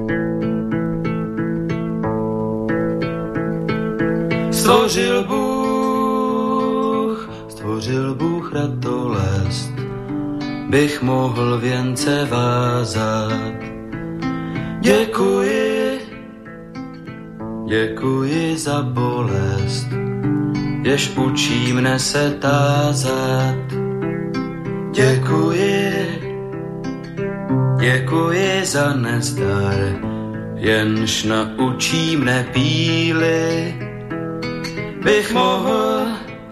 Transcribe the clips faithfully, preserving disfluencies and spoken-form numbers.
Stvořil Bůh, stvořil Bůh ratolest, bych mohl věnce vázat. Děkuji, děkuji za bolest, jež učí mne se tázat. Děkuji, děkuji za nezdar, jenž naučí mne píly. Bych mohl,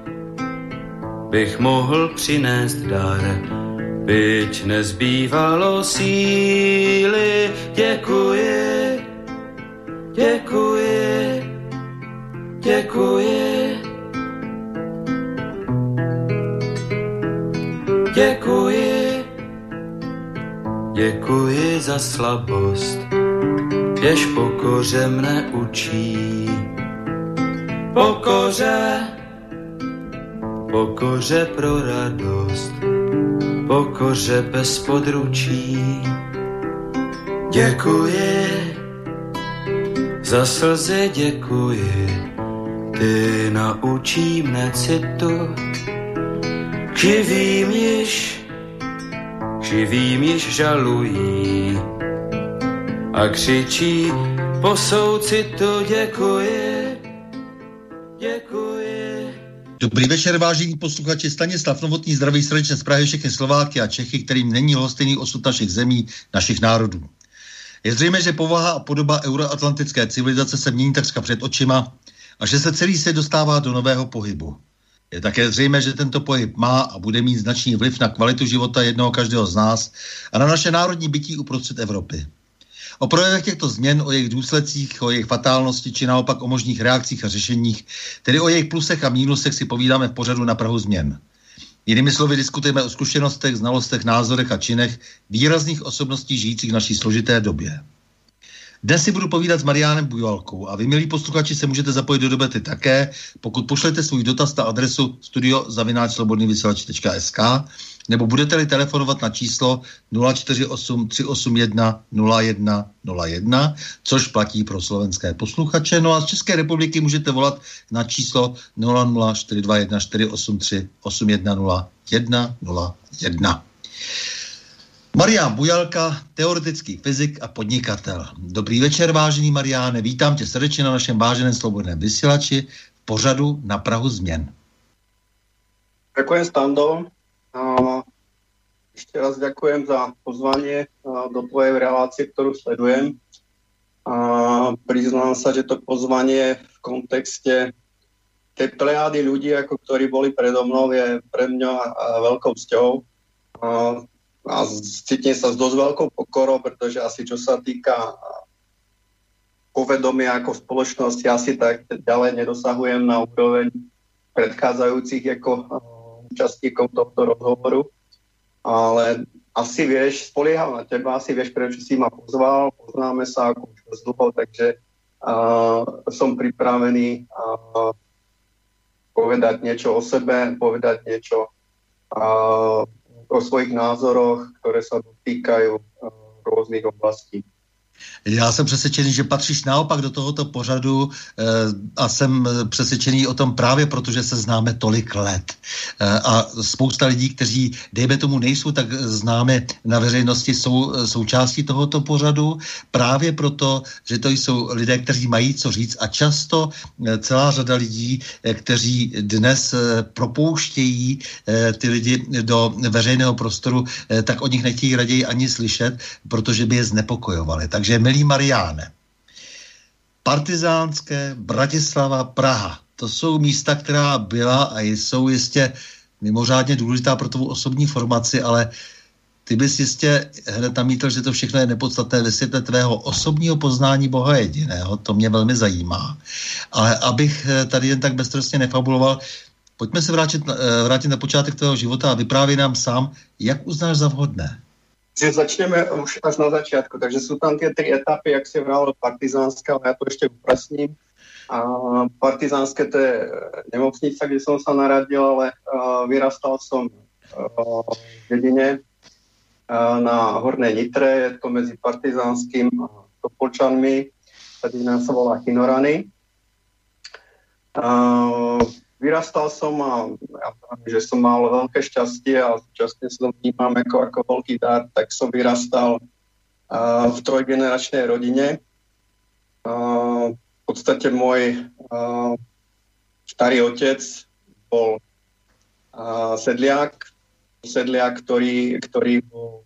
bych mohl přinést dar, byť nezbývalo síly. Děkuji, děkuji, děkuji, děkuji, děkuji za slabost, jež pokoře mne učí. Pokoře, pokoře pro radost, pokoře bez područí. Děkuji, za slzy děkuji, ty naučí mne citu. K živým již, k živým již žalují a křičí po soucitu. Děkuji, děkuji. Dobrý večer, vážení posluchači. Stanislav Novotný zdraví srdečně z Prahy všechny Slováky a Čechy, kterým není lhostejný osud našich zemí, našich národů. Je zřejmé, že povaha a podoba euroatlantické civilizace se mění takřka před očima a že se celý svět dostává do nového pohybu. Je také zřejmé, že tento pohyb má a bude mít značný vliv na kvalitu života jednoho každého z nás a na naše národní bytí uprostřed Evropy. O projevech těchto změn, o jejich důsledcích, o jejich fatálnosti, či naopak o možných reakcích a řešeních, tedy o jejich plusech a mínusech si povídáme v pořadu Na prahu změn. Jinými slovy diskutujeme o zkušenostech, znalostech, názorech a činech výrazných osobností žijících v naší složité době. Dnes si budu povídat s Mariánem Bujalkou a vy, milí posluchači, se můžete zapojit do debaty také, pokud pošlete svůj dotaz na adresu studio zavináč slobodný vysílač tečka es ká nebo budete-li telefonovat na číslo nula čtyři osm tři osm jedna nula jedna nula jedna, což platí pro slovenské posluchače. No a z České republiky můžete volat na číslo nula nula čtyři dva jedna čtyři osm tři osm jedna nula jedna nula jedna. Marián Bujalka, teoretický fyzik a podnikatel. Dobrý večer, vážený Mariáne, vítám tě srdečně na našem váženém slobodném vysílači v pořadu Na prahu změn. Ďakujem, Stando. A ešte raz ďakujem za pozvanie do tvojej relácie, ktorú sledujem. A priznám sa, že to pozvanie v kontexte tej plejády ľudí, ako ktorí boli predo mnou, je pre mňa veľkou cťou. A, a cítim sa s dosť veľkou pokorou, pretože asi čo sa týka povedomia ako v spoločnosti, asi tak ďalej nedosahujem na úroveň predchádzajúcich ako účastníkov tohto rozhovoru, ale asi vieš, spolieham na teba, asi vieš, prečo si ma pozval, poznáme sa ako už dlho, takže uh, som pripravený uh, povedať niečo o sebe, povedať niečo uh, o svojich názoroch, ktoré sa dotýkajú uh, rôznych oblastí. Já jsem přesvědčený, že patříš naopak do tohoto pořadu e, a jsem přesvědčený o tom právě proto, že se známe tolik let. E, a spousta lidí, kteří, dejme tomu, nejsou tak známe na veřejnosti, jsou součástí tohoto pořadu právě proto, že to jsou lidé, kteří mají co říct a často e, celá řada lidí, e, kteří dnes e, propouštějí e, ty lidi do veřejného prostoru, e, tak o nich nechtějí raději ani slyšet, protože by je znepokojovali. Takže Takže, milý Mariáne, Partizánské, Bratislava, Praha, to jsou místa, která byla a jsou jistě mimořádně důležitá pro tvou osobní formaci, ale ty bys jistě hned namítl, že to všechno je nepodstatné ve světle tvého osobního poznání Boha jediného, to mě velmi zajímá. Ale abych tady jen tak beztrestně nefabuloval, pojďme se vrátit, vrátit na počátek tvého života a vyprávěj nám sám, jak uznáš za vhodné. Že začneme už až na začiatku, takže sú tam tie tri etapy, jak si vravil, partizánska, ale ja to ešte upresním. A partizánske to je nemocnica, kde som sa narodil, ale uh, vyrastal som uh, v dedine uh, na Hornej Nitre, je to medzi Partizánskym a Topolčanmi, tá dedina sa volá Chinorany. Uh, vyrastal som a ja poviem, že som mal veľké šťastie a súčasne som vnímam ako, ako veľký dar, tak som vyrastal uh, v trojgeneračnej rodine. Uh, v podstate môj uh, starý otec bol uh, sedliak, sedliak, ktorý, ktorý bol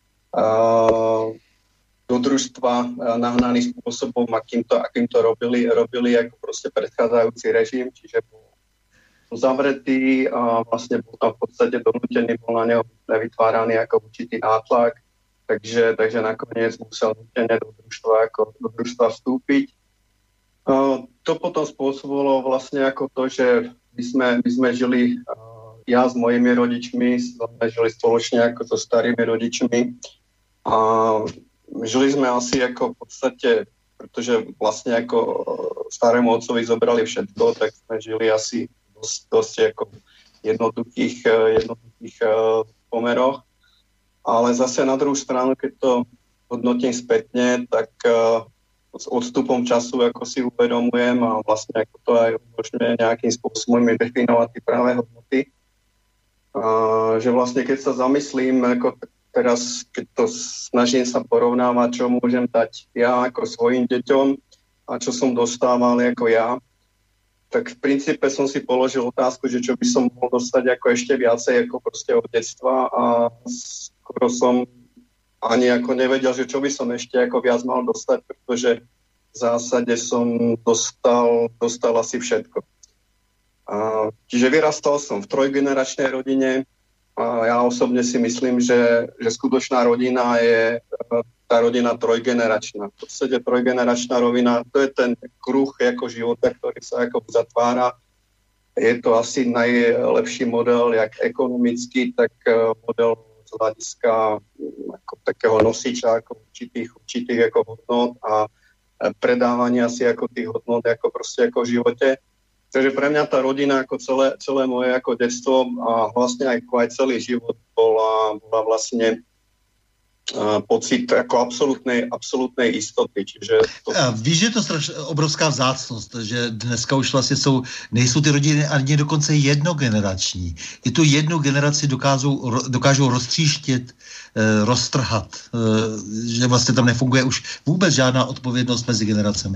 uh, do družstva uh, nahnaný spôsobom, akým to, akým to robili, robili ako proste predchádzajúci režim, čiže bol zavretý a vlastne bol tam v podstate donútený, bol na neho vytváraný ako určitý nátlak, takže, takže nakoniec musel nutene do družstva, ako, do družstva vstúpiť. Uh, to potom spôsobilo vlastne ako to, že my sme, my sme žili uh, ja s mojimi rodičmi, sme žili spoločne ako so starými rodičmi a žili sme asi ako v podstate, pretože vlastne ako starému otcovi zobrali všetko, tak sme žili asi dosť, dosť ako jednoduchých, jednoduchých pomeroch. Ale zase na druhú stranu, keď to hodnotím spätne, tak s odstupom času ako si uvedomujem a vlastne ako to aj umožňuje nejakým spôsobom definovať tie práve hodnoty. Uh, že vlastne keď sa zamyslím, ako teraz, keď to snažím sa porovnávať, čo môžem dať ja ako svojim deťom a čo som dostával ako ja, tak v princípe som si položil otázku, že čo by som mohol dostať ako ešte viacej ako proste od detstva a skoro som ani ako nevedel, že čo by som ešte ako viac mal dostať, pretože v zásade som dostal, dostal asi všetko. A, čiže vyrastal som v trojgeneračnej rodine a ja osobne si myslím, že, že skutočná rodina je tá rodina trojgeneračná. V podstate trojgeneračná rovina, to je ten kruh ako života, ktorý sa ako zatvára. Je to asi najlepší model, jak ekonomický, tak model z hľadiska ako takého nosiča, ako určitých, určitých ako hodnot a predávania si ako tých hodnot ako proste ako v živote. Takže pre mňa tá rodina ako celé, celé moje ako detstvo a vlastne aj, aj celý život bola, bola vlastne uh, pocit ako absolútnej, absolútnej istoty. Čiže to... Víš, že je to straš, obrovská vzácnost, že dneska už vlastně jsou, nejsou ty rodiny ani dokonce jednogenerační. I tu jednu generaci dokážou, dokážou roztříštit, eh, roztrhat, eh, že vlastně tam nefunguje už vůbec žádná odpovědnost mezi generacemi.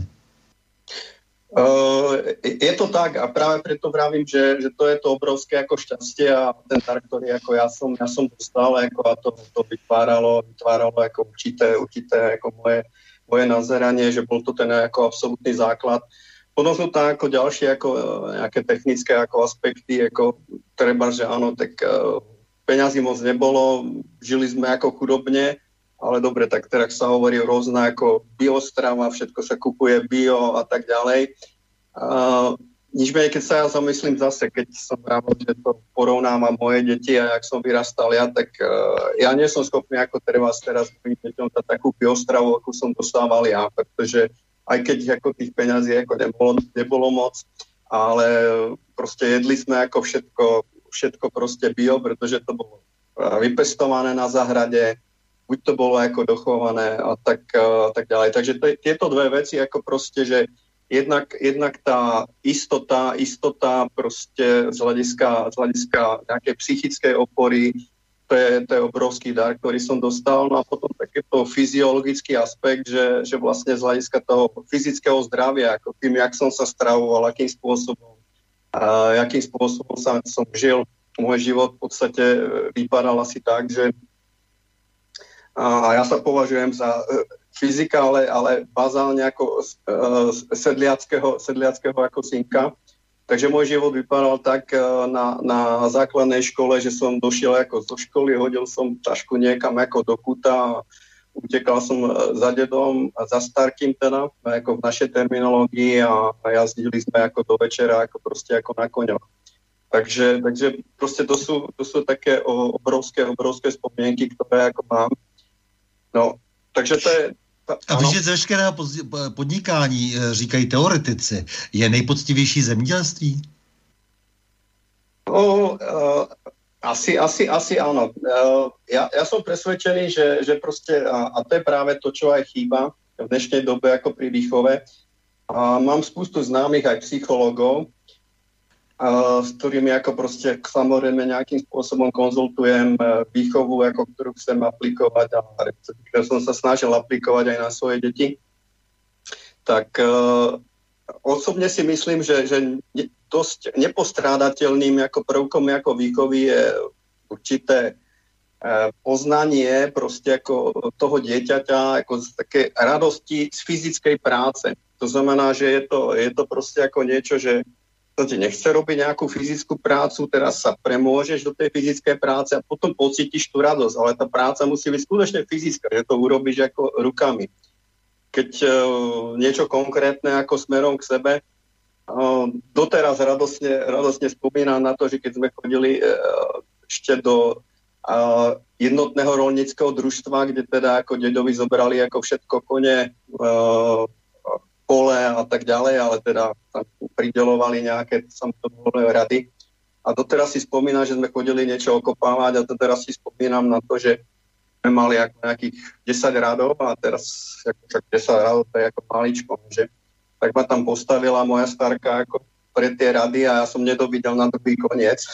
Uh, je to tak a práve preto vravím, že, že to je to obrovské ako šťastie a ten dar, ktorý ako ja som, ja som dostal ako a to, to vytváralo, vytváralo ako určité, určité ako moje, moje nazeranie, že bol to ten ako absolútny základ. Potom sú tam ako ďalšie ako nejaké technické ako aspekty, ako treba, že áno, tak uh, peňazí moc nebolo, žili sme ako chudobne, ale dobre, tak teraz sa hovorí rôzne ako biostrava, všetko sa kupuje bio a tak ďalej. Uh, nič menej, keď sa ja zamyslím zase, keď som rád, že to porovnávam moje deti a jak som vyrastal ja, tak uh, ja nie som schopný ako teraz, teraz mojim deťom dať takú biostravu, ako som dostával ja, pretože aj keď ako tých peňazí ako nebolo, nebolo moc, ale proste jedli sme ako všetko, všetko proste bio, pretože to bolo vypestované na záhrade, buď to bolo ako dochované a tak, a tak ďalej. Takže t- tieto dve veci ako proste, že jednak, jednak tá istota, istota proste z hľadiska, z hľadiska nejakej psychickej opory, to je, to je obrovský dar, ktorý som dostal. No a potom takýto fyziologický aspekt, že, že vlastne z hľadiska toho fyzického zdravia, ako tým, jak som sa stravoval, akým spôsobom, a akým spôsobom sa, som žil. Môj život v podstate vypadal asi tak, že a ja sa považujem za fyzika, ale, ale bazálne ako sedliackého, sedliackého ako synka. Takže môj život vypadal tak na, na základnej škole, že som došiel ako zo školy, hodil som tašku niekam ako do kuta, utekal som za dedom a za starkým teda, ako v našej terminológii a, a jazdili sme ako do večera, ako proste ako na koňoch. Takže, takže proste to sú, to sú také obrovské, obrovské spomienky, ktoré ako mám. No, takže to je... Ta, a víš, že z veškerého podnikání, říkají teoretici, je nejpoctivější zemědělství? No, uh, asi, asi, asi áno. Uh, ja, ja som presvedčený, že, že proste, a, a to je práve to, čo aj chýba, v dnešnej dobe ako pri výchove. A mám spústu známych aj psychológov, a s ktorými ako proste samozrejme nejakým spôsobom konzultujem výchovu, ako ktorú chcem aplikovať a ktorú som sa snažil aplikovať aj na svoje deti. Tak uh, osobne si myslím, že, že dosť nepostrádateľným ako prvkom ako výchovy je určité uh, poznanie proste ako toho dieťaťa, ako z také radosti z fyzickej práce. To znamená, že je to, je to proste ako niečo, že to ti nechce robiť nejakú fyzickú prácu, teraz sa premôžeš do tej fyzickej práce a potom pocítiš tú radosť, ale tá práca musí byť skutočne fyzická, že to urobíš ako rukami. Keď uh, niečo konkrétne ako smerom k sebe, uh, doteraz radosne, radosne spomínam na to, že keď sme chodili uh, ešte do uh, jednotného rolníckeho družstva, kde teda ako dedovi zobrali ako všetko kone, uh, pole a tak ďalej, ale teda tam pridelovali nejaké samotovné rady. A doteraz si spomínam, že sme chodili niečo okopávať a doteraz si spomínam na to, že sme mali ako nejakých desať radov a teraz však desať radov to je ako maličko, že? Tak ma tam postavila moja starka ako pre tie rady a ja som nedovidel na druhý koniec.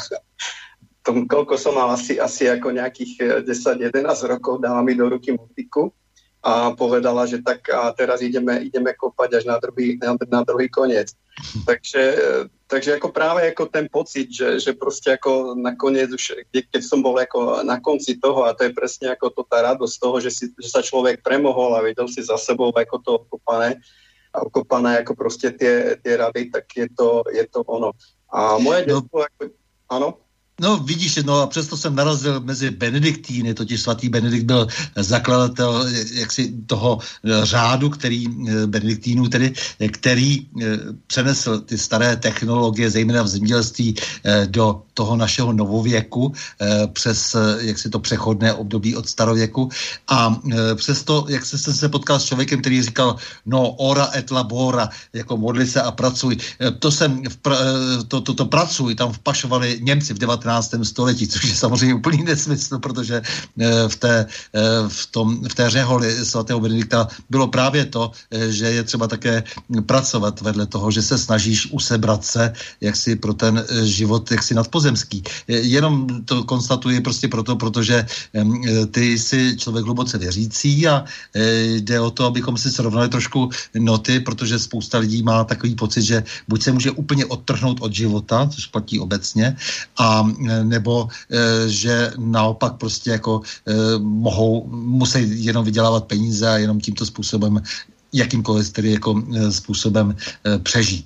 Tom, koľko som mal asi, asi ako nejakých desať jedenásť rokov, dala mi do ruky motiku a povedala, že tak a teraz ideme, ideme kopať až na druhý, na, na druhý koniec. Takže, takže ako práve ako ten pocit, že, že proste ako nakoniec už, keď som bol ako na konci toho a to je presne ako to tá radosť toho, že, si, že sa človek premohol a videl si za sebou ako to okopané a okopané ako proste tie, tie rady, tak je to, je to ono. A moje no. detstvo, ako, áno? No vidíš, no a přesto jsem narazil mezi Benediktíny, totiž svatý Benedikt byl zakladatel jaksi toho řádu, který Benediktínů tedy, který přenesl ty staré technologie, zejména v zemědělství, do toho našeho novověku, přes jaksi to přechodné období od starověku. A přesto, jak se, jsem se potkal s člověkem, který říkal, no ora et labora, jako modli se a pracuj. To jsem, v pra, to, to, to pracuj, tam vpašovali Němci v devatenáctém století, což je samozřejmě úplný nesmysl, protože v té, v tom, v té řeholi svatého Benedikta bylo právě to, že je třeba také pracovat vedle toho, že se snažíš usebrat se jaksi pro ten život jaksi nadpozemský. Jenom to konstatuji prostě proto, protože ty jsi člověk hluboce věřící a jde o to, abychom si srovnali trošku noty, protože spousta lidí má takový pocit, že buď se může úplně odtrhnout od života, což platí obecně, a nebo že naopak prostě jako mohou, musí jenom vydělávat peníze a jenom tímto způsobem, jakýmkoliv tedy jako způsobem přežít.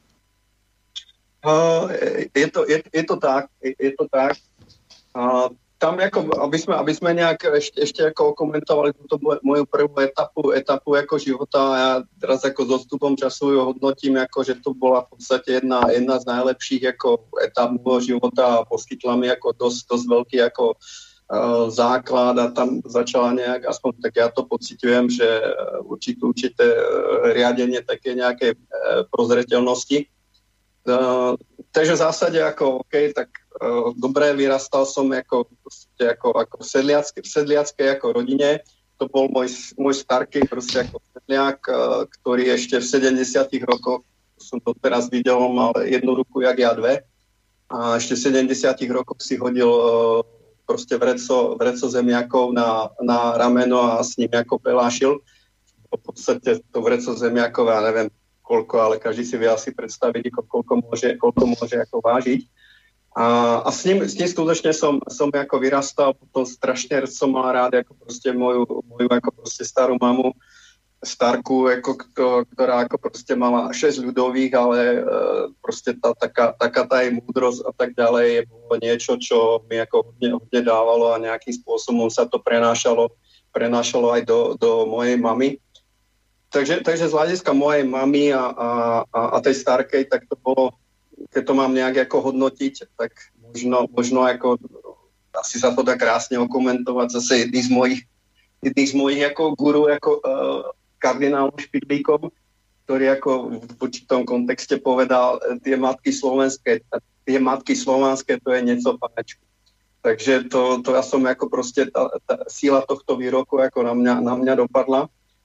Uh, je, to, je, je to tak, je, je to tak. Uh, tam jako, aby jsme, aby jsme nějak ještě, ještě jako komentovali tuto moju prvú etapu, etapu jako života, já teraz jako s odstupom času ju hodnotím, jako, že to byla v podstatě jedna, jedna z najlepších jako etap môjho života a poskytla mi jako dost, dost velký jako uh, základ a tam začala nějak, aspoň tak já to pociťujem, že určité, určité riadenie také nějaké uh, prozreteľnosti. Uh, takže v zásade ako OK, tak uh, dobré, vyrastal som ako, ako, ako v, sedliacké, v sedliackej ako rodine. To bol môj, môj starký proste ako sedliak, uh, ktorý ešte v sedemdesiatych rokoch, som to teraz videl, mal jednu ruku, jak ja dve. A ešte v sedemdesiatych rokoch si hodil uh, proste vreco, vreco zemiakov na, na rameno a s ním ako pelášil. V podstate to vreco zemiakov, ja neviem, koľko, ale každý si vie asi predstaviť, koľko môže, koľko môže ako vážiť. A, a s ním, s ním skutočne som, som ako vyrastal, potom strašne som mal rád ako proste moju, moju ako proste starú mamu, starku, ako, ktorá ako proste mala šesť ľudových, ale e, proste tá, taká, taká tá jej múdrosť a tak ďalej bolo niečo, čo mi ako hodne, hodne dávalo a nejakým spôsobom sa to prenášalo, prenášalo aj do, do mojej mamy. Takže, takže z hľadiska mojej mamy a, a, a tej starkej, tak to bolo, keď to mám nejak ako hodnotiť, tak možno, možno ako, asi sa to dá krásne okomentovať zase jedný z mojich, jedný z mojich ako guru, ako uh, kardinál Špidlíkov, ktorý ako v určitom kontexte povedal, tie matky slovenské, tie matky slovanské, to je nieco panečku. Takže to, to ja som ako proste, tá, tá síla tohto výroku ako na mňa, na mňa dopadla.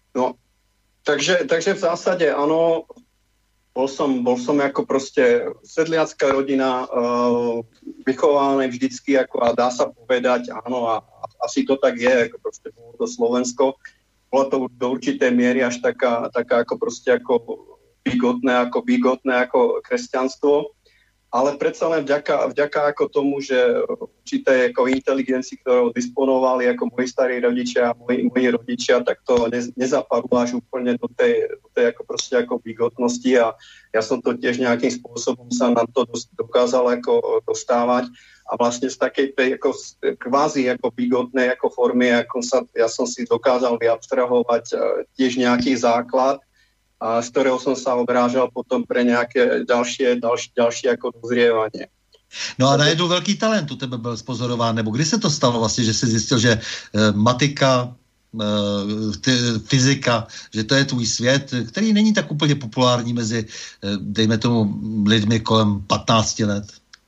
No, takže, takže v zásade áno, bol som, bol som ako proste sedliacká rodina, uh, vychované vždycky, ako, a dá sa povedať, áno, a, a asi to tak je, ako proste bolo to Slovensko. Bolo to do určitej miery až taká, taká ako proste ako bigotné, ako bigotné, ako kresťanstvo. Ale predsa len vďaka, vďaka ako tomu, že určité ako inteligencii, ktorou disponovali ako moji starí rodičia, moji, moji rodičia, tak to ne, nezapadlo až úplne do tej, do tej ako proste ako bigotnosti a ja som to tiež nejakým spôsobom sa na to dokázal ako dostávať a vlastne z takej tej ako kvázi ako bigotnej ako formy, ako sa, ja som si dokázal vyabstrahovať tiež nejaký základ, a z ktorého som sa obrážal potom pre nejaké ďalšie, ďalšie, ďalšie ako dozrievanie. No a najednou velký talent u tebe byl spozorován, nebo kdy se to stalo vlastně, že jsi zjistil, že e, matika, e, fyzika, že to je tvůj svět, který není tak úplně populární mezi, e, dejme tomu, lidmi kolem patnáct let?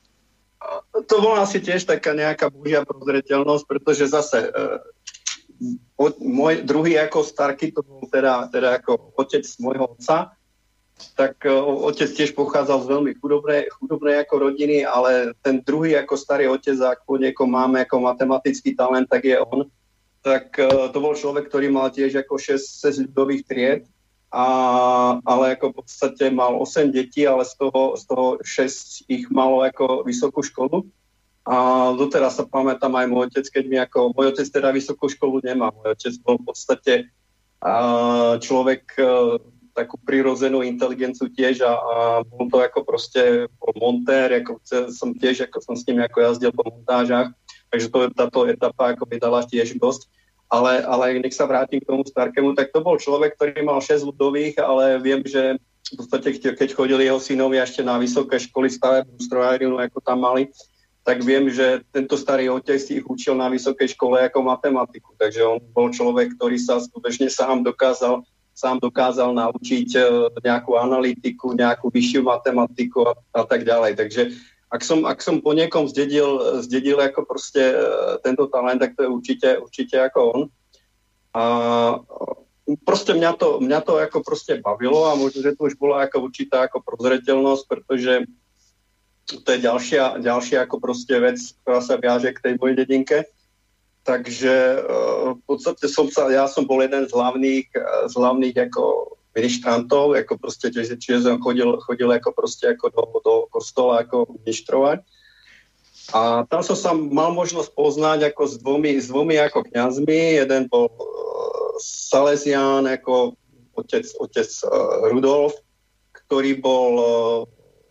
To bola asi tiež taká nejaká božia prozreteľnosť, pretože zase e, môj druhý ako Starky, to bol teda, teda ako otec môjho otca, tak uh, otec tiež pochádzal z veľmi chudobnej, chudobnej ako rodiny, ale ten druhý ako starý otec, ako niekoho máme ako matematický talent, tak je on. Tak uh, to bol človek, ktorý mal tiež ako šesť ľudových tried, a, ale ako v podstate mal osem detí, ale z toho, z toho šesť ich malo ako vysokú školu. A doteraz sa pamätám aj môj otec, keď mi ako... Môj otec teda vysokú školu nemá. Môj otec bol v podstate a, človek a, takú prirodzenú inteligenciu tiež a, a bol to ako proste bol montér, ako som tiež, ako som s ním ako jazdil po montážach, takže to, táto etapa ako by dala tiež dosť. Ale, ale nech sa vrátim k tomu Starkému, tak to bol človek, ktorý mal šesť ľudových, ale viem, že v podstate, keď chodili jeho synovia ešte na vysoké školy stavebnú strojárinu, ako tam mali, tak viem, že tento starý otec ich učil na vysokej škole ako matematiku. Takže on bol človek, ktorý sa skutočne sám dokázal, sám dokázal naučiť nejakú analytiku, nejakú vyššiu matematiku a, a tak ďalej. Takže ak som, ak som po niekom zdedil, zdedil ako proste tento talent, tak to je určite, určite ako on. A proste mňa to, mňa to ako proste bavilo a možno, že to už bola ako určitá ako prozreteľnosť, pretože to je ďalšia, ďalšia ako proste vec, ktorá sa viaže k tej mojej dedinke. Takže uh, v podstate som sa, ja som bol jeden z hlavných, z hlavných ako ministrantov, ako proste, čiže, čiže som chodil, chodil ako proste ako do, do kostola ako ministrovať. A tam som sa mal možnosť poznať ako s dvomi, s dvomi ako kňazmi. Jeden bol uh, Salesián, ako otec, otec uh, Rudolf, ktorý bol uh,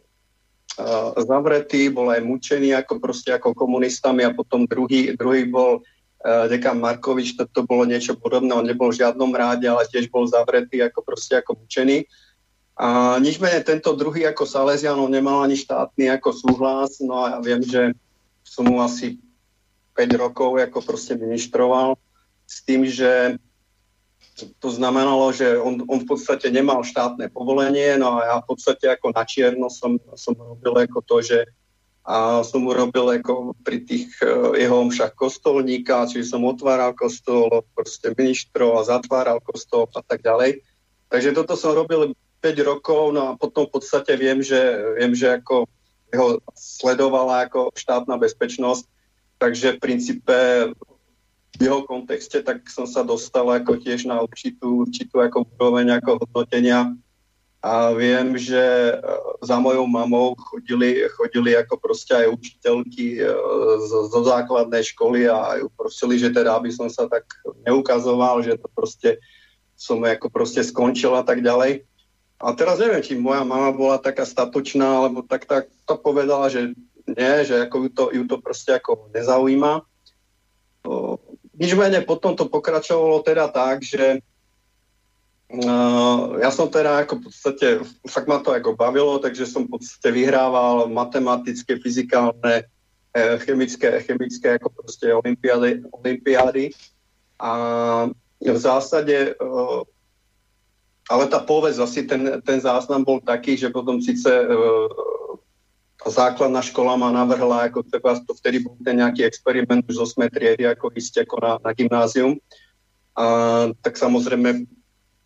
Uh, zavretý, bol aj mučený ako proste ako komunistami a potom druhý, druhý bol uh, dekan Markovič, to, to bolo niečo podobné, on nebol v žiadnom ráde, ale tiež bol zavretý ako proste ako mučený. A nič menej tento druhý ako Salesianov nemal ani štátny ako súhlas, no a ja viem, že som mu asi päť rokov ako proste ministroval s tým, že to znamenalo, že on, on v podstate nemal štátne povolenie, no a ja v podstate ako na čierno som, som robil ako to, že a som urobil ako pri tých uh, jeho omšách kostolníka, čiže som otváral kostol, proste ministrov a zatváral kostol a tak ďalej. Takže toto som robil päť rokov, no a potom v podstate viem, že, viem, že ako jeho sledovala ako štátna bezpečnosť, takže v princípe v jeho kontexte, tak som sa dostal ako tiež na určitú, určitú ako úroveň ako hodnotenia a viem, že za mojou mamou chodili, chodili ako proste aj učiteľky zo, zo základnej školy a ju prosili, že teda, aby som sa tak neukazoval, že to proste som ako proste skončil a tak ďalej. A teraz neviem, či moja mama bola taká statočná, alebo tak, tak to povedala, že nie, že ako ju to, ju to proste ako nezaujíma. Nič menej potom to pokračovalo teda tak, že uh, ja som teda ako v podstate, fakt ma to ako bavilo, takže som v podstate vyhrával matematické, fyzikálne, eh, chemické, chemické ako proste olympiády, olympiády. A v zásade, uh, ale tá povesť, asi ten, ten záznam bol taký, že potom síce uh, základná škola ma navrhla, ako treba, to vtedy bol ten nejaký experiment už z osmej triedy, ako ísť ako na, na gymnázium. A tak samozrejme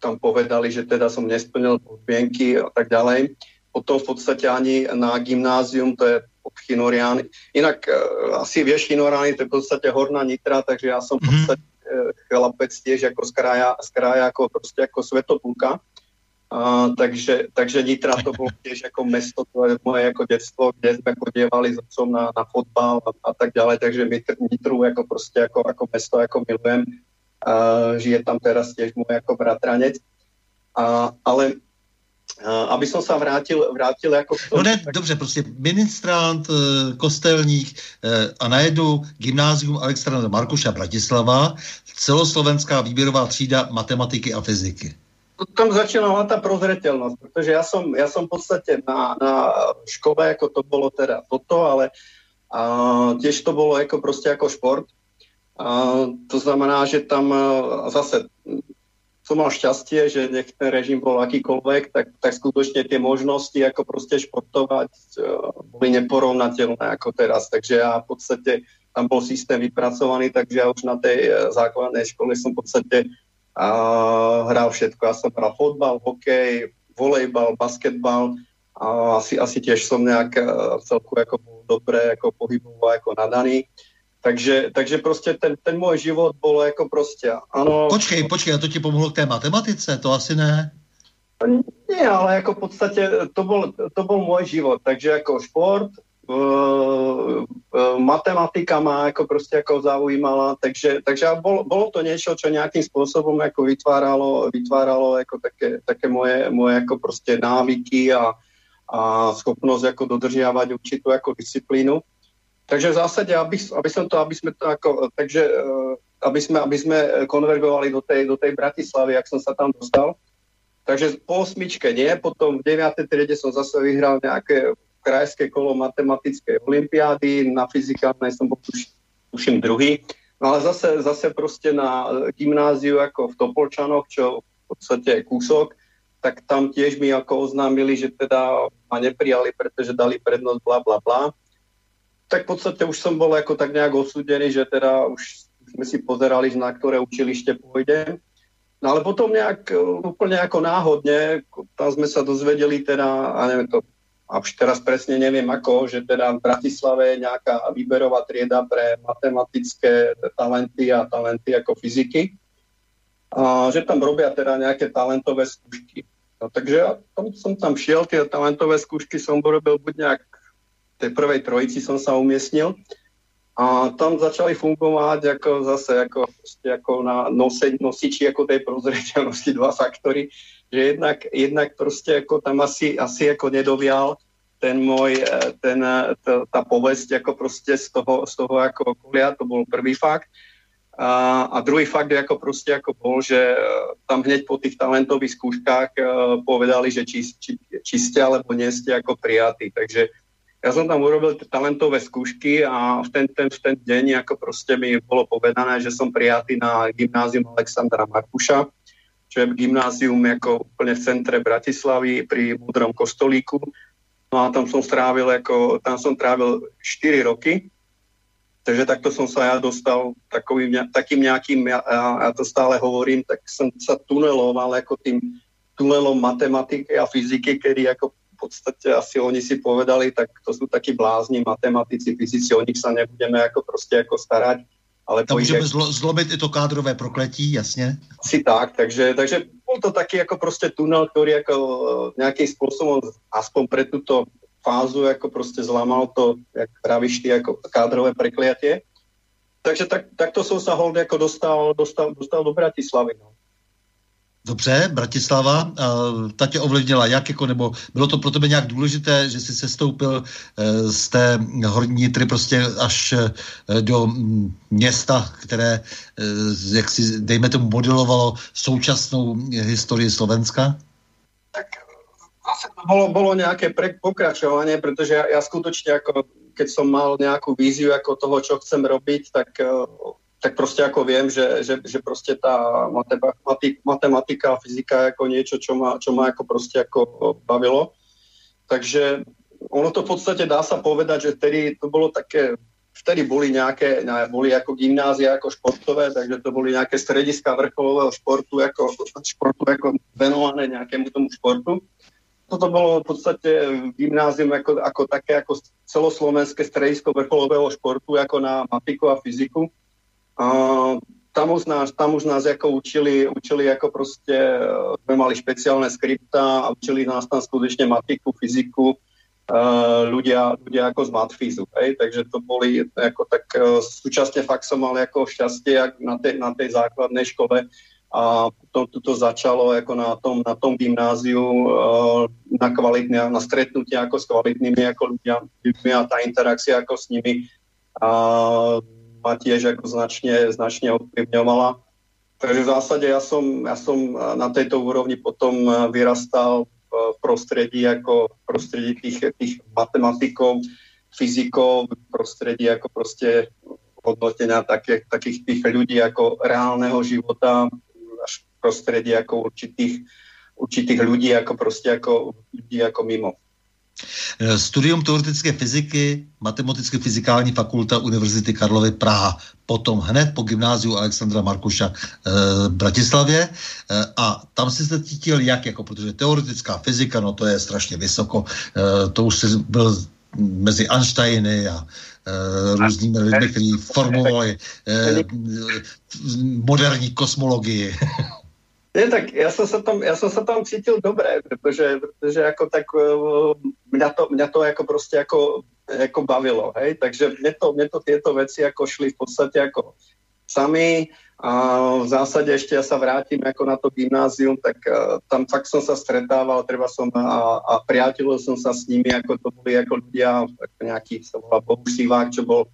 tam povedali, že teda som nesplnil podmienky a tak ďalej. Potom v podstate ani na gymnázium, to je od Chynoriány. Inak uh, asi vieš, Chynoriány, to je v podstate Horná Nitra, takže ja som v podstate uh, chlapec tiež ako z kraja, z kraja ako proste ako Svetopluka. Uh, takže, takže Nitra to bolo tiež ako mesto, to je moje ako detstvo, kde sme chodievali s otcom na, na fotbal a, a tak ďalej, takže Nitru ako proste ako, ako mesto ako milujem. Uh, žije tam teraz tiež môj ako bratranec. Uh, ale uh, aby som sa vrátil, vrátil ako... No ne, tak... dobře, prostě ministrant, kostelník a najednou gymnázium Alexandra Markuša Bratislava, celoslovenská výběrová třída matematiky a fyziky. Tam začínala tá prozreteľnosť, pretože ja som, ja som v podstate na, na škole, ako to bolo teda toto, ale a, tiež to bolo ako proste ako šport. A, to znamená, že tam a zase som mal šťastie, že nech ten režim bol akýkoľvek, tak, tak skutočne tie možnosti ako proste športovať boli neporovnateľné ako teraz. Takže ja v podstate tam bol systém vypracovaný, takže ja už na tej základnej škole som v podstate a hral všetko. Ja som hral fotbal, hokej, volejbal, basketbal a asi, asi tiež som nejak celku ako bol dobre ako pohybovo ako nadaný. Takže, takže prostě ten, ten môj život bol ako prostě, ano... Počkej, počkej, a to ti pomohlo k té matematice? To asi ne? Nie, ale ako v podstate to bol, to bol môj život. Takže ako šport, Uh, uh, matematika ma ako proste ako zaujímala, takže, takže bol, bolo to niečo, čo nejakým spôsobom ako vytváralo, vytváralo ako také, také moje, moje ako proste návyky a, a schopnosť ako dodržiavať určitú ako disciplínu. Takže v zásade, aby, aby som to, aby sme to ako, takže uh, aby sme, aby sme konvergovali do tej, do tej Bratislavy, jak som sa tam dostal. Takže po osmičke nie, potom v deviatej triede som zase vyhral nejaké krajské kolo matematickej olympiády, na fyzikálnej som bol tuším druhý, no ale zase, zase proste na gymnáziu ako v Topolčanoch, čo v podstate je kúsok, tak tam tiež mi ako oznámili, že teda ma neprijali, pretože dali prednosť bla bla bla. Tak v podstate už som bol ako tak nejak osúdený, že teda už sme si pozerali, na ktoré učilište pôjdem. No ale potom nejak úplne ako náhodne, tam sme sa dozvedeli teda, a neviem to, a už teraz presne neviem ako, že teda v Bratislave je nejaká výberová trieda pre matematické talenty a talenty ako fyziky. A že tam robia teda nejaké talentové skúšky. No, takže ja tam, som tam šiel, tie talentové skúšky som robil buď nejak v tej prvej trojici som sa umiestnil. A tam začali fungovať ako zase ako, ako na nose, nosiči ako tej prozreteľnosti dva faktory, že jednak, jednak proste ako tam asi, asi ako nedovial ten môj, ten, tá, tá povesť ako proste z toho, z toho ako okolia, to bol prvý fakt. A, a druhý fakt je ako proste ako bol, že tam hneď po tých talentových skúškach povedali, že či, či, či ste alebo nie ste ako prijatí. Takže ja som tam urobil talentové skúšky a v ten, ten, v ten deň ako proste mi bolo povedané, že som prijatý na gymnázium Alexandra Markuša, čo je gymnázium ako úplne v centre Bratislavy pri Múdrom kostolíku. No a tam som strávil ako, tam som trávil štyri roky. Takže takto som sa ja dostal takovým, takým nejakým, ja, ja to stále hovorím, tak som sa tuneloval ako tým tunelom matematiky a fyziky, kedy ako v podstate asi oni si povedali, tak to sú takí blázni matematici, fyzici, o nich sa nebudeme ako proste ako starať. Ale tam můžeme zlo, zlomit i to kádrové prokletí, jasně? Asi tak, takže, takže bol to taký ako proste tunel, ktorý ako nejakým spôsobom aspoň pre túto fázu ako proste zlamal to, jak pravíš ty, ako kádrové prekliatie. Takže tak, takto som sa hold ako dostal, dostal, dostal do Bratislavy. No. Dobře, Bratislava, ta tě ovlivnila jak jako, nebo bylo to pro tebe nějak důležité, že jsi sestoupil z té horní Nitry prostě až do města, které, jak si dejme tomu, modelovalo současnou historii Slovenska? Tak asi to bolo, bolo nejaké pre, pokračovanie, pretože ja, ja skutočne, ako, keď som mal nejakú víziu ako toho, čo chcem robiť, tak tak proste ako viem, že, že, že proste tá matematika, matematika a fyzika je ako niečo, čo ma, čo ma ako proste ako bavilo. Takže ono to v podstate dá sa povedať, že vtedy to bolo také vtedy boli nejaké, boli ako gymnázia, ako športové, takže to boli nejaké strediska vrcholového športu, ako, športu ako venované nejakému tomu športu. Toto bolo v podstate gymnázium ako, ako také ako celoslovenské stredisko vrcholového športu, ako na matiku a fyziku. A tam už nás, tam už nás ako učili, učili ako proste, sme mali špeciálne skripta a učili nás tam skutočne matiku, fyziku, Uh, ľudia, ľudia ako z matfízu, hej? Takže to boli ako tak uh, súčasne fakt som mal ako šťastie na tej, na tej základnej škole a potom to začalo ako na tom, na tom gymnáziu uh, na kvalitné, na stretnutie ako s kvalitnými ako ľudia, ľuďmi a tá interakcia ako s nimi uh, ma tiež ako značne, značne ovplyvňovala. Takže v zásade ja som, ja som na tejto úrovni potom vyrastal v prostredí ako v prostredí tých, tých matematikov, fyzikov, v prostredí ako proste hodnotenia také, takých tých ľudí ako reálneho života, až v prostredí ako určitých, určitých ľudí ako proste ako ľudí ako mimo. Studium teoretické fyziky, matematicko-fyzikální fakulta Univerzity Karlovy Praha, potom hned po gymnáziu Alexandra Markuša v Bratislavě a tam si se cítil jak, jako, protože teoretická fyzika, no to je strašně vysoko, to už si byl mezi Einsteiny a různými lidmi, kteří formovali moderní kosmologii. Nie, tak ja som sa tam, ja som sa tam cítil dobre, pretože, pretože ako tak mňa to, mňa to ako proste ako, ako bavilo, hej, takže mne to, mne to tieto veci ako šli v podstate ako sami a v zásade ešte ja sa vrátim ako na to gymnázium, tak uh, tam fakt som sa stretával, treba som a, a priateľil som sa s nimi, ako to boli ako ľudia, ako nejaký, sa volá Bohuš Sivák, čo bol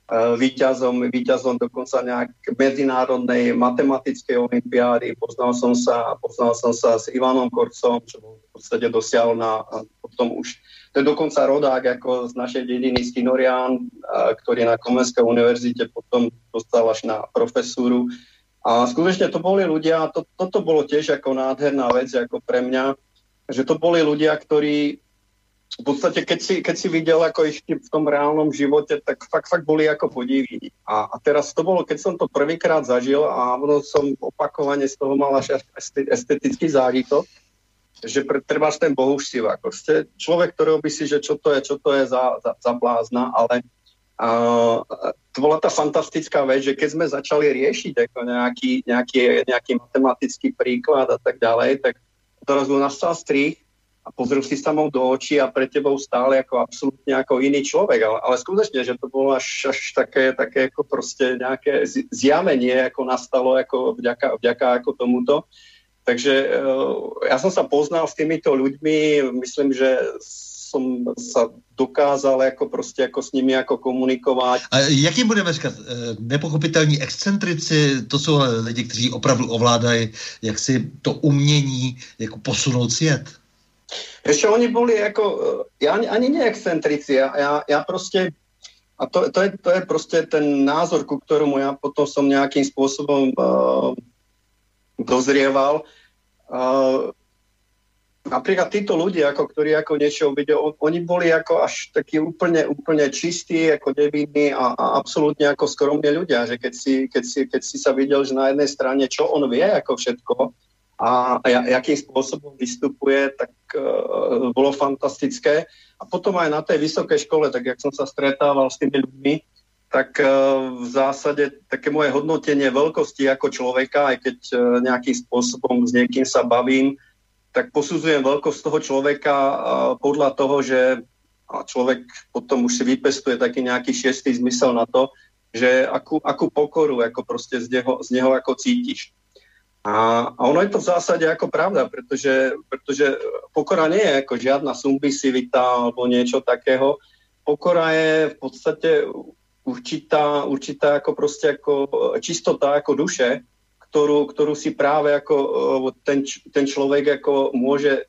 Výťazom, výťazom dokonca nejak medzinárodnej matematickej olympiády. Poznal som sa, poznal som sa s Ivanom Korcom, čo v podstate dosiahol na potom už, to je dokonca rodák ako z našej dediny z Kinorián, ktorý na Komenskej univerzite potom dostal až na profesúru. A skutočne to boli ľudia, to, toto bolo tiež ako nádherná vec ako pre mňa, že to boli ľudia, ktorí v podstate, keď si, keď si videl ako ich v tom reálnom živote, tak fakt, fakt boli ako podiví. A, a teraz to bolo, keď som to prvýkrát zažil a ono som opakovane z toho mal až estetický zážitok, že treba ten Bohuš Sivák. Proste človek, ktorého by si, že čo to je, čo to je za, za, za blázna, ale uh, to bola tá fantastická vec, že keď sme začali riešiť ako nejaký, nejaký, nejaký matematický príklad a tak ďalej, tak teraz mu nastal strih a pozrel si sa mu do očí a pre tebou stále ako absolútne ako iný človek. Ale, ale skutočne, že to bolo až, až také, také ako proste nejaké zjavenie, ako nastalo ako vďaka, vďaka ako tomuto. Takže ja som sa poznal s týmito ľuďmi, myslím, že som sa dokázal ako proste ako s nimi ako komunikovať. A jakým budeme říkat? Nepochopitelní excentrici, to jsou lidi, kteří opravdu ovládají jaksi to umění jako posunout svět. Ešte oni boli ako, ja ani, ani nie excentrici, ja, ja, ja proste, a to, to, je, to je proste ten názor, ku ktorému ja potom som nejakým spôsobom uh, dozrieval. Uh, napríklad títo ľudia, ako, ktorí ako niečo uvidia, on, oni boli ako až takí úplne, úplne čistí, ako nevinní a, a absolútne ako skromní ľudia, že keď si, keď, si, keď si sa videl, že na jednej strane, čo on vie, ako všetko, a jakým spôsobom vystupuje, tak uh, bolo fantastické. A potom aj na tej vysokej škole, tak jak som sa stretával s tými ľuďmi, tak uh, v zásade také moje hodnotenie veľkosti ako človeka, aj keď uh, nejakým spôsobom s niekým sa bavím, tak posudzujem veľkosť toho človeka uh, podľa toho, že človek potom už si vypestuje taký nejaký šiestý zmysel na to, že akú, akú pokoru ako proste z neho, z neho ako cítiš. A, a ono je to v zásade ako pravda, pretože, pretože pokora nie je ako žiadna submisivita alebo niečo takého. Pokora je v podstate určitá, určitá ako proste ako čistota ako duše, ktorú, ktorú si práve ako ten, ten človek ako môže e,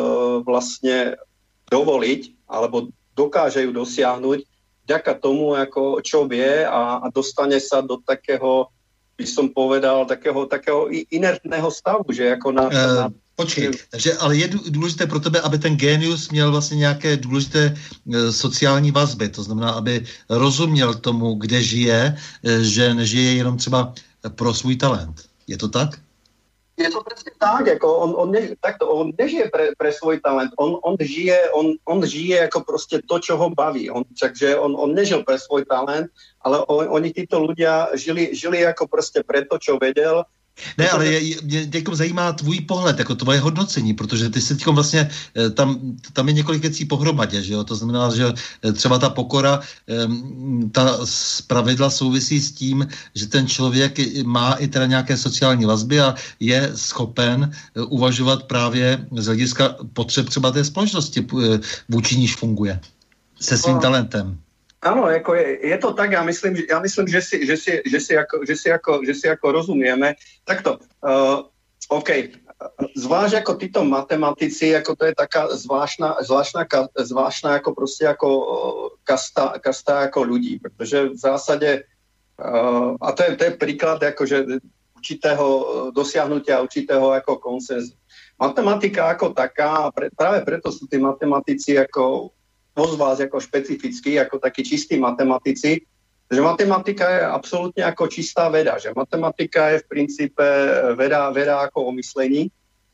vlastne dovoliť alebo dokáže ju dosiahnuť vďaka tomu, ako čo vie a, a dostane sa do takého, by som povedal, takého, takého inertného stavu, že ako na... na... Počkej, takže ale je důležité pro tebe, aby ten génius měl vlastně nějaké důležité e, sociální vazby, to znamená, aby rozuměl tomu, kde žije, e, že nežije jenom třeba pro svůj talent. Je to tak? Je to přesně tak, jako on, on, ne, takto, on nežije pre, pre svůj talent, on, on, žije, on, on žije jako prostě to, čo ho baví. On, takže on, on nežil pre svůj talent, ale on, oni títo ľudia žili, žili jako prostě pre to, čo vedel. Ne, ale je, mě jako zajímá tvůj pohled, jako tvoje hodnocení, protože ty se teďkom vlastně, tam, tam je několik věcí pohromadě, že jo, to znamená, že třeba ta pokora, ta zpravidla souvisí s tím, že ten člověk má i teda nějaké sociální vazby a je schopen uvažovat právě z hlediska potřeb třeba té společnosti, vůči níž funguje, se svým talentem. Áno, jako je, je to tak, ja myslím, ja myslím že, si, že, si, že, si ako, že, si ako, že si ako rozumieme. Takto, uh, OK, zvlášť ako títo matematici, ako to je taká zvláštna, zvláštna, zvláštna ako proste ako kasta, kasta ako ľudí, pretože v zásade, uh, a to je, to je príklad akože určitého dosiahnutia, určitého ako konsenzu. Matematika ako taká, pre, práve preto sú tí matematici ako moc vás jako špecifický, jako taky čistí matematici, že matematika je absolutně jako čistá veda, že matematika je v principe veda, veda jako o myslení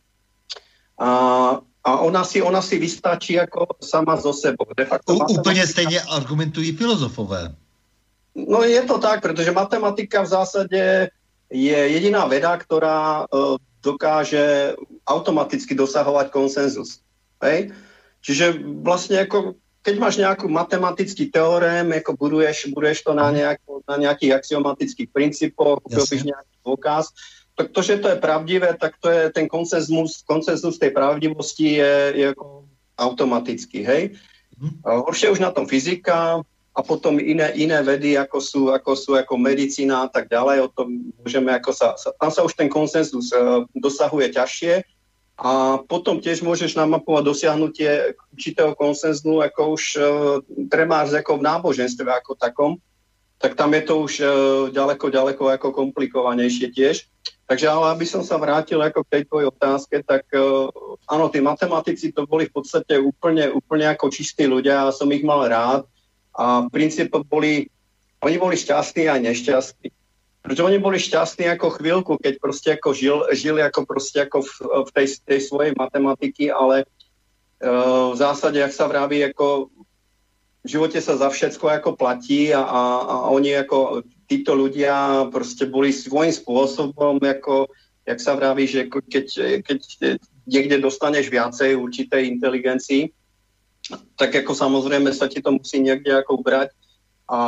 a, a ona, si, ona si vystačí jako sama zo sebou. De facto U, úplně stejně argumentují filozofové. No je to tak, protože matematika v zásadě je jediná veda, která uh, dokáže automaticky dosahovat konsenzus. Hej? Čiže vlastně jako keď máš nějakou matematický teorém, jako buduješ, buduješ to na, nějak, na nějakých axiomatických principoch, robíš nějaký důkaz, tak to, že to je pravdivé, tak to je ten konsenzus, konsenzus té pravdivosti je, je jako automatický, hej. A horšie už na tom fyzika a potom iné, iné vedy, jako jsou, jako jsou jako medicína a tak dále, o tom můžeme jako sa, sa, tam sa už ten konsenzus uh, dosahuje ťažšie. A potom tiež môžeš namapovať dosiahnutie určitého konsenzu, ako už uh, trebárs ako v náboženstve ako takom, tak tam je to už uh, ďaleko, ďaleko ako komplikovanejšie tiež. Takže ale aby som sa vrátil ako k tej tvojej otázke, tak uh, áno, tí matematici to boli v podstate úplne, úplne ako čistí ľudia, som ich mal rád a v princípe boli, oni boli šťastní a nešťastní. Protože oni boli šťastní jako chvíľku, keď prostě jako žil, žili jako prostě jako v, v tej, tej svojej matematiky, ale uh, v zásadě, jak sa vraví, jako v životě sa za všetko jako platí a, a, a oni jako títo ľudia prostě boli svojím spôsobom jako, jak sa vraví, že keď, keď niekde dostaneš viacej určitej inteligencii, tak jako samozřejmě sa ti to musí někde jako ubrať a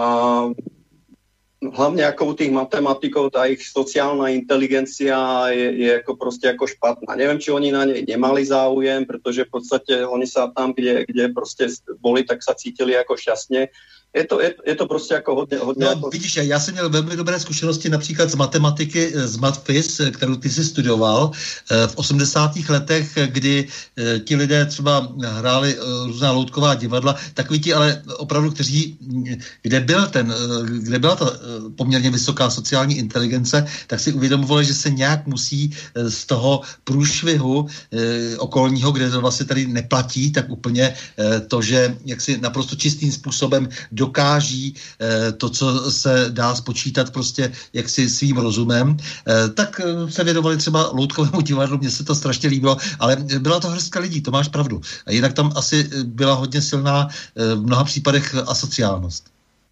hlavne ako u tých matematikov, tá ich sociálna inteligencia je, je ako proste ako špatná. Neviem, či oni na nej nemali záujem, pretože v podstate oni sa tam, kde, kde proste boli, tak sa cítili ako šťastne. Je to, je, je to prostě jako hodně... hodně no, jako... vidíš, já jsem měl velmi dobré zkušenosti například z matematiky, z matfis, kterou ty si studoval v osmdesátých letech, kdy ti lidé třeba hráli různá loutková divadla, takový ti ale opravdu, kteří, kde, byl ten, kde byla ta poměrně vysoká sociální inteligence, tak si uvědomovali, že se nějak musí z toho průšvihu okolního, kde to vlastně tady neplatí, tak úplně to, že jaksi naprosto čistým způsobem dokáží eh, to, co se dá spočítat prostě jaksi svým rozumem, eh, tak eh, se věnovali třeba loutkovému divadlu, mně se to strašně líbilo, ale byla to hrstka lidí, to máš pravdu. A jinak tam asi byla hodně silná eh, v mnoha případech asociálnost.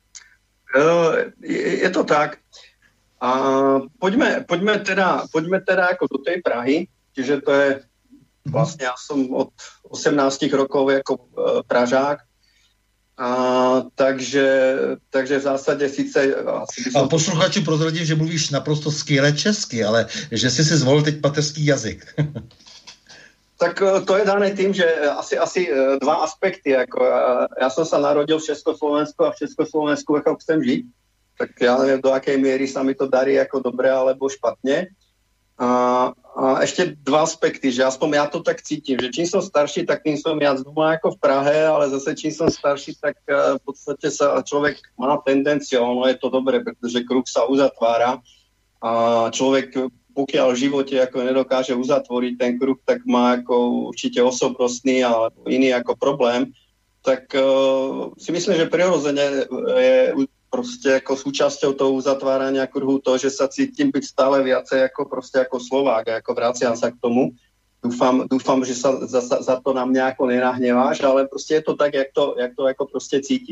Je, je to tak. A pojďme, pojďme, teda, pojďme teda jako do tej Prahy, čiže to je vlastně, já jsem od osemnástich rokov jako uh, Pražák. A, takže, takže v zásadě sice... Asi by som... A posluchači prozradím, že mluvíš naprosto skvěle česky, ale že jsi si zvolil teď mateřský jazyk. Tak to je dané tým, že asi, asi dva aspekty. Jako, já jsem se narodil v Československu a v Československu jako chcem žít. Tak já nevím, do jaké míry sa mi to darí jako dobré alebo špatně. A, a ještě dva aspekty, že aspoň já to tak cítím, že čím som starší, tak tým som viac doma jako v Prahe, ale zase čím som starší, tak v podstate sa človek má tendenciu, ono je to dobré, protože kruh sa uzatvára a človek pokiaľ v živote ako nedokáže uzatvoriť ten kruh, tak má ako určite osobnostný alebo iný ako problém, tak uh, si myslím, že prirodzene je proste ako súčasťou toho uzatvárania kruhu to, že sa cítim byť stále viacej ako proste ako Slovák, ako vraciam sa k tomu. Dúfam, dúfam, že sa za, za to na mňa ako nenahneváš, ale proste je to tak, jak to, jak to ako proste cítim.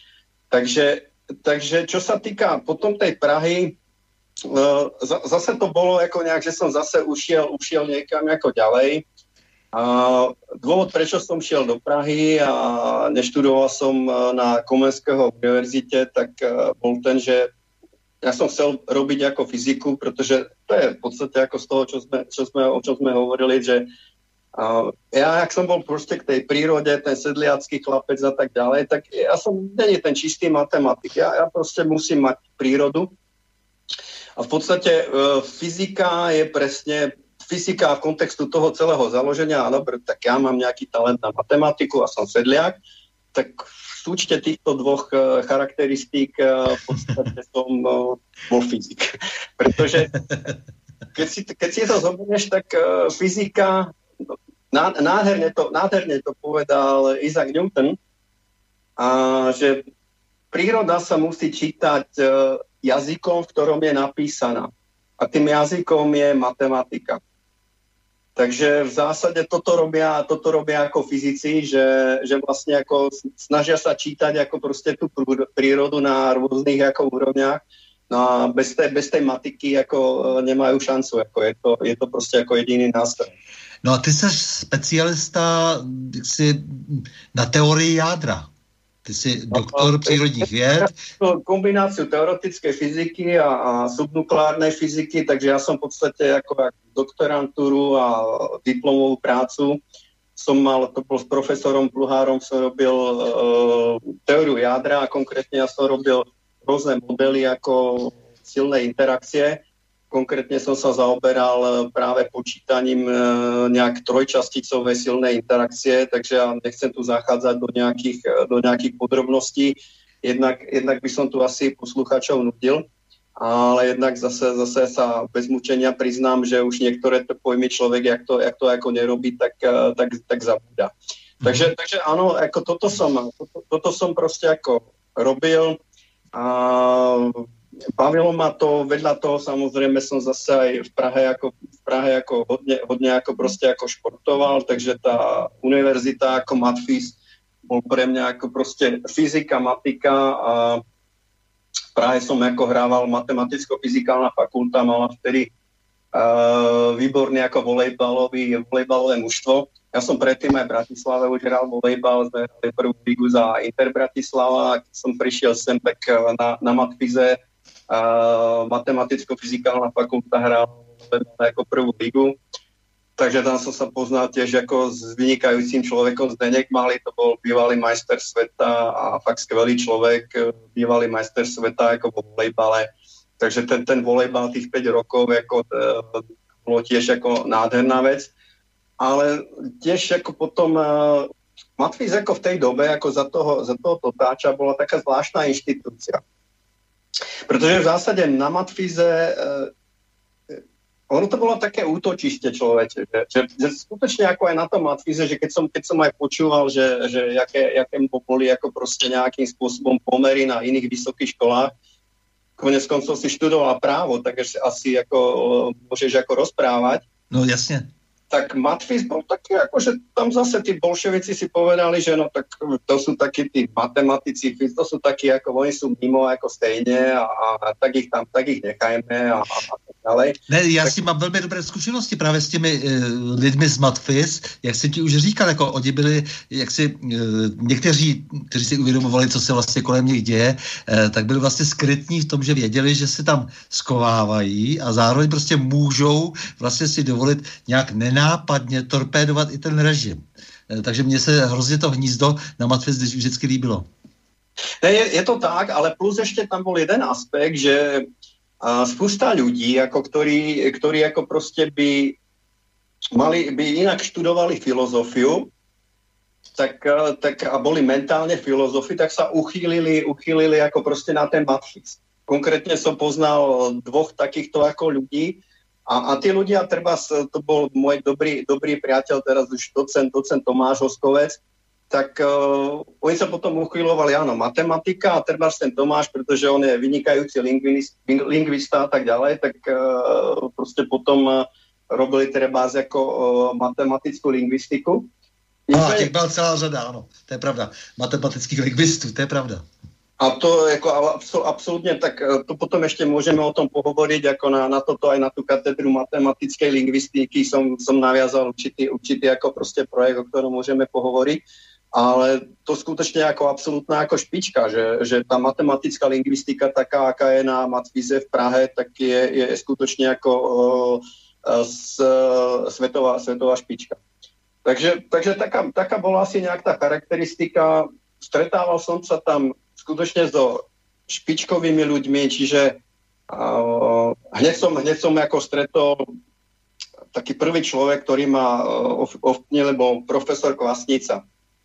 Takže, takže čo sa týka potom tej Prahy, uh, zase to bolo ako nejak, že som zase ušiel, ušiel niekam ako ďalej. Uh, dôvod, prečo som šiel do Prahy a neštudoval som na Komenského univerzite, tak uh, bol ten, že ja som chcel robiť ako fyziku, pretože to je v podstate ako z toho, čo sme, čo sme, o čom sme hovorili, že uh, ja, ak som bol proste k tej prírode, ten sedliacký chlapec a tak ďalej, tak ja som, není ten čistý matematik, ja, ja proste musím mať prírodu. A v podstate uh, fyzika je presne, fyzika v kontextu toho celého založenia, áno, tak ja mám nejaký talent na matematiku a som sedliak, tak v súčte týchto dvoch uh, charakteristík uh, v podstate som uh, bol fyzik. Pretože keď si, keď si to zoberieš, tak uh, fyzika, ná, nádherne, to, nádherne to povedal Isaac Newton, a že príroda sa musí čítať uh, jazykom, v ktorom je napísaná. A tým jazykom je matematika. Takže v zásade toto robia, toto robia ako fyzici, že, že vlastne ako snažia sa čítať ako proste tú prírodu na rôznych ako úrovniach. No a bez tej, bez tej matiky ako nemajú šancu. Ako je, to, je to proste ako jediný nástroj. No a ty jsi specialista si na teorii jádra. Ty jsi doktor přírodních věd. Kombináciu teoretickej fyziky a, a subnukleárnej fyziky, takže ja som v podstate ako doktorantúru a diplomovú prácu som mal, to bol s profesorom Pluhárom, som robil e, teóriu jádra a konkrétne ja som robil rôzne modely ako silné interakcie. Konkrétne som sa zaoberal práve počítaním e, nejak trojčasticové silné interakcie, takže ja nechcem tu zachádzať do nejakých, do nejakých podrobností. Jednak, jednak by som tu asi posluchačov nudil, ale jednak zase, zase sa bez mučenia priznám, že už niektoré to pojmy človek, jak to, jak to ako nerobí, tak, tak, tak zabúda. Takže, takže áno, ako toto som, toto, toto som proste ako robil a bavilo ma to, vedľa toho samozrejme som zase aj v Prahe ako, v Prahe ako hodne, hodne ako proste ako športoval, takže tá univerzita ako Matfis bol pre mňa ako proste fyzika, matika a v Prahe som ako hrával matematicko-fyzikálna fakulta, mala vtedy uh, výborný ako volejbalový, volejbalové mužstvo. Ja som predtým aj v Bratislave už hral volejbal, sme hrali prvú ligu za Inter Bratislava, keď som prišiel sem, tak na, na Matfize Uh, matematicko-fyzikálna fakulta hrala ako prvú ligu, takže tam som sa poznal tiež ako s vynikajúcim človekom. Zdeněk Malý, to bol bývalý majster sveta a fakt skvelý človek, bývalý majster sveta ako vo volejbale, takže ten, ten volejbal tých päť rokov ako, uh, bolo tiež ako nádherná vec, ale tiež ako potom uh, Matfiz ako v tej dobe, ako za toho, za toho Totáča bola taká zvláštna inštitúcia. Pretože v zásade na Matfize eh, ono to bolo také útočište človeče, že, že, že skutočne ako aj na tom Matfize, že keď som, keď som aj počúval, že, že jaké, jaké boli ako proste nejakým spôsobom pomery na iných vysokých školách, konec koncov si študoval právo, takže asi ako môžeš ako rozprávať. No jasne. Tak Matfiz bol taký, akože tam zase tí bolševici si povedali, že no tak to sú takí tí matematici, to sú takí, ako oni sú mimo ako stejne a, a tak ich tam, tak ich nechajme a, a tak ďalej. Ne, já tak... si mám velmi dobré zkušenosti právě s těmi e, lidmi z Matfiz, jak jsem ti už říkal, jako oni byli, jak si e, někteří, kteří si uvědomovali, co se vlastně kolem nich děje, e, tak byli vlastně skrytní v tom, že věděli, že se tam skovávají a zároveň prostě můžou vlastně si dovolit nějak nenápadně torpédovat i ten režim. E, takže mně se hrozně to hnízdo na Matfiz vždycky líbilo. Ne, je, je to tak, ale plus ešte tam bol jeden aspekt, že a spústa ľudí, ako ktorí, ktorí ako proste by mali, by inak študovali filozofiu, tak, tak a boli mentálne filozofi, tak sa uchýlili, uchýlili ako proste na ten Matfiz. Konkrétne som poznal dvoch takýchto ako ľudí A, a tí ľudia, treba, to bol môj dobrý, dobrý priateľ, teraz už docent, docent Tomáš Hoskovec, tak uh, oni sa potom uchyľovali, áno, matematika a treba ten Tomáš, pretože on je vynikajúci lingvist, lingvista a tak ďalej, tak uh, proste potom uh, robili treba ako uh, matematickú lingvistiku. No, a těch byla celá řada, ano, to je pravda. Matematických lingvistů, to je pravda. A to jako absol, absolútne, tak to potom ešte môžeme o tom pohovoriť, ako na, na toto aj na tú katedru matematickej lingvistiky som, som naviazal určitý, určitý ako proste projekt, o ktorom môžeme pohovoriť, ale to skutočne ako absolútna ako špička, že, že tá matematická lingvistika taká, aká je na Matfize v Prahe, tak je, je skutočne ako uh, s, svetová, svetová špička. Takže, takže taká, taká bola asi nejak tá charakteristika. Stretával som sa tam skutočne so špičkovými ľuďmi, čiže uh, hneď, som, hneď som ako stretol taký prvý človek, ktorý ma uh, ovpnil, bol profesor Kvasnica.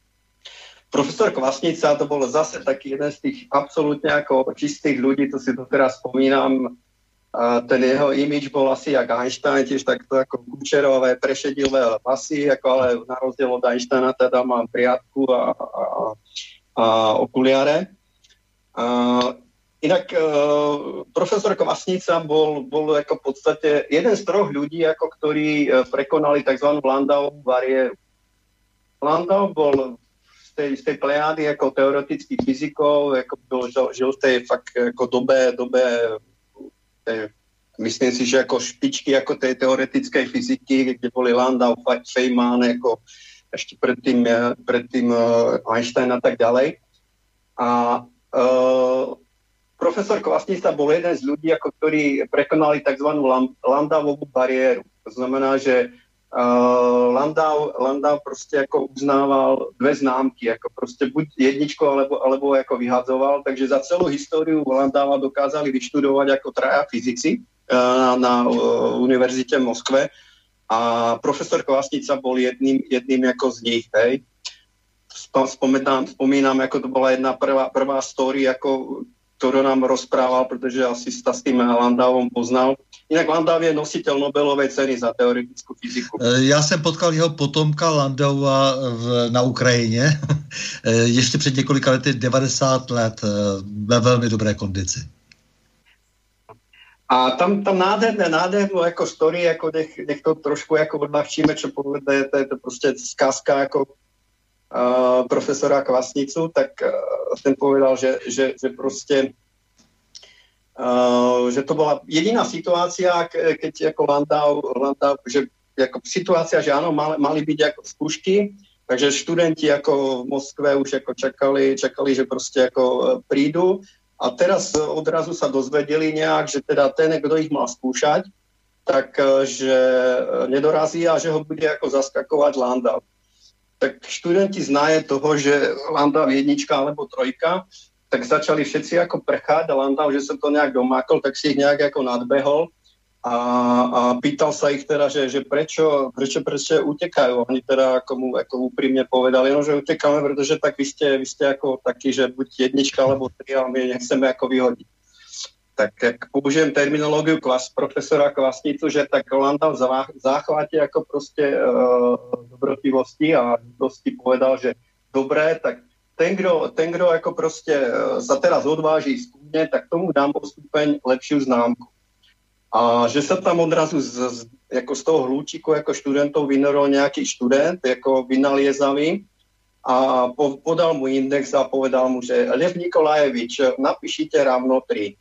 Profesor Kvasnica to bol zase taký jeden z tých absolútne ako čistých ľudí, to si doteraz spomínam. Uh, ten jeho imidž bol asi jak Einstein, tiež takto ako kučerové, prešedilé vlasy, ako ale na rozdiel od Einsteina teda mám priadku a, a, a okuliare. Uh, inak uh, profesor Kvasnica bol, bol ako v podstate jeden z troch ľudí, ako ktorí uh, prekonali tzv. Landauovú bariéru. Landau bol z tej, z tej plejády ako teoretických fyzikov, ako bol, žil v tej fakt ako dobe, dobe tej, myslím si, že ako špičky ako tej teoretickej fyziky, kde boli Landau, Feynman, ako ešte predtým, predtým uh, Einstein a tak ďalej. A Uh, profesor Kvasnica bol jeden z ľudí, ako ktorí prekonali tzv. Landauovú bariéru. To znamená, že uh, Landau, Landau proste ako uznával dve známky, ako proste buď jedničko, alebo, alebo ako vyhadzoval. Takže za celú históriu Landaua dokázali vyštudovať ako traja fyzici uh, na uh, univerzite v Moskve a profesor Kvasnica bol jedným, jedným ako z nich, hej. Spomínam, spomínam, ako to bola jedna prvá, prvá story, ako, ktorú nám rozprával, pretože asi sa s tým Landauom poznal. Inak Landau je nositeľ Nobelovej ceny za teoretickú fyziku. Já jsem potkal jeho potomka Landaua v, na Ukrajině ještě před několika lety, devadesát let, ve velmi dobré kondici. A tam, tam nádherné, nádherné ako story, ako nech, nech to trošku ako odľahčíme, čo povede, to je to proste skázka ako Uh, profesora Kvasnicu, tak uh, ten povedal, že, že, že proste uh, že to bola jediná situácia, keď ako Landau, Landau že ako situácia, že áno, mali, mali byť ako skúšky, takže študenti ako v Moskve už ako čakali, čakali, že proste ako prídu a teraz odrazu sa dozvedeli nejak, že teda ten, kto ich mal skúšať, tak že nedorazí a že ho bude ako zaskakovať Landau. Tak študenti znaje toho, že Landau jednička alebo trojka, tak začali všetci ako prchať a Landau, že sa to nejak domákol, tak si ich nejak ako nadbehol a, a pýtal sa ich teda, že, že prečo, prečo, prečo utekajú. Oni teda ako mu ako úprimne povedali, no, že utekáme, pretože tak vy ste, vy ste ako taký, že buď jednička alebo tri, ale my nechceme ako vyhodiť. Tak jak použijem terminológiu klas, profesora Kvasnicu, že tak Landau v záchvate ako proste e, dobrotivosti a dosti povedal, že dobré, tak ten, kdo, ten, kdo ako proste e, sa teraz odváži skúdne, tak tomu dám o stupeň lepšiu známku. A že sa tam odrazu z, z, ako z toho hlúčiku ako študentov vynorol nejaký študent, ako vynaliezavý a po, podal mu index a povedal mu, že Lev Nikolajevič, napíšite rovno tri.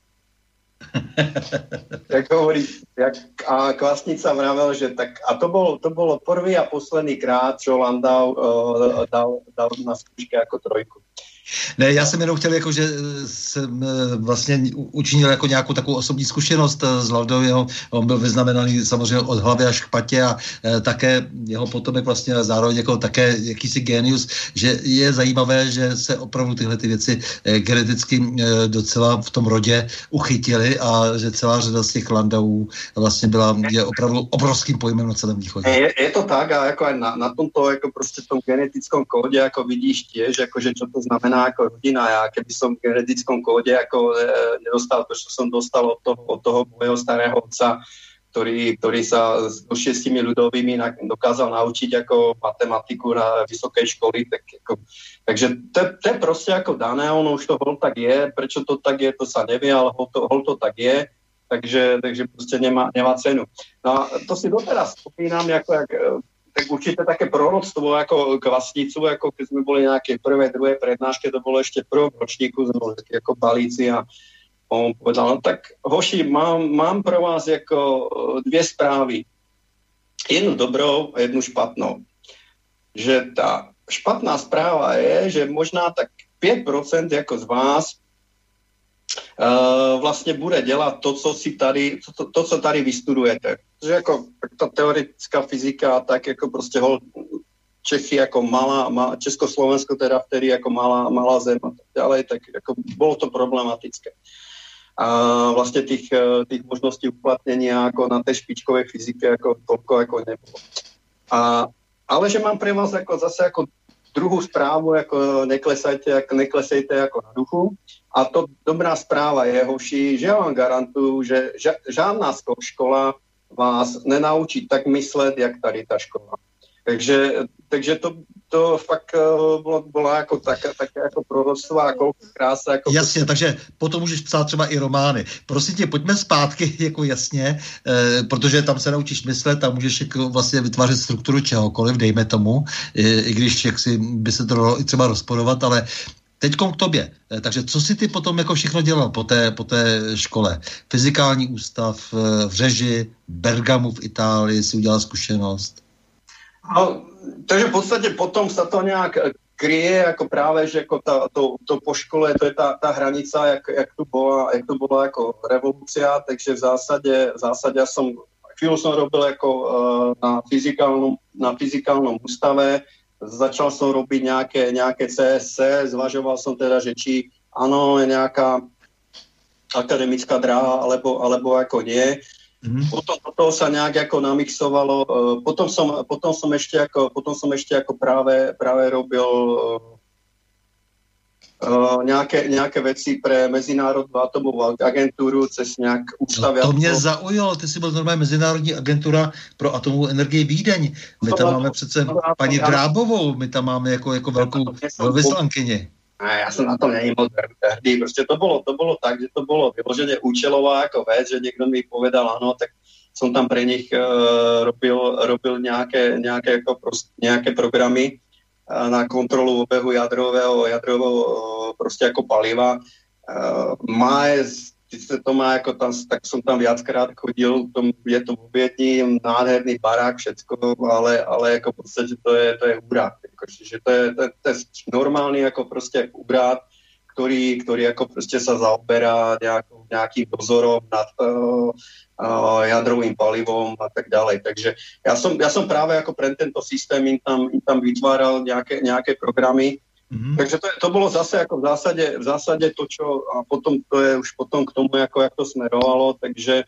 Jak hovorí, jak, a Kvasnica vravel, že tak, a to bolo, to bolo prvý a posledný krát, čo Landau uh, dal, dal na skúške ako trojku. Ne, já jsem jenom chtěl, jako, že jsem vlastně učinil jako nějakou takovou osobní zkušenost s Landauem. On byl vyznamenaný samozřejmě od hlavy až k patě a e, také jeho potomek vlastně zároveň jako také jakýsi genius, že je zajímavé, že se opravdu tyhle ty věci e, geneticky e, docela v tom rodě uchytili a že celá řada z těch Landauů vlastně byla, je opravdu obrovským pojmem na celém východě. Je, je to tak a jako aj na, na tomto jako prostě tom genetickom kóde jako vidíš tiež, akože čo to znamená ako rodina. Ja keby som v genetickom kóde ako e, nedostal to, čo som dostal od toho, od toho môjho starého otca, ktorý, ktorý sa s šiestimi ľudovými dokázal naučiť ako matematiku na vysokej školy. Tak ako, takže to, to je proste ako dané, ono už to hol tak je, prečo to tak je, to sa nevie, ale hol to, hol to tak je, takže, takže proste nemá, nemá cenu. No a to si doteraz spomínam, ako jak, tak určite také proroctvo ako kvasnicu, ako keď sme boli nejaké prvé, druhé prednáške, to bolo ešte v prvom ročníku, sme boli takí ako balíci a on povedal, no tak hoši, mám, mám pro vás jako dvě zprávy. Jednu dobrou a jednu špatnou. Že ta špatná správa je, že možná tak pět procent jako z vás uh, vlastně bude dělat to, co si tady, to, to, co tady vystudujete. Protože jako ta teoretická fyzika, tak jako prostě hol Čechy jako malá, malá Československo teda vtedy jako malá, malá zem a tak ďalej, tak jako bylo to problematické. A vlastně těch, těch možností uplatnění jako na té špičkové fyzike jako toľko jako nebylo. A, ale že mám pre vás jako zase jako druhou zprávu, jako neklesajte, jako neklesejte jako na duchu. A to dobrá zpráva je, hoši, že já vám garantuju, že ža, žádná škola vás nenaučí tak myslet, jak tady ta škola. Takže, takže to, to fakt bylo, bylo jako také, také jako proroctvo a kolik krása. Jako jasně, to... takže potom můžeš psát třeba i romány. Prosím tě, pojďme zpátky, jako jasně, eh, protože tam se naučíš myslet a můžeš jako vlastně vytvářet strukturu čehokoliv, dejme tomu, i, i když jaksi by se to dalo i třeba rozporovat, ale teďkom k tobě. Eh, takže co jsi ty potom jako všechno dělal po té, po té škole? Fyzikální ústav eh, v Řeži, Bergamu v Itálii si udělal zkušenost. No, takže v podstate potom sa to nejak kryje, ako práve, že ako tá, to, to po škole, to je tá, tá hranica, jak, jak, tu bola, jak tu bola ako revolúcia, takže v zásade, v zásade ja som, chvíľu som robil ako uh, na, fyzikálnom, na fyzikálnom ústave, začal som robiť nejaké, nejaké cé es cé, zvažoval som teda, že či áno, je nejaká akademická dráha, alebo, alebo ako nie. Mm-hmm. Potom do toho sa nejak ako namixovalo. Potom som, potom som ešte ako, potom som ešte ako práve, práve robil uh, nejaké, nejaké veci pre Mezinárodnú atomovú agentúru cez nejak ústavy. No, to mě zaujalo, ty jsi byl normálně Mezinárodní agentura pro atomovou energii Vídeň. My tam máme přece paní Drábovou, my tam máme jako, jako velkou velvyslankyni. A ja som na to není moc hrdý. Proste to bolo, to bolo tak, že to bolo vyložene účelová ako vec, že niekto mi povedal, áno, tak som tam pre nich uh, robil, robil nejaké, nejaké, ako prost, nejaké programy uh, na kontrolu obehu jadrového, jadrového uh, proste ako paliva. Uh, má je, to má ako tam, tak som tam viackrát chodil, tom, je to v Viedni, nádherný barák, všetko, ale, ale ako v podstate to je, to je úrad. Že to je, to, je, to je normálny ako proste úrad, ktorý, ktorý ako proste sa zaoberá nejakou, nejakým dozorom nad uh, uh, jadrovým palivom a tak ďalej. Takže ja som, ja som práve ako pre tento systém im tam, im tam vytváral nejaké, nejaké programy. Mm-hmm. Takže to, to bolo zase ako v zásade, v zásade to, čo a potom to je už potom k tomu, ako, ako to smerovalo, takže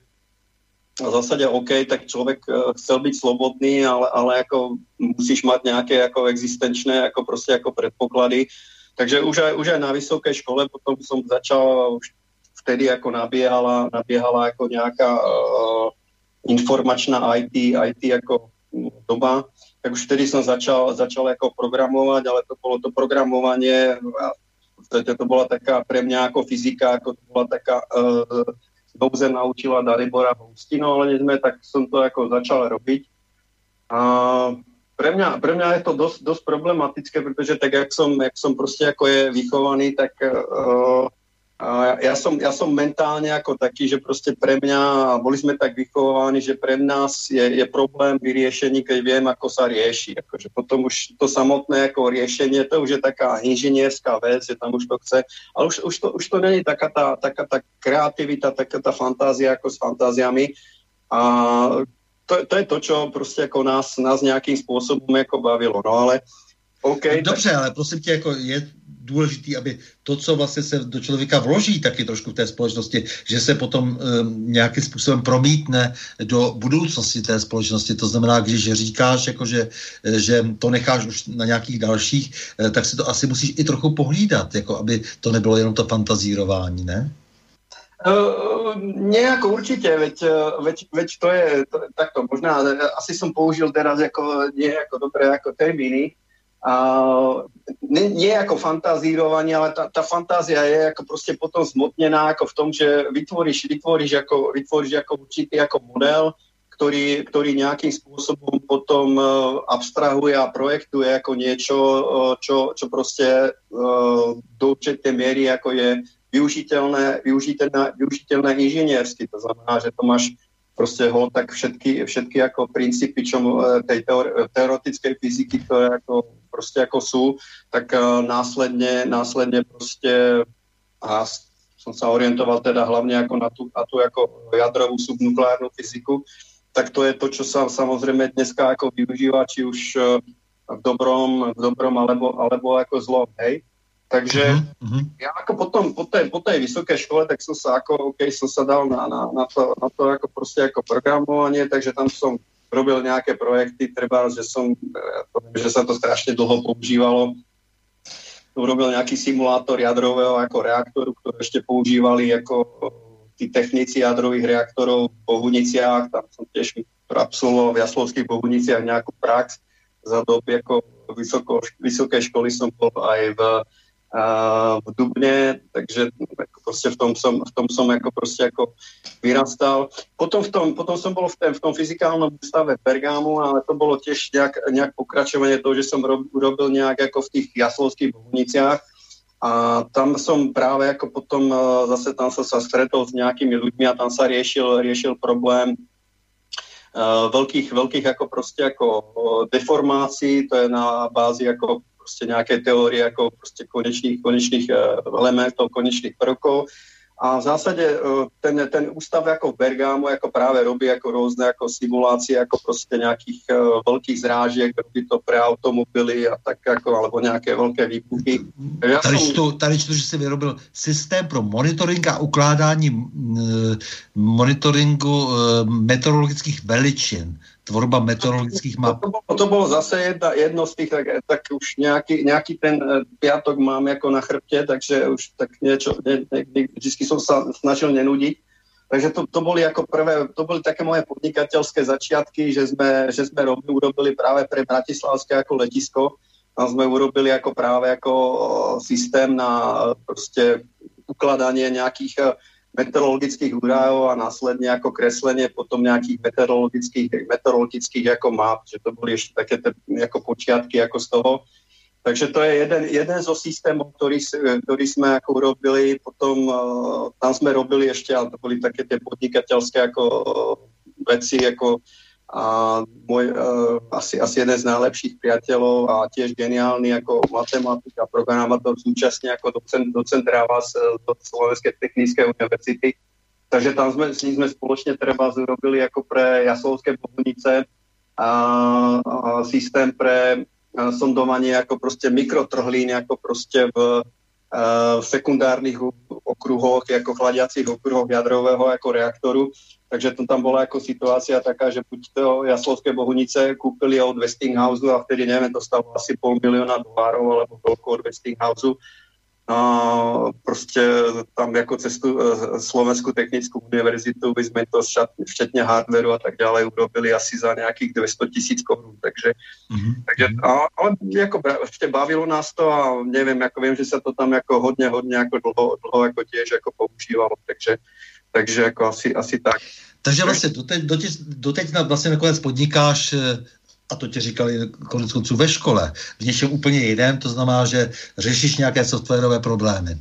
v zásade OK, tak človek uh, chcel byť slobodný, ale, ale ako musíš mať nejaké ako existenčné ako proste ako predpoklady. Takže už aj, už aj na vysokej škole potom som začal, už vtedy ako nabiehala, nabiehala ako nejaká uh, informačná í té, í té ako doba. Tak už vtedy som začal, začal ako programovať, ale to bolo to programovanie, v podstate to bola taká pre mňa ako fyzika, ako to bola taká, uh, dobře naučila Dalibora Houstino, ale sme, tak som to ako začal robiť. A pre mňa, pre mňa je to dosť, dosť problematické, pretože tak, jak som, jak som proste ako je vychovaný, tak uh, A ja som, ja som mentálne ako taký, že proste pre mňa, boli sme tak vychovaní, že pre nás je, je problém vyriešení, keď viem, ako sa rieši. Akože potom už to samotné ako riešenie, to už je taká inžinierská vec, že tam už to chce, ale už, už, to, už to není taká tá, taká tá kreativita, taká tá fantázia ako s fantáziami. A to, to je to, čo proste ako nás, nás nejakým spôsobom ako bavilo. No ale OK. Dobře, tak... ale prosím tě, jako je důležitý, aby to, co vlastně se do člověka vloží taky trošku v té společnosti, že se potom um, nějakým způsobem promítne do budoucnosti té společnosti. To znamená, když říkáš, jako že, že to necháš už na nějakých dalších, tak si to asi musíš i trochu pohlídat, jako aby to nebylo jenom to fantazírování, ne? Uh, nejako určite, veď, veď, veď to je to, takto možná, asi som použil teraz ako, nie ako dobré ako termíny, uh, nie, nie ako fantazírovanie, ale tá, tá fantázia je ako proste potom zmotnená ako v tom, že vytvoríš, vytvoríš, ako, vytvoríš ako určitý ako model, ktorý, ktorý nejakým spôsobom potom uh, abstrahuje a projektuje ako niečo, uh, čo, čo proste uh, do určitej miery ako je využiteľné, využiteľné, využiteľné inžiniersky. To znamená, že to máš proste ho tak všetky, všetky ako princípy čo, tej teore, teoretickej fyziky, ktoré ako, proste ako sú, tak uh, následne, následne proste a som sa orientoval teda hlavne ako na tú, na tú ako jadrovú subnukleárnu fyziku, tak to je to, čo sa samozrejme dneska ako využíva, či už uh, v dobrom, v dobrom alebo, alebo ako zlom, hej. Takže uh-huh. ja ako potom po tej, po tej vysokej škole, tak som sa ako, okay, som sa dal na, na, na, to, na to ako proste ako programovanie, takže tam som robil nejaké projekty, treba, že som, že sa to strašne dlho používalo. Urobil nejaký simulátor jadrového ako reaktoru, ktorý ešte používali ako tí technici jadrových reaktorov v Bohuniciach, tam som tiež absolvoval v Jaslovských Bohuniciach nejakú prax. Za doby ako vysoko, vysokej školy som bol aj v Uh, v Dubne, takže ako proste v tom som, v tom som ako proste ako vyrastal. Potom, v tom, potom som bol v, tém, v tom fyzikálnom ústave v Bergámu, ale to bolo tiež nejak, nejak pokračovanie toho, že som rob, robil nejak ako v tých Jaslovských Bohuniciach a tam som práve ako potom uh, zase tam som sa stretol s nejakými ľuďmi a tam sa riešil, riešil problém uh, veľkých, veľkých ako proste ako uh, deformácií, to je na bázi ako proste nejaké teórie ako proste konečných, konečných elementov, konečných prvkov. A v zásade ten, ten ústav ako v Bergámu ako práve robí ako rôzne ako simulácie ako proste nejakých uh, veľkých zrážiek, robí to pre automobily a tak ako, alebo nejaké veľké výbuchy. Ja tady, som... čtu, tady čtu, že si vyrobil systém pro monitoring a ukládání m, monitoringu uh, meteorologických veličin. Tvorba meteorologických map. To, to, to bolo zase jedna, jedno z tých, tak, tak už nejaký, nejaký ten piatok mám ako na chrbte, takže už tak niečo, ne, ne, ne, vždy som sa snažil nenúdiť. Takže to, to boli ako prvé, to boli také moje podnikateľské začiatky, že sme, že sme robili, urobili práve pre bratislavské ako letisko. Tam sme urobili ako práve ako systém na proste ukladanie nejakých meteorologických údajov a následne ako kreslenie potom nejakých meteorologických, meteorologických ako map, že to boli ešte také te, ako počiatky ako z toho. Takže to je jeden, jeden zo systémov, ktorý, ktorý sme ako urobili, potom uh, tam sme robili ešte, ale to boli také tie podnikateľské ako uh, veci, ako a môj uh, asi, asi jeden z najlepších priateľov a tiež geniálny ako matematik a programátor súčasne ako docent, docent Ráva z, z Slovenskej technickej univerzity. Takže tam sme, s ním sme spoločne treba zrobili ako pre Jaslovské Bohunice a, a systém pre a, sondovanie ako proste mikrotrhlín, ako proste v, a, v sekundárnych okruhoch, ako chladiacich okruhoch jadrového ako reaktoru. Takže to tam bola ako situácia taká, že buď to Jaslovské Bohunice kúpili od Westinghouse a vtedy, neviem, to stalo asi pol milióna dolárov alebo toľko od Westinghouse. A proste tam ako cez tú Slovenskú technickú univerzitu by sme to včetne hardveru a tak ďalej urobili asi za nejakých dvesto tisíc korún. Takže, mm-hmm. takže ale ako ešte bavilo nás to a neviem, ako viem, že sa to tam ako hodne, hodne ako dlho, dlho ako tiež ako používalo. Takže Takže jako asi, asi tak. Takže vlastně doteď, doteď, doteď vlastně nakonec podnikáš, a to tě říkali konec konců ve škole, v něčem úplně jiném, to znamená, že řešíš nějaké softwarové problémy.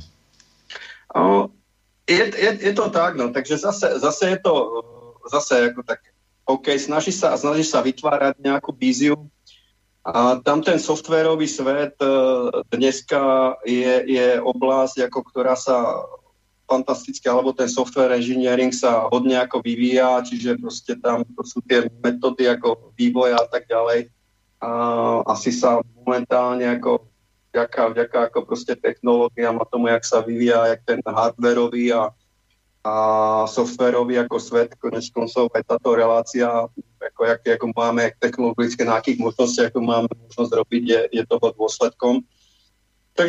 O, je, je, je to tak, no, takže zase, zase je to, zase jako tak, OK, snažíš sa, snažíš sa vytvárať nejakú víziu a tam ten softwarový svet dneska je, je oblasť, ako ktorá sa fantastické, alebo ten software engineering sa hodne ako vyvíja, čiže proste tam to sú tie metódy ako vývoja a tak ďalej. A asi sa momentálne ako vďaka, vďaka ako proste technológiám a tomu, jak sa vyvíja, jak ten hardwareový a, a softwarový ako svet, konec koncov aj táto relácia, ako, jak, ako máme technologické, na akých možnostiach ako máme možnosť robiť, je, je toho dôsledkom. Takže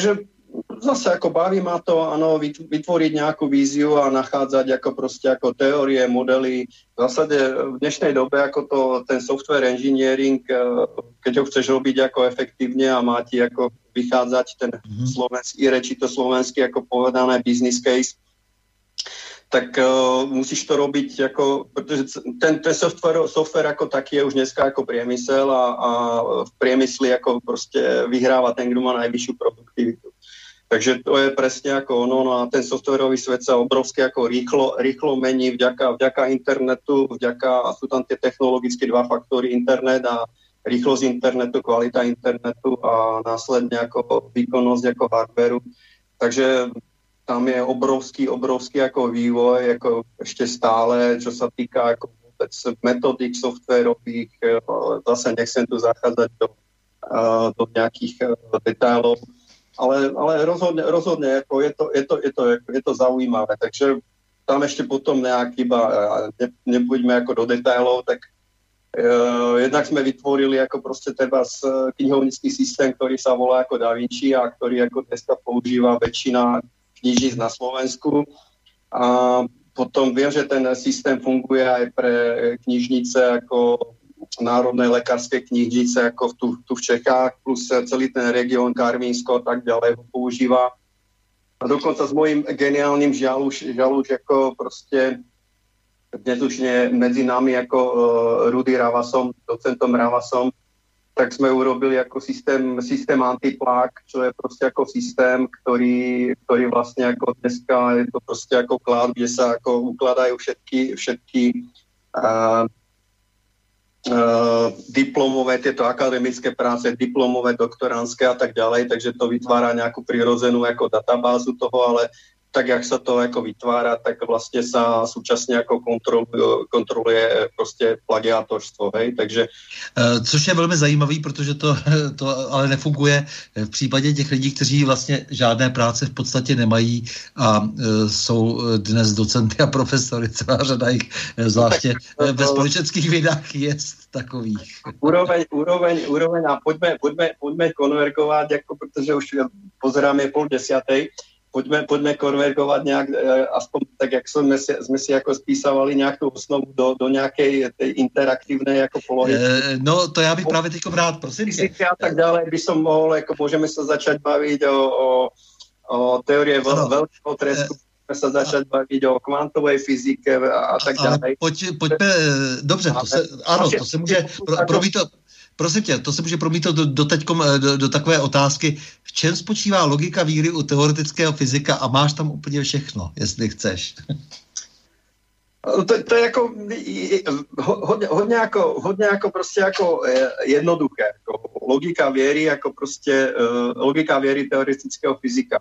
zase ako baví ma to, áno, vytvoriť nejakú víziu a nachádzať ako proste ako teórie, modely. V zásade v dnešnej dobe ako to, ten software engineering, keď ho chceš robiť ako efektívne a má ti ako vychádzať ten mm-hmm. slovenský, reči to slovenský ako povedané business case, tak uh, musíš to robiť ako, pretože ten, ten software, software ako taký je už dneska ako priemysel a, a v priemysli ako proste vyhráva ten, kto má najvyššiu produktivitu. Takže to je presne ako ono, no a ten softwarový svet sa obrovsky ako rýchlo, rýchlo mení vďaka, vďaka internetu, vďaka, sú tam tie technologické dva faktory, internet a rýchlosť internetu, kvalita internetu a následne ako výkonnosť ako hardwareu. Takže tam je obrovský, obrovský ako vývoj, ako ešte stále, čo sa týka ako vôbec metodík softwarových, zase nechcem tu zachádzať do, do nejakých detailov, Ale, ale rozhodne, rozhodne ako je, to, je, to, je, to, je to zaujímavé. Takže tam ešte potom nejak iba, ne, nebuďme ako do detailov, tak uh, jednak sme vytvorili ako proste treba knihovnický systém, ktorý sa volá ako Da Vinci a ktorý ako dneska používa väčšina knižníc na Slovensku. A potom viem, že ten systém funguje aj pre knižnice ako Národnej lekárskej knižnice ako tu, tu v Čechách, plus celý ten región Karvínsko a tak ďalej ho používa. A dokonca s mojím geniálnym žaluš, žaluš ako proste dnes už nie medzi nami ako uh, Rudy Ravasom, docentom Ravasom, tak sme urobili ako systém, systém antiplák, čo je proste ako systém, ktorý, ktorý vlastne ako dneska je to proste ako cloud, kde sa ako ukladajú všetky, všetky uh, Uh, diplomové, tieto akademické práce, diplomové, doktoránske a tak ďalej, takže to vytvára nejakú prirodzenú ako databázu toho, ale tak, jak sa to ako vytvára, tak vlastne sa súčasně jako kontroluje, kontroluje prostě plagiátorstvo, hej, takže... Což je velmi zajímavý, protože to, to ale nefunguje v případě těch lidí, kteří vlastně žádné práce v podstatě nemají a jsou dnes docenty a profesory, celá řada jich, zvláště no ve společenských vědách je takových. Úroveň, úroveň, úroveň a pojďme, pojďme, pojďme konvergovat, jako, protože už pozerám je půl desáté. Poďme, poďme konvergovať nejak, aspoň tak, jak sme si, sme si ako spísavali nejakú osnovu do, do nejakej tej interaktívnej ako polohy. E, no, to já bych právě teďko rád, prosím tě. A tak ďalej by som mohol, ako môžeme sa začať baviť o, o, o teórie veľ, veľkého tresku, môžeme sa začať baviť o kvantovej fyzike a, a tak ďalej. Pojď, pojďme, dobře, to se, ano, to se může, pro, probí to... Prosím tě, to se může promítnout do, do, teďkom, do, do takové otázky. V čem spočívá logika víry u teoretického fyzika a máš tam úplně všechno, jestli chceš. To, to je jako hodně, hodně jako, hodně jako prostě jako jednoduché. Jako logika věry jako prostě logika věry teoretického fyzika.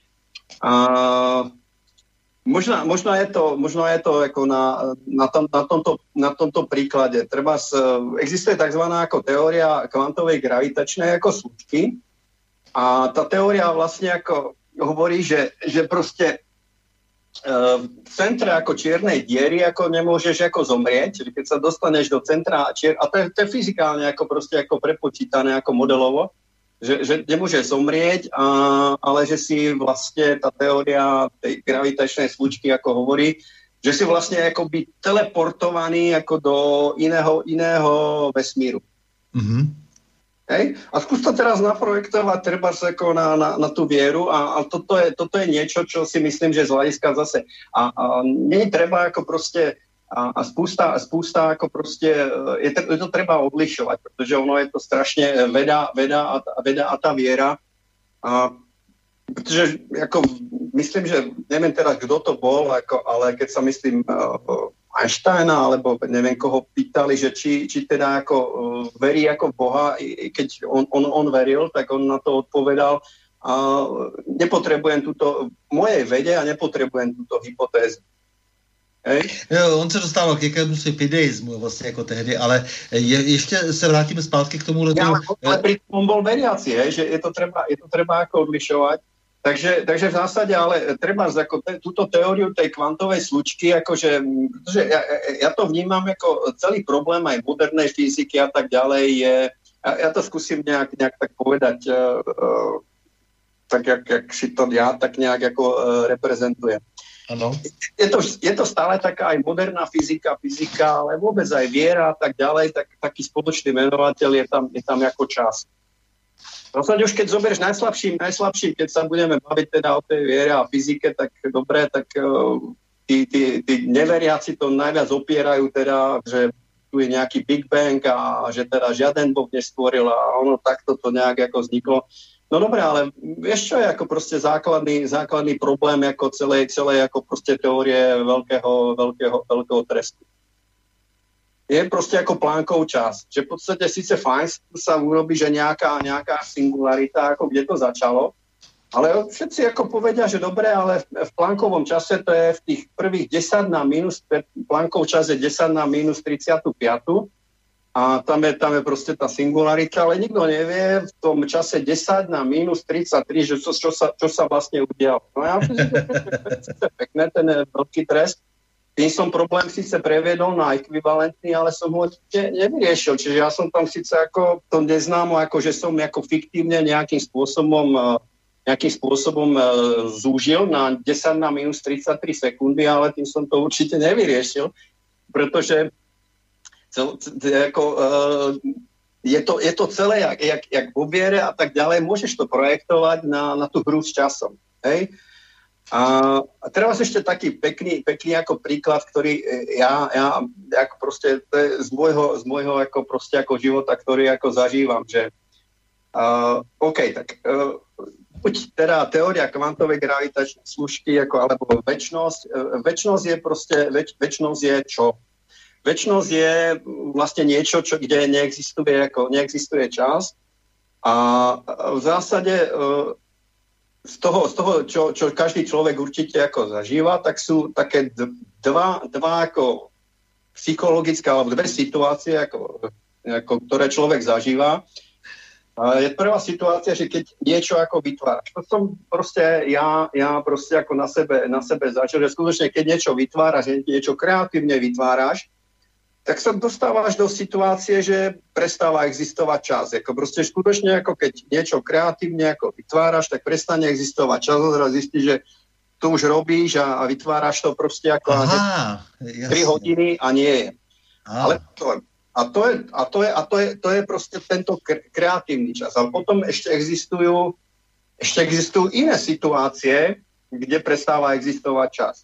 A Možná, možná, je to, možná je to jako na, na, tom, na, tomto, na tomto príklade. Treba s, existuje takzvaná ako teória kvantovej gravitačnej ako slučky a tá teória vlastne ako hovorí, že, že proste v centre ako čiernej diery ako nemôžeš ako zomrieť, keď sa dostaneš do centra čier, a to je, to je fyzikálne ako proste ako prepočítané ako modelovo, Že, že nemôže zomrieť, a, ale že si vlastne tá teória tej gravitačnej slučky ako hovorí, že si vlastne ako by teleportovaný ako do iného, iného vesmíru. Mm-hmm. Hej? A skús to teraz naprojektovať treba ako na, na, na tú vieru a, a toto, je, toto je niečo, čo si myslím, že z hľadiska zase a, a nie treba ako proste A, a spústa, spústa ako proste, je to, je to treba odlišovať, pretože ono je to strašne veda, veda, a, veda a tá viera. A, pretože ako, myslím, že neviem teraz, kto to bol, ako, ale keď sa myslím uh, Einsteina, alebo neviem koho pýtali, že či, či teda ako uh, verí ako Boha, i, keď on, on, on veril, tak on na to odpovedal, a nepotrebujem túto, mojej vede a nepotrebujem túto hypotézu. Hej. Jo, on se dostával k jakémusi fideismu vlastně jako tehdy, ale je, ještě se vrátíme zpátky k tomu. Ja, ale pri tom bol veriaci, hej, že je to treba, je to treba ako odlišovať. Takže, takže v zásade, ale treba ako te, túto teóriu tej kvantovej slučky, akože, pretože ja, ja to vnímam ako celý problém aj modernej fyziky a tak ďalej je, ja, ja to skúsim nejak, nejak tak povedať, uh, uh, tak jak, jak si to já tak nějak jako uh, reprezentujem. Ano. Je to, je to stále taká aj moderná fyzika, fyzika, ale vôbec aj viera a tak ďalej, tak taký spoločný menovateľ je tam, je tam ako čas. Rozhodne už keď zoberieš najslabším, najslabším, keď sa budeme baviť teda o tej viere a fyzike, tak dobre, tak uh, tí, tí, tí neveriaci to najviac opierajú teda, že tu je nejaký Big Bang a že teda žiaden Boh nestvoril a ono takto to nejak ako vzniklo. No dobré, ale vieš čo je ako proste základný, základný problém ako celej, celej ako proste teórie veľkého, veľkého, veľkého trestu. Je proste ako Planckov čas, že v podstate síce fajn sa urobí, že nejaká, nejaká singularita, ako kde to začalo, ale všetci ako povedia, že dobre, ale v Planckovom čase to je v tých prvých desať na minus, Planckov čas je desať na minus tridsaťpäť. A tam je, tam je proste tá singularita, ale nikto nevie v tom čase desať na minus tridsaťtri, že čo, čo, sa, čo sa vlastne udialo. No ja myslím, že to je pekné, ten veľký trest. Tým som problém síce previedol na ekvivalentný, ale som ho nevyriešil. Čiže ja som tam síce ako to neznámo, ako že som ako fiktívne nejakým spôsobom, nejakým spôsobom zúžil na desať na minus tridsaťtri sekundy, ale tým som to určite nevyriešil, pretože Cel, jako, uh, je, to, je to celé jak, jak, jak vo viere a tak ďalej, môžeš to projektovať na, na tú hru s časom. Hej? A, a teraz ešte taký pekný, pekný ako príklad, ktorý ja, ja ako proste, to je z môjho, z môjho ako proste ako života, ktorý ako zažívam, že uh, OK, tak uh, buď teda teória kvantovej gravitačnej služky, ako, alebo večnosť. Uh, večnosť je proste, več, večnosť je čo? Večnosť je vlastne niečo, čo, kde neexistuje, ako, neexistuje čas a v zásade z toho, z toho čo, čo každý človek určite ako zažíva, tak sú také dva, dva ako psychologické alebo dve situácie, ako, ako, ktoré človek zažíva. A je prvá situácia, že keď niečo ako vytváraš. To som proste, ja, ja proste ako na sebe, na sebe začal, že skutočne keď niečo vytváraš, niečo kreatívne vytváraš, tak sa dostávaš do situácie, že prestáva existovať čas. Jako proste skutočne, ako keď niečo kreatívne ako vytváraš, tak prestane existovať čas. Zrazu zistíš, že to už robíš a, a vytváraš to proste ako Aha, tri hodiny a nie je. Aha. Ale to, a, to je, a, to je, a to je to je proste tento kreatívny čas. A potom ešte existujú ešte existujú iné situácie, kde prestáva existovať čas.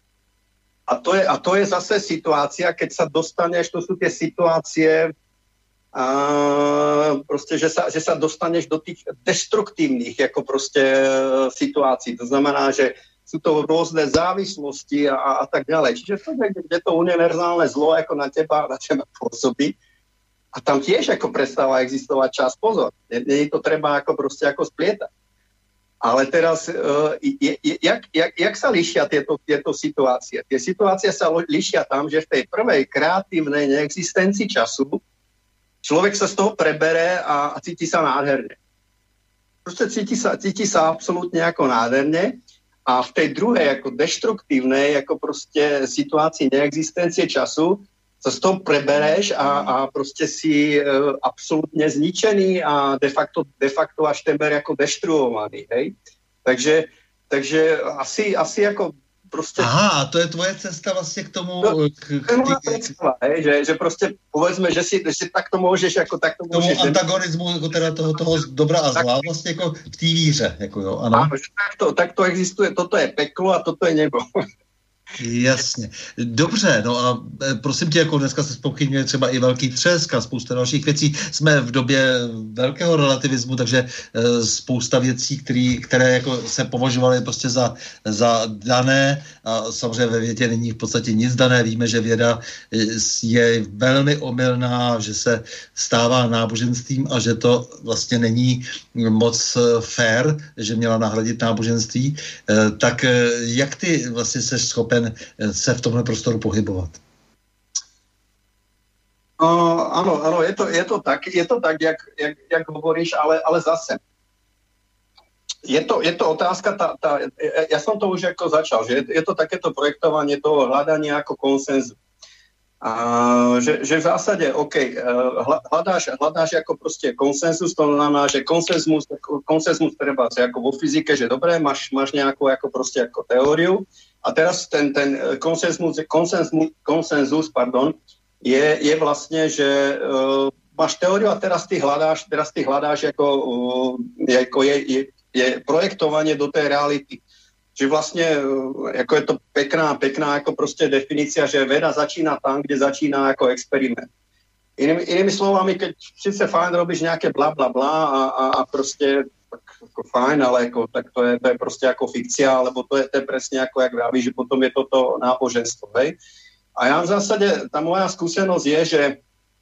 A to, je, a to je zase situácia, keď sa dostaneš, to sú tie situácie, a proste, že sa, že sa dostaneš do tých deštruktívnych ako proste situácií. To znamená, že sú to rôzne závislosti a, a tak ďalej. Čiže to je, kde to univerzálne zlo ako na teba, na teba pôsobí. A tam tiež ako prestáva existovať čas. Pozor, nie je to treba ako proste ako splietať. Ale teraz, uh, je, je, jak, jak, jak sa líšia tieto, tieto situácie? Tie situácie sa líšia tam, že v tej prvej kreatívnej neexistencii času človek sa z toho prebere a, a cíti sa nádherne. Proste cíti sa, cíti sa absolútne ako nádherne a v tej druhej ako deštruktívnej ako proste situácii neexistencie času sa z toho prebereš a, a proste si e, absolútne zničený a de facto, de facto až temer ako deštruovaný, hej? Takže, takže asi, asi ako proste... Aha, a to je tvoje cesta vlastne k tomu... No, k, k, to je moja predstava, hej? Že, že proste povedzme, že si, že si takto môžeš, ako takto môžeš... Tomu môžeš... antagonizmu, ako teda toho, toho dobra a zla, tak, vlastne ako v té víře, jako jo, ano. Áno, že takto, takto existuje, toto je peklo a toto je nebo. Jasně. Dobře, no a prosím tě, jako dneska se zpochybňuje třeba i velký třesk a spousta dalších věcí. Jsme v době velkého relativismu, takže e, spousta věcí, který, které jako se považovaly prostě za, za dané a samozřejmě ve vědě není v podstatě nic dané. Víme, že věda je velmi omylná, že se stává náboženstvím a že to vlastně není moc fair, že měla nahradit náboženství. E, tak jak ty vlastně seš schopen se v tomhle prostoru pohybovat? Uh, áno, áno, je to, je to tak, je to tak, jak, jak, jak hovoríš, ale, ale zase. Je to, je to otázka, tá, tá, ja som to už ako začal, že je, je to takéto projektovanie toho hľadania ako konsenzu. A že, že v zásade, OK, hľadáš, hľadáš ako proste konsenzus, to znamená, že konsenzus, konsenzus treba ako vo fyzike, že dobré, máš, máš nejakú ako proste ako teóriu a teraz ten, ten konsenzus, konsenzus, konsenzus pardon, je, je vlastne, že uh, máš teóriu a teraz ty hľadáš, teraz ty hľadáš ako, uh, ako je, je, je projektovanie do tej reality. Že vlastne, ako je to pekná, pekná ako proste definícia, že veda začína tam, kde začína ako experiment. Inými, inými slovami, keď síce fajn robíš nejaké bla bla bla a, a, a proste tak, ako fajn, ale ako, tak to je, to je proste ako fikcia, alebo to je, to je presne ako, jak vravíš, že potom je toto náboženstvo, hej. A ja v zásade, tá moja skúsenosť je, že e,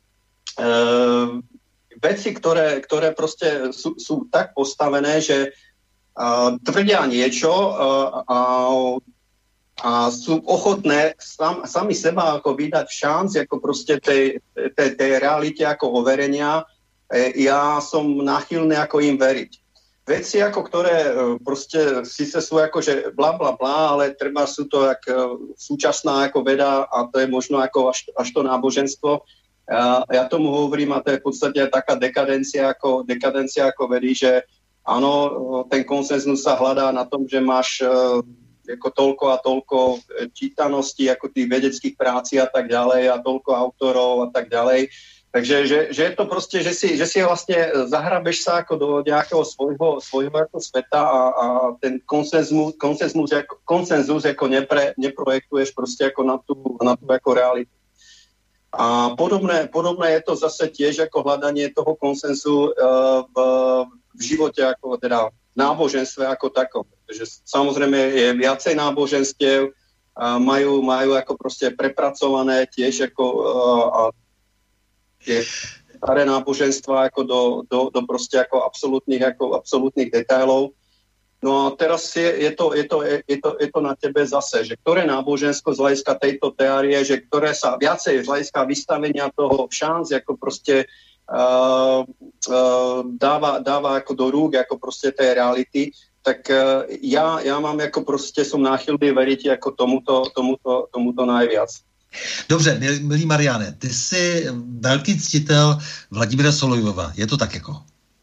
veci, ktoré, ktoré proste sú, sú tak postavené, že Uh, tvrdia niečo uh, a, a sú ochotné sam, sami seba ako vydať šanc ako proste tej, tej, tej realite ako overenia. E, ja som náchylný ako im veriť. Veci ako ktoré uh, proste síce sú ako že bla bla bla, ale treba sú to ako uh, súčasná ako veda a to je možno ako až, až to náboženstvo. Uh, ja tomu hovorím a to je v podstate taká dekadencia ako, dekadencia ako vedy, že áno, ten konsenzus sa hľadá na tom, že máš uh, ako toľko a toľko čítaností, ako tých vedeckých práci a tak ďalej a toľko autorov a tak ďalej. Takže že, že je to proste, že si, že si vlastne zahrabeš sa ako do nejakého svojho, svojho ako sveta a, a ten konsenzus, konsenzus, ako, konsenzus ako nepre, neprojektuješ proste ako na tú, na tú ako realitu. A podobné, podobné je to zase tiež ako hľadanie toho konsenzu uh, v v živote ako teda v náboženstve ako takom. Takže samozrejme je viacej náboženstiev, a majú, majú ako proste prepracované tiež ako a tie staré náboženstva ako do, do, do proste ako absolútnych, ako absolútnych detailov. No a teraz je, je, to, je, to, je, to, je to na tebe zase, že ktoré nábožensko z hľadiska tejto teórie, že ktoré sa viacej z hľadiska vystavenia toho šanc, ako proste Uh, uh, dáva, dáva ako do rúk ako proste tej reality, tak uh, ja, ja mám ako proste som náchylný veriť ako tomuto, tomuto, tomuto najviac. Dobře, milý Mariane, ty jsi velký ctitel Vladimíra Solojova, je to tak jako?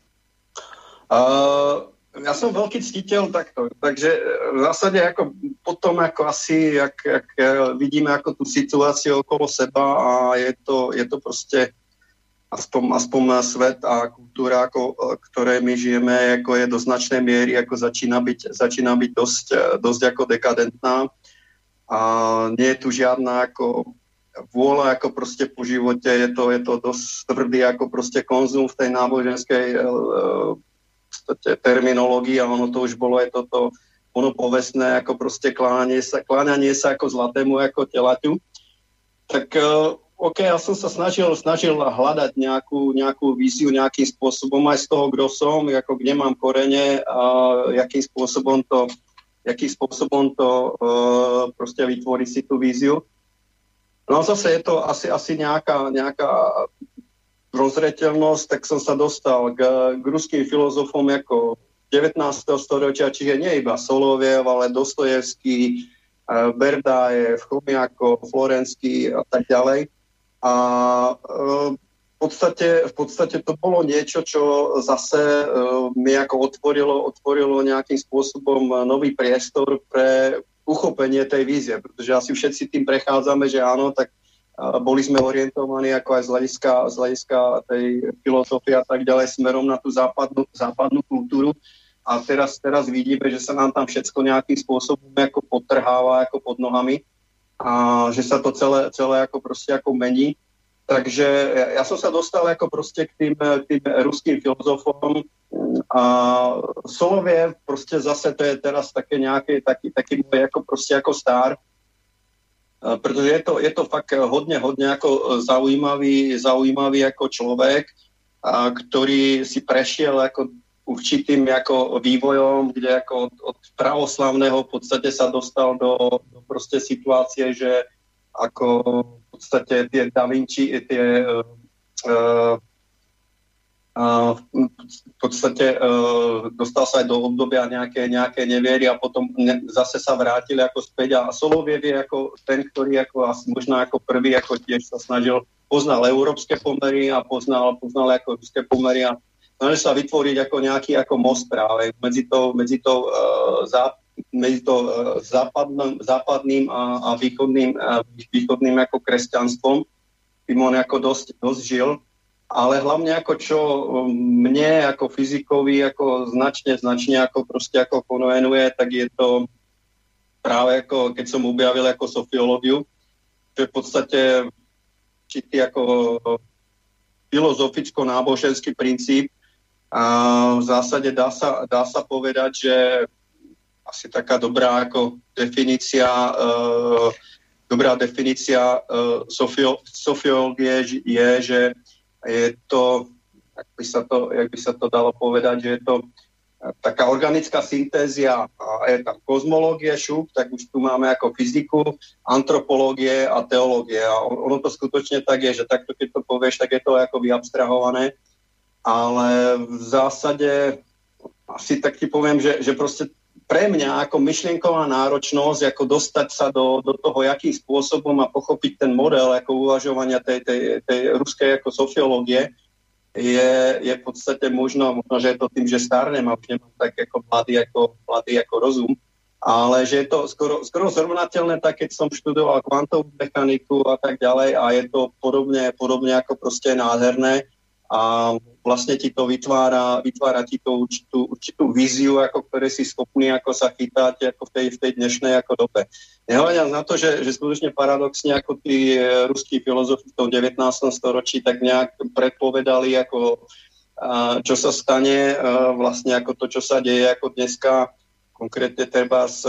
Uh, ja som veľký ctiteľ takto, takže v zásade ako potom ako asi, jak, jak vidíme ako tú situáciu okolo seba a je to, je to proste aspoň, aspoň svet a kultúra, ako, ktorej my žijeme, ako je do značnej miery, ako začína byť, začína byť dosť, dosť ako dekadentná. A nie je tu žiadna ako vôľa ako proste po živote, je to, je to dosť tvrdý ako proste konzum v tej náboženskej uh, terminológii a ono to už bolo aj toto ono povestné ako proste kláňanie sa, kláňanie sa ako zlatému ako telaťu. Tak uh, OK, ja som sa snažil, snažil hľadať nejakú, nejakú víziu nejakým spôsobom aj z toho, kto som, ako kde mám korene a jakým spôsobom to, jakým spôsobom to uh, proste vytvoriť si tú víziu. No a zase je to asi, asi nejaká, nejaká rozreteľnosť, tak som sa dostal k, k ruským filozofom ako devätnásteho storočia, čiže nie iba Soloviev, ale Dostojevský, Berdájev, Chomiakov, Florenský a tak ďalej. A v podstate, v podstate to bolo niečo, čo zase mi ako otvorilo, otvorilo nejakým spôsobom nový priestor pre uchopenie tej vízie, pretože asi všetci tým prechádzame, že áno, tak boli sme orientovaní ako aj z hľadiska, z hľadiska tej filozofie a tak ďalej smerom na tú západnú, západnú kultúru. A teraz, teraz vidíme, že sa nám tam všetko nejakým spôsobom ako podtrháva ako pod nohami a že sa to celé, celé ako proste ako mení. Takže ja, ja som sa dostal ako proste k tým, tým ruským filozofom a Soloviev proste zase to je teraz také nejaký taký, taký môj ako proste ako star, pretože je to, je to fakt hodne, hodne ako zaujímavý, zaujímavý ako človek, a, ktorý si prešiel ako určitým ako vývojom, kde ako od, od pravoslavného v podstate sa dostal do, do proste situácie, že ako v podstate tie Da Vinci, tie uh, uh, a v podstate uh, dostal sa aj do obdobia nejaké, nejaké neviery a potom ne, zase sa vrátil ako späť a Soloviev je ako ten, ktorý ako asi možno ako prvý ako tiež sa snažil, poznal európske pomery a poznal, poznal ako ruské pomery a snažil sa vytvoriť ako nejaký ako most práve medzi tou, medzi tou uh, zá, medzi to západným, západným a, a východným, a východným ako kresťanstvom, tým on ako dosť, dosť žil. Ale hlavne ako čo mne ako fyzikovi ako značne, značne ako proste ako konvenuje, tak je to práve ako keď som objavil ako sofiológiu, čo je v podstate určitý ako filozoficko-náboženský princíp. A v zásade dá sa, dá sa povedať, že asi taká dobrá ako definícia, uh, dobrá definícia uh, sofio, sofiológie je, že je to, jak by sa to, jak by sa to dalo povedať, že je to taká organická syntézia a je tam kozmológie, šup, tak už tu máme ako fyziku, antropológie a teológie. A ono to skutočne tak je, že takto keď to povieš, tak je to ako vyabstrahované. Ale v zásade asi tak ti poviem, že, že proste pre mňa ako myšlienková náročnosť, ako dostať sa do, do toho, jakým spôsobom a pochopiť ten model ako uvažovania tej, tej, tej ruskej ako sofiológie, je, je v podstate možno, možno, že je to tým, že starnem a už nemám tak ako mladý ako, mladý ako rozum, ale že je to skoro, skoro zrovnateľné tak, keď som študoval kvantovú mechaniku a tak ďalej a je to podobne, podobne ako proste nádherné. A vlastne ti to vytvára, vytvára ti to určitú, určitú víziu, ako ktoré si schopný ako sa chytať ako v tej, v tej dnešnej ako dobe. Nehľadiac na to, že, že skutočne paradoxne ako tí ruskí filozofi v tom devätnástom storočí tak nejak predpovedali, ako, a, čo sa stane, a, vlastne ako to, čo sa deje ako dneska, konkrétne treba s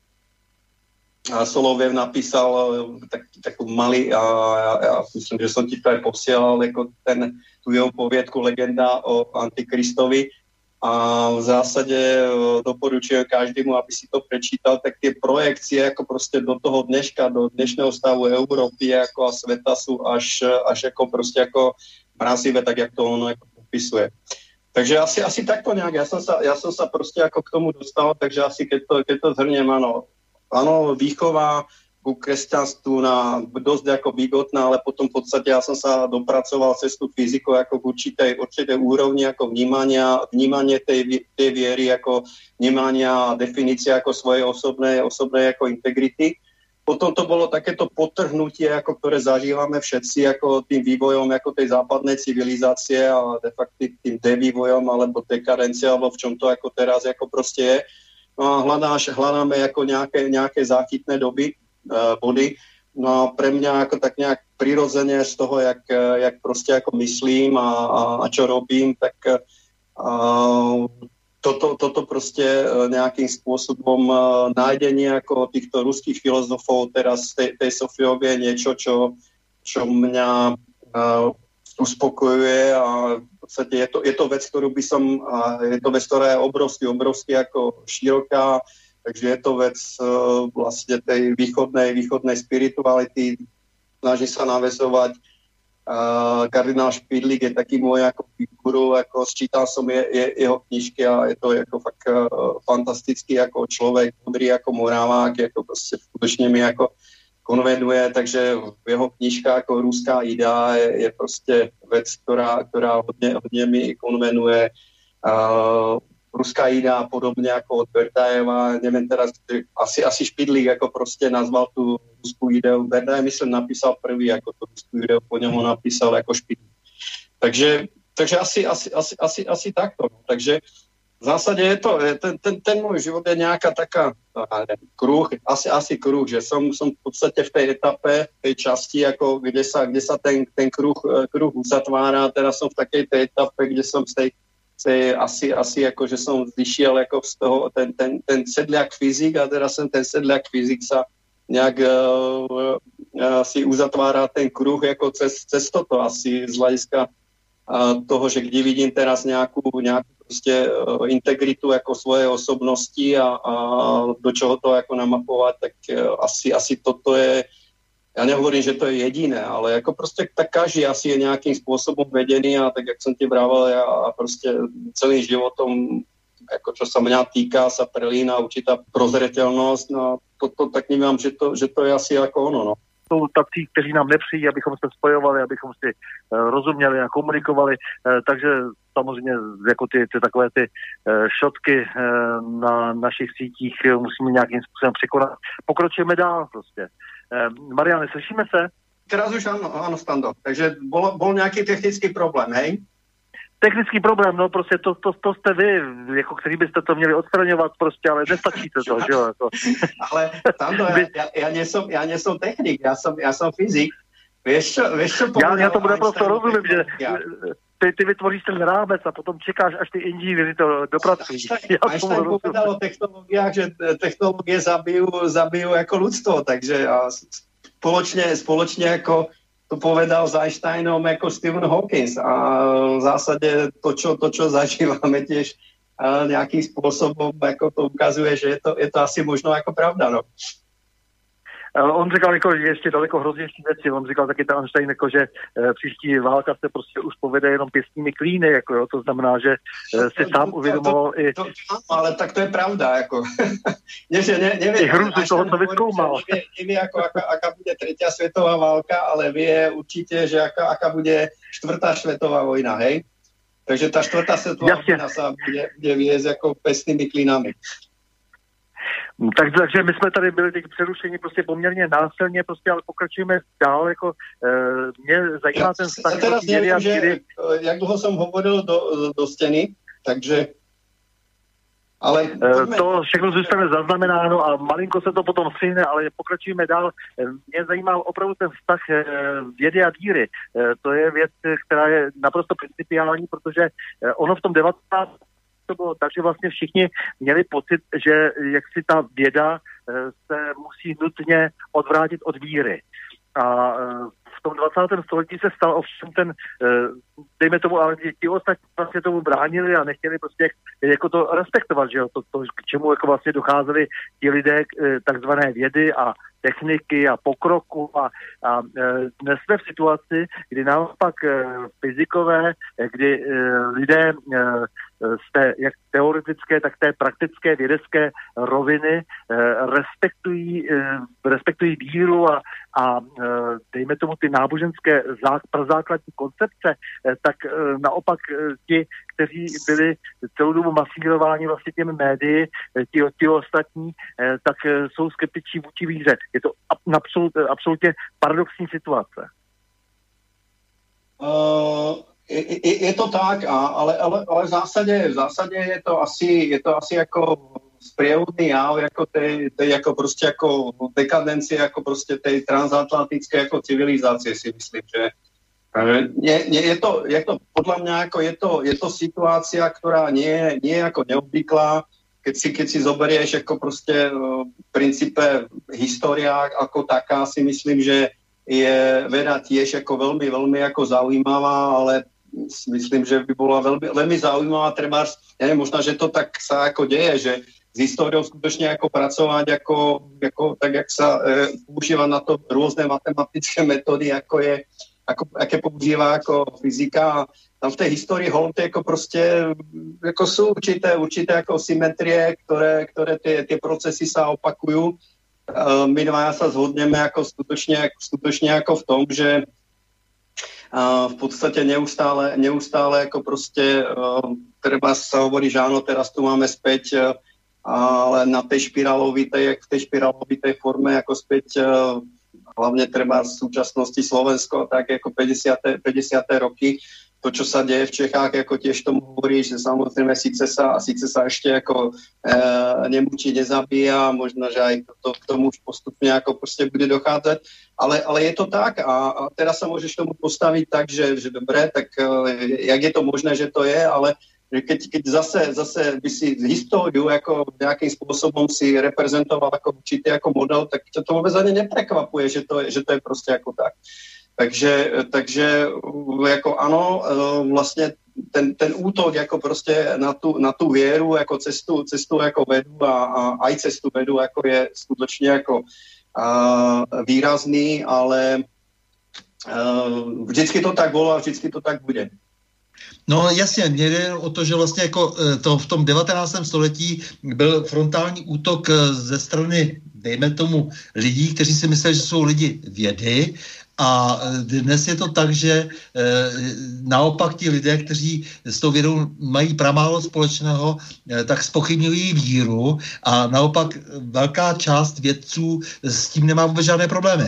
Soloviev napísal tak, takú malý, a ja, ja myslím, že som ti to aj posielal, ako ten, tú jeho poviedku Legenda o Antikristovi a v zásade doporučujem každému, aby si to prečítal, tak tie projekcie ako proste do toho dneška, do dnešného stavu Európy ako a sveta sú až, až ako proste ako mrazivé, tak jak to ono ako popisuje. Takže asi, asi takto nejak, ja som, sa, ja som sa proste ako k tomu dostal, takže asi keď to, keď to zhrniem, áno, áno, výchova ku kresťanstvu na dosť ako bigotná, ale potom v podstate ja som sa dopracoval cez tú fyziku ako k určitej, určitej úrovni ako vnímania, vnímanie tej, tej viery, ako vnímania a definícia ako svojej osobnej, osobnej ako integrity. Potom to bolo takéto potrhnutie, ako ktoré zažívame všetci ako tým vývojom ako tej západnej civilizácie a de facto tým devývojom alebo dekadencia, alebo v čom to ako teraz ako proste je. No a hľadáš, hľadáme ako nejaké, nejaké záchytné doby, uh, body. No a pre mňa ako tak nejak prirodzene z toho, jak, jak proste ako myslím a, a, a čo robím, tak uh, toto, toto proste nejakým spôsobom uh, nájdenie ako týchto ruských filozofov teraz tej, tej Sofiovie niečo, čo, čo mňa uh, uspokojuje a v podstate je to, je to vec, ktorú by som, je to vec, ktorá je obrovský, obrovský ako široká, takže je to vec uh, vlastne tej východnej, východnej spirituality, snaží sa naväzovať. Uh, kardinál Špidlík je taký môj ako figuru, ako sčítal som je, je, jeho knižky a je to ako fakt uh, fantastický ako človek, modrý ako morávák, ako proste skutočne mi ako konvenuje, takže v jeho knižka ako Ruská idea je, je proste vec, ktorá, ktorá hodne, hodne mi konvenuje. Uh, Ruská idea podobne ako od Berdajeva, neviem teraz, asi, asi Špidlík ako proste nazval tú ruskú ideu. Berdajev myslím napísal prvý ako tú ruskú ideu, po ňom ho napísal ako Špidlík. Takže, takže asi, asi, asi, asi, asi takto. Takže v zásade je to, ten, ten, ten môj život je nejaká taká neviem, kruh, asi, asi kruh, že som, som v podstate v tej etape, tej časti, ako kde sa, kde sa ten, ten kruh, kruh uzatvára. Teraz som v takej tej etape, kde som z tej, tej asi, asi ako, že som vyšiel ako z toho, ten, ten, ten sedliak fyzik a teraz som ten sedliak fyzik sa nejak uh, uh, si uzatvára ten kruh ako cez, cez toto asi z hľadiska uh, toho, že kde vidím teraz nejakú, nejakú proste uh, integritu ako svojej osobnosti a, a do čoho to ako namapovať, tak uh, asi, asi toto je já nehovorím, že to je jediné, ale jako prostě tak každý asi je nějakým způsobem vedený a tak, jak jsem ti brával, já prostě celým životom, jako čo sa mňa týka, sa prelína určitá prozretelnost, no to, to tak nevím, že to, že to je asi jako ono, no. Jsou tací, kteří nám nepřijí, abychom se spojovali, abychom si uh, rozuměli a komunikovali, uh, takže samozřejmě jako ty, ty takové ty uh, šotky uh, na našich sítích uh, musíme nějakým způsobem překonat. Pokročíme dál prostě. Uh, Mariane, slyšíme se? Teraz už ano, ano, Stando. Takže bol, bol nějaký technický problém, hej? Technický problém, no prostě to, to, to jste vy, jako kteří byste to měli odstraňovat prostě, ale nestačíte to, že jo? Jako. Ale Stando, já, já, já, nesom, já nesom technik, já som, já som fyzik. Vieš čo, vieš čo já, já tomu naprosto rozumím, že ty, ty vytvoříš ten rámec a potom čekáš, až ty inženýři to dopracují. Einstein povedal o technologiách, že technologie zabijú, zabijú jako ľudstvo, takže a spoločne, spoločne jako to povedal s Einsteinom jako Stephen Hawking a v zásadě to, čo, to, čo zažíváme tiež nějakým způsobem, jako to ukazuje, že je to, je to asi možno jako pravda, no. On říkal jako ještě daleko hroznější věci, on říkal taky ten Einstein, jako, že e, příští válka se prostě už povede jenom pěstními klíny, jako, jo, to znamená, že e, si sám uvědomoval i... To, to, to, ale tak to je pravda, jako. ne, že ne, nevie, I hruzu toho, co vyskoumal. Nevie, nevie jako, aká, aká bude tretia svetová válka, ale vie určitě, že aká, aká bude čtvrtá svetová vojna, hej? Takže ta čtvrtá svetová vojna sa bude, bude viesť jako pěstnými klínami. Tak, takže my jsme tady byli teď přerušeni prostě poměrně násilně, prostě, ale pokračujeme dál, jako e, mě zajímá ja, ten vztah. Ja teraz nevím, že jak dlouho jsem hovoril do, do stěny, takže ale... E, to všechno zůstane zaznamenáno a malinko se to potom střihne, ale pokračujeme dál. E, mě zajímá opravdu ten vztah e, vědy a víry. E, to je věc, která je naprosto principiální, protože e, ono v tom devátnáctém to bylo tak, že vlastně všichni měli pocit, že jak si ta věda se musí nutně odvrátit od víry. A v tom dvacátém století se stal ovšem ten, dejme tomu, ale ti ostatní vlastně tomu bránili a nechtěli prostě jako to respektovat, že jo, to, to, k čemu jako vlastně docházeli ti lidé takzvané vědy a techniky a pokroku a, a dnes jsme v situaci, kdy naopak fyzikové, kdy lidé z té jak teoretické, tak té praktické vědecké roviny respektují, respektují víru a, a dejme tomu ty náboženské základní koncepce, tak naopak ti, kteří byli celou dobu masírováni vlastně těmi médii, ti, ti ostatní, tak jsou skeptičtí vůči víře. Je to absolut, absolutně paradoxní situace. Uh, je, je to tak, ale, ale, ale v zásadě, v zásadě je to asi, je to asi jako sprievodný jav, jako tej, tej jako prostě jako dekadenci, jako prostě tej transatlantické jako civilizácie, si myslím, že je, je, je, to, je to podľa mňa jako je to, je to situácia, ktorá nie, nie je jako neobvyklá. Keď si, keď si zoberieš jako prostě v princípe história ako taká, si myslím, že je veda tiež jako veľmi, veľmi jako zaujímavá, ale myslím, že by bola veľmi, veľmi zaujímavá. Treba, ja neviem, možná, že to tak sa ako deje, že s históriou skutočne ako pracovať, ako, ako, tak jak sa e, používa na to rôzne matematické metódy, ako je, ako, aké používa ako fyzika. Tam v tej histórii holte ako prostě ako sú určité, určité ako symetrie, ktoré, ktoré tie, tie procesy sa opakujú. E, my dvaja sa zhodneme ako skutočne, skutočne ako v tom, že a v podstate neustále, neustále ako prostě uh, treba sa hovorí, že áno, teraz tu máme späť, uh, ale na tej špirálovitej, v tej špirálovitej forme ako späť uh, hlavne treba v súčasnosti Slovensko, tak ako päťdesiate, päťdesiate roky. To, čo sa deje v Čechách, ako tiež tomu hovorí, že samozrejme síce sa, síce sa ešte ako e, nemučí, nezabíja, možno, že aj to, k tomu už postupne ako proste bude dochádzať, ale, ale je to tak a, a teraz sa môžeš tomu postaviť tak, že, že dobre, tak e, jak je to možné, že to je, ale keď, keď zase, zase by si históriu ako nejakým spôsobom si reprezentoval ako určitý ako model, tak to, to vôbec ani neprekvapuje, že to je, že to je proste ako tak. Takže, takže jako ano, vlastně ten, ten útok jako prostě na tu, na tu věru, jako cestu, cestu jako vedu a, a aj cestu vedu, jako je skutečně jako výrazný, ale vždycky to tak bylo a vždycky to tak bude. No jasně, mě jde o to, že vlastně jako to v tom devatenáctém století byl frontální útok ze strany, dejme tomu, lidí, kteří si mysleli, že jsou lidi vědy, a dnes je to tak, že e, naopak ti lidé, kteří s tou vědou mají pramálo společného, e, tak zpochybňují víru a naopak velká část vědců s tím nemá vůbec žádné problémy.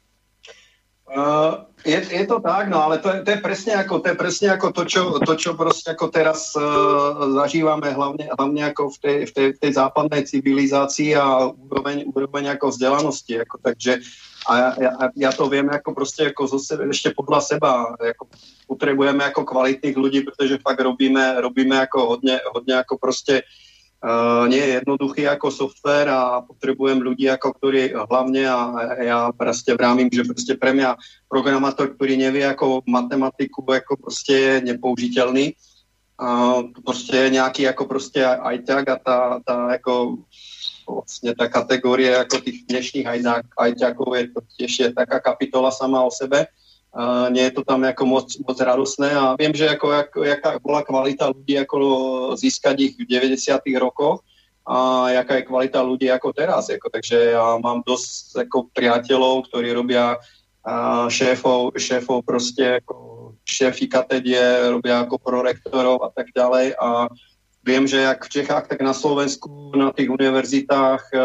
Uh, je, je to tak, no, ale to je, to je presne ako to je presne ako to, čo, to, čo proste ako teraz uh, zažívame hlavne, hlavne ako v tej, v, tej, v tej západnej civilizácii a úroveň, úroveň ako vzdelanosti, ako takže a ja, ja, ja to viem ako proste ako zo sebe, ešte podľa seba, ako potrebujeme ako kvalitných ľudí, pretože fakt robíme, robíme ako hodne, hodne ako proste uh, nie je jednoduchý ako software a potrebujem ľudí ako ktorí hlavne a ja proste vrámím, že proste pre mňa programátor, ktorý nevie ako matematiku, ako proste je nepoužiteľný. A proste je nejaký ako proste ajťák a tá, tá ako vlastne tá kategória ako tých dnešných ajťákov je to tiež je taká kapitola sama o sebe. Uh, nie je to tam ako moc, moc radosné a viem, že ako, ako, jaká bola kvalita ľudí ako získať ich v deväťdesiatych rokoch a jaká je kvalita ľudí ako teraz. Ako, takže ja mám dosť ako priateľov, ktorí robia uh, šéfov, šéfov proste ako šéfy katedie, robia ako prorektorov a tak ďalej a viem, že jak v Čechách, tak na Slovensku, na tých univerzitách e,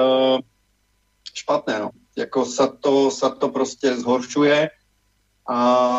špatné, no. Jako sa to, sa to proste zhoršuje a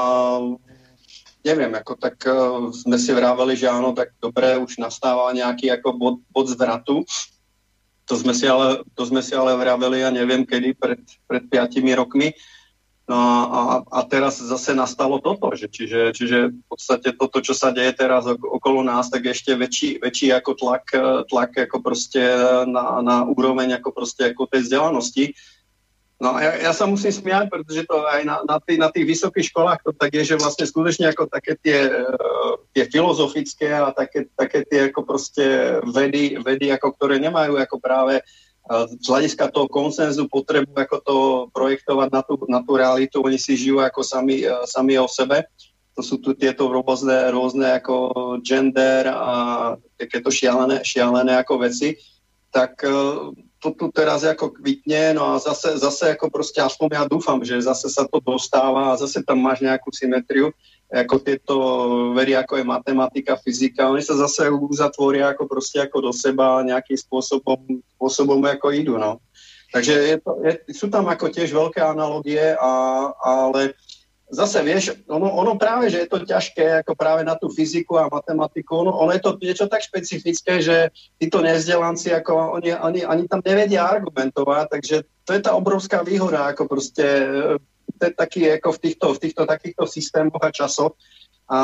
neviem, ako tak e, sme si vrávali, že áno, tak dobre, už nastáva nejaký ako bod, bod zvratu. To sme si ale, to sme si ale vrávali, ja neviem kedy, pred, pred piatimi rokmi. No a, a teraz zase nastalo toto, že čiže, čiže v podstate toto, čo sa deje teraz okolo nás, tak ešte väčší, väčší ako tlak, tlak ako proste na, na úroveň ako proste ako tej vzdelanosti. No a ja, ja sa musím smiať, pretože to aj na, na, tých, na tých vysokých školách to tak je, že vlastne skutočne ako také tie, tie filozofické a také, také tie ako proste vedy, vedy ako ktoré nemajú ako práve z hľadiska toho konsenzu potrebu ako to projektovať na tú, na tú realitu, oni si žijú ako sami, sami o sebe. To sú tu tieto rôzne, rôzne ako gender a takéto šialené, šialené ako veci. Tak to tu teraz ako kvitne, no a zase, zase ako proste, aspoň ja dúfam, že zase sa to dostáva a zase tam máš nejakú symetriu, ako tieto vedy, ako je matematika, fyzika, oni sa zase uzatvoria ako proste ako do seba nejakým spôsobom, spôsobom ako idú, no. Takže je to, je, sú tam ako tiež veľké analogie, a, ale zase vieš, ono, ono práve, že je to ťažké ako práve na tú fyziku a matematiku, ono, ono je to niečo tak špecifické, že títo nevzdelanci, ako oni, oni, oni tam nevedia argumentovať, takže to je tá obrovská výhoda, ako proste to je taký ako v týchto, v týchto takýchto systémoch a časoch, a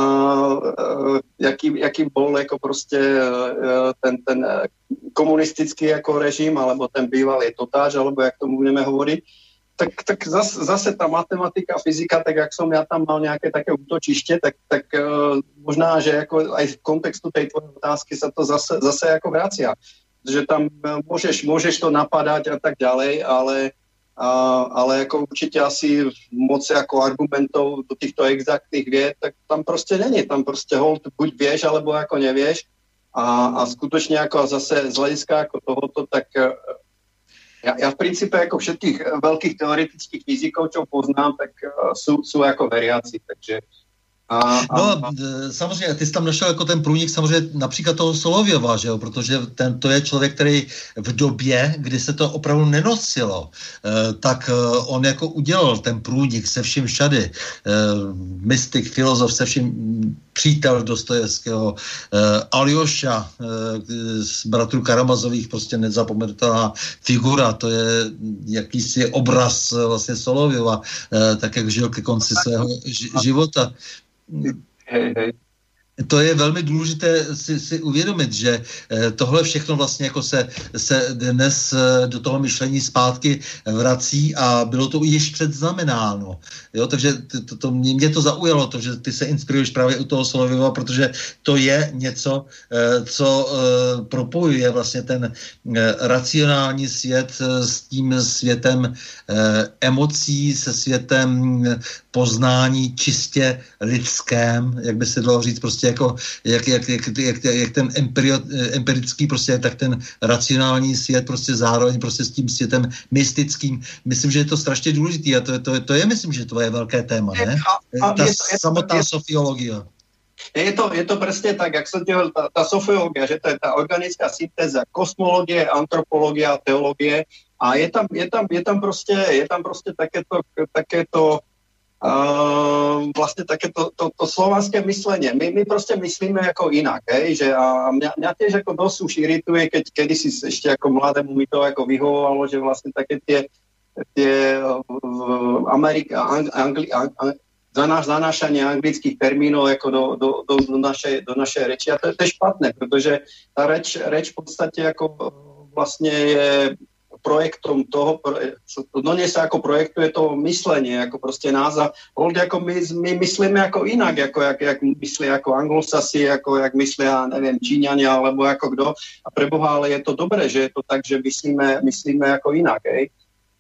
uh, jaký, jaký bol ako proste uh, ten, ten komunistický ako režim, alebo ten bývalý totáž, alebo jak tomu budeme hovoriť, tak, tak zase, zase tá matematika, fyzika, tak jak som ja tam mal nejaké také útočište, tak, tak uh, možná, že ako aj v kontextu tej tvojej otázky sa to zase, zase ako vracia. Že tam uh, môžeš, môžeš to napadať a tak ďalej, ale A, ale ako určite asi moc ako argumentov do týchto exaktných vied, tak tam proste není. Tam proste hold, buď vieš, alebo ako nevieš. A, a skutočne ako zase z hľadiska ako tohoto, tak ja, ja v princípe ako všetkých veľkých teoretických fyzikov, čo poznám, tak sú, sú ako veriaci. Takže A, a, no, samozřejmě, ty jsi tam našel jako ten průnik samozřejmě například toho Solověva, že jo, protože ten, to je člověk, který v době, kdy se to opravdu nenosilo, eh, tak eh, on jako udělal ten průnik se vším všady. Eh, mystik, filozof, se vším, přítel Dostojevského, eh, Aljoša eh, z bratrů Karamazových, prostě nezapomenutelná figura, to je jakýsi obraz eh, vlastně Solověva, eh, tak jak žil ke konci svého ži- života. Hej, hej. To je velmi důležité si, si uvědomit, že tohle všechno vlastně jako se, se dnes do toho myšlení zpátky vrací a bylo to již předznamenáno. Jo, takže to, to, mě to zaujalo, to, že ty se inspiruješ právě u toho Solovyjova, protože to je něco, co propojuje vlastně ten racionální svět s tím světem emocí, se světem poznání čistě lidském, jak by se dalo říct, prostě jako jak, jak, jak, jak, jak ten empirio, empirický prostě, tak ten racionální svět prostě zároveň prostě s tím světem mystickým. Myslím, že je to strašně důležitý a to, to, to je, myslím, že to je velké téma, ne? A, a ta je to, je samotná je, sofiologie. Je to, je to presne tak, jak som ti hovoril, tá, tá sofiológia, že to je tá organická syntéza kosmológie, antropológie a teológie a je tam, je tam, je tam proste, je tam proste takéto, takéto Uh, vlastne takéto to, to slovanské myslenie. My, my proste myslíme ako inak, hej? Že a mňa, mňa tiež ako dosť už irituje, keď kedysi ešte ako mladému mi to ako vyhovovalo, že vlastne také tie, tie uh, Amerika, Angli, ang, ang, zanášanie anglických termínov ako do, do, do, do, našej, do našej reči. A to, to je špatné, pretože tá reč, reč v podstate ako vlastne je projektom toho, no nie sa ako projektuje to myslenie, ako proste nás a ľudia ako my, my myslíme ako inak, ako jak, jak myslia ako anglosasi, ako jak myslia, neviem, Číňania, alebo ako kto. A pre Boha, ale je to dobré, že je to tak, že myslíme, myslíme ako inak, hej.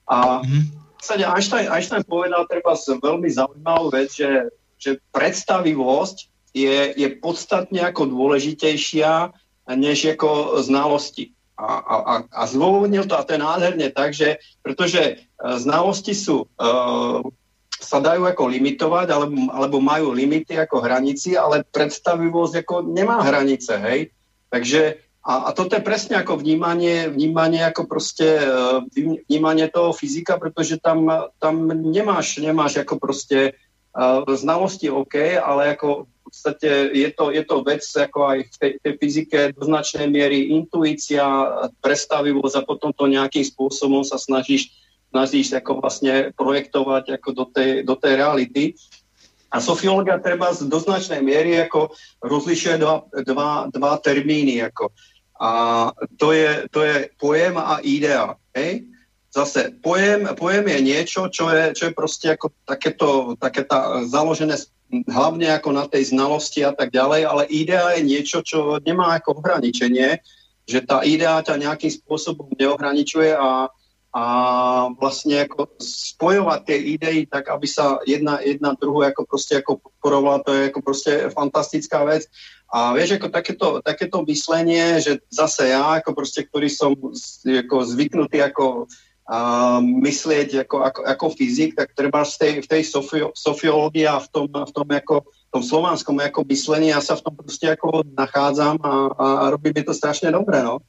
A mm-hmm. Einstein, Einstein povedal treba veľmi zaujímavú vec, že, že predstavivosť je, je podstatne ako dôležitejšia než ako znalosti. A, a, a zdôvodnil to, a to je nádherne tak, že pretože znalosti sú, uh, sa dajú ako limitovať, alebo, alebo majú limity ako hranici, ale predstavivosť ako nemá hranice, hej. Takže, a, a toto je presne ako vnímanie, vnímanie ako proste, uh, vnímanie toho fyzika, pretože tam, tam nemáš, nemáš ako proste uh, znalosti OK, ale ako v podstate je to, je to vec ako aj v tej, tej fyzike do značnej miery intuícia, predstavivosť a potom to nejakým spôsobom sa snažíš, snažíš ako vlastne projektovať ako do tej, do tej reality. A sofiológia treba do značnej miery ako rozlišuje dva, dva, dva termíny. Ako. A to je, to je pojem a idea. Hej? Zase pojem, pojem je niečo, čo je, čo je proste ako takéto, takéto založené hlavne ako na tej znalosti a tak ďalej, ale idea je niečo, čo nemá ako ohraničenie, že tá idea ťa nejakým spôsobom neohraničuje a, a vlastne ako spojovať tie idei tak, aby sa jedna, jedna druhú ako proste ako podporovala, to je ako proste fantastická vec. A vieš, ako takéto, takéto myslenie, že zase ja, ako proste, ktorý som ako zvyknutý ako a myslieť ako, ako, ako fyzik, tak treba v tej, v tej sofio, sofiológii a v tom, v tom, ako, v tom slovanskom ako myslení ja sa v tom proste ako nachádzam a, a robí mi to strašne dobre, no.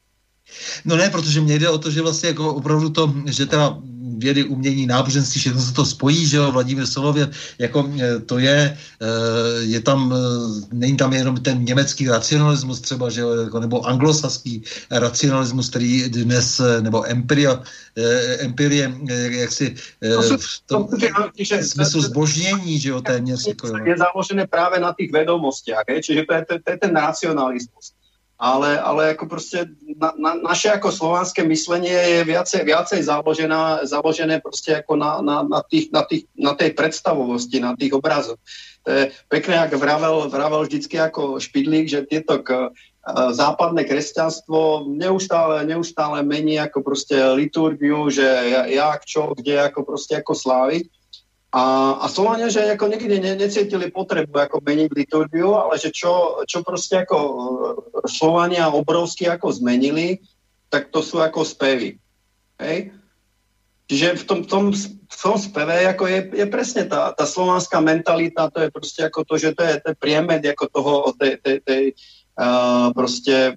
No ne, protože mně jde o to, že vlastně jako opravdu to, že teda vědy, umění, náboženství, všechno se to spojí, že jo, Vladimír Solovjev, jako to je, je tam, není tam jenom ten německý racionalismus třeba, že jo, jako, nebo anglosaský racionalismus, který dnes, nebo empirio, empirie, jak si, v tom smyslu zbožnění, že jo, téměř. Je založené právě na těch vedomostiach, čiže to je, to, to je ten racionalismus. Ale, ale ako proste na, na, naše ako slovanské myslenie je viacej, viacej založená, založené proste ako na, na, na, tých, na, tých, na tej predstavovosti, na tých obrazoch. To je pekné, ako vravel, vravel vždycky ako Špidlík, že tieto k, západné kresťanstvo neustále, neustále mení ako proste liturgiu, že jak, čo, kde, ako proste ako sláviť. A, a Slovania, že ako nikdy ne, necítili potrebu ako meniť liturgiu, ale že čo, čo proste ako Slovania obrovsky ako zmenili, tak to sú ako spevy. Hej? Čiže v tom, tom, v tom speve ako je, je presne tá, tá slovanská mentalita, to je proste ako to, že to je, to je priemed ako toho, tej, tej, tej uh, proste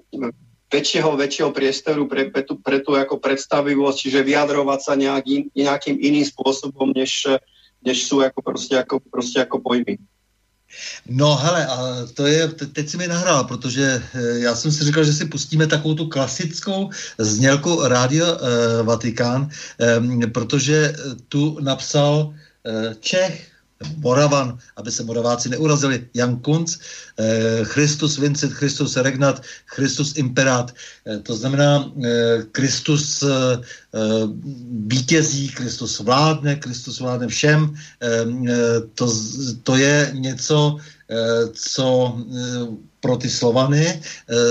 väčšieho, väčšieho priestoru pre, pre, tú, pre tú ako predstavivosť, čiže vyjadrovať sa nejak in, nejakým iným spôsobom, než, než sú ako proste, ako, proste ako pojmy. No hele, a to je, teď si mi nahrál, protože já jsem si říkal, že si pustíme takovou tu klasickou znělku Rádio eh, Vatikán, eh, protože tu napsal eh, Čech, Moravan, aby se Moraváci neurazili, Jan Kunc, eh, Christus vincit, Christus regnat, Christus imperat, eh, to znamená eh, Kristus eh, vítězí, Kristus vládne, Kristus vládne všem, eh, to, to je něco, eh, co eh, pro ty Slovany e,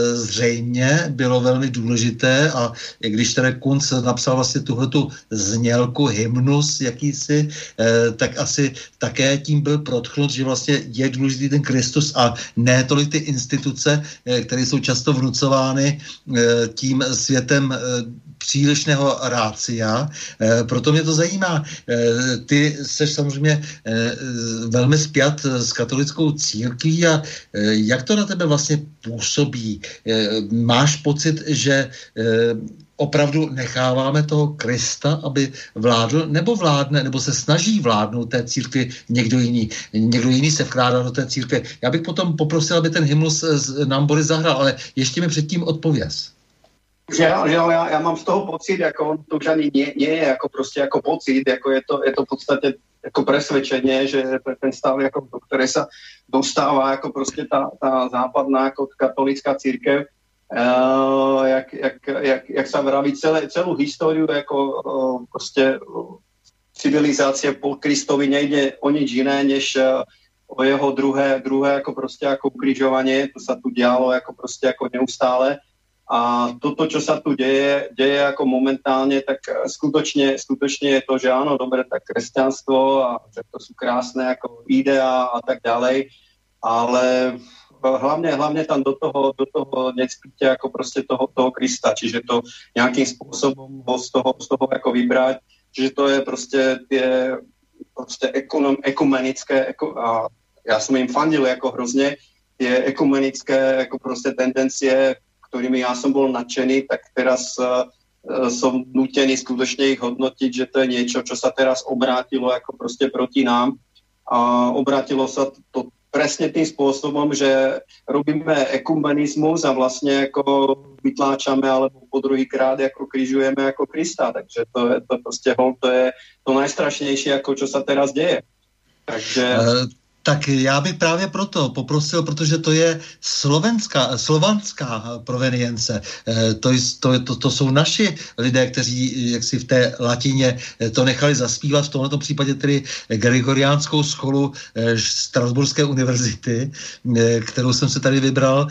zřejmě bylo velmi důležité a když tedy Kunc napsal vlastně tuhletu znělku, hymnus jakýsi, e, tak asi také tím byl protchnut, že vlastně je důležitý ten Kristus a ne tolik ty instituce, e, které jsou často vnucovány e, tím světem e, přílišného rácia. E, proto mě to zajímá. E, ty seš samozřejmě e, velmi spjat s katolickou církví a e, jak to na tebe vlastně působí? E, máš pocit, že e, opravdu necháváme toho Krista, aby vládl, nebo vládne, nebo se snaží vládnout té církvi někdo jiný. Někdo jiný se vkládá do té církve. Já bych potom poprosil, aby ten hymnus nám Boris zahrál, ale ještě mi předtím odpověz. Že, že já, já mám z toho pocit, jako on to už ani nie, nie je jako prostě jako pocit, jako je to, je to v podstatě jako presvedčenie, že ten stav, jako, do které se dostává jako prostě ta, ta západná jako katolická církev, uh, jak, jak, jak, jak sa vraví celé, celou históriu jako uh, prostě uh, civilizácie po Kristovi nejde o nič jiné, než uh, o jeho druhé, druhé jako prostě jako ukrižovanie, to sa tu dialo jako prostě jako neustále. A toto, čo sa tu deje, deje ako momentálne, tak skutočne, skutočne je to, že áno, dobre, tak kresťanstvo a že to sú krásne ako ideá a tak ďalej, ale hlavne, hlavne tam do toho, do toho necpíte ako proste toho, toho Krista, čiže to nejakým spôsobom ho z toho, z toho ako vybrať, čiže to je proste tie proste ekonom, ekumenické, eko, a ja som im fandil ako hrozne, tie ekumenické ako proste tendencie, ktorými ja som bol nadšený, tak teraz uh, som nútený skutočne ich hodnotiť, že to je niečo, čo sa teraz obrátilo ako proste proti nám. A obrátilo sa to presne tým spôsobom, že robíme ekumenizmus a vlastne ako vytláčame alebo po druhýkrát ako križujeme ako Krista. Takže to je to proste hol, to je to najstrašnejšie, ako čo sa teraz deje. Takže... Uh... Tak já bych právě proto poprosil, protože to je slovenská, slovanská provenience. To, to, to, to jsou naši lidé, kteří jak si v té latině to nechali zaspívat, v tomto případě tedy Gregoriánskou školu Strasburské univerzity, kterou jsem se tady vybral.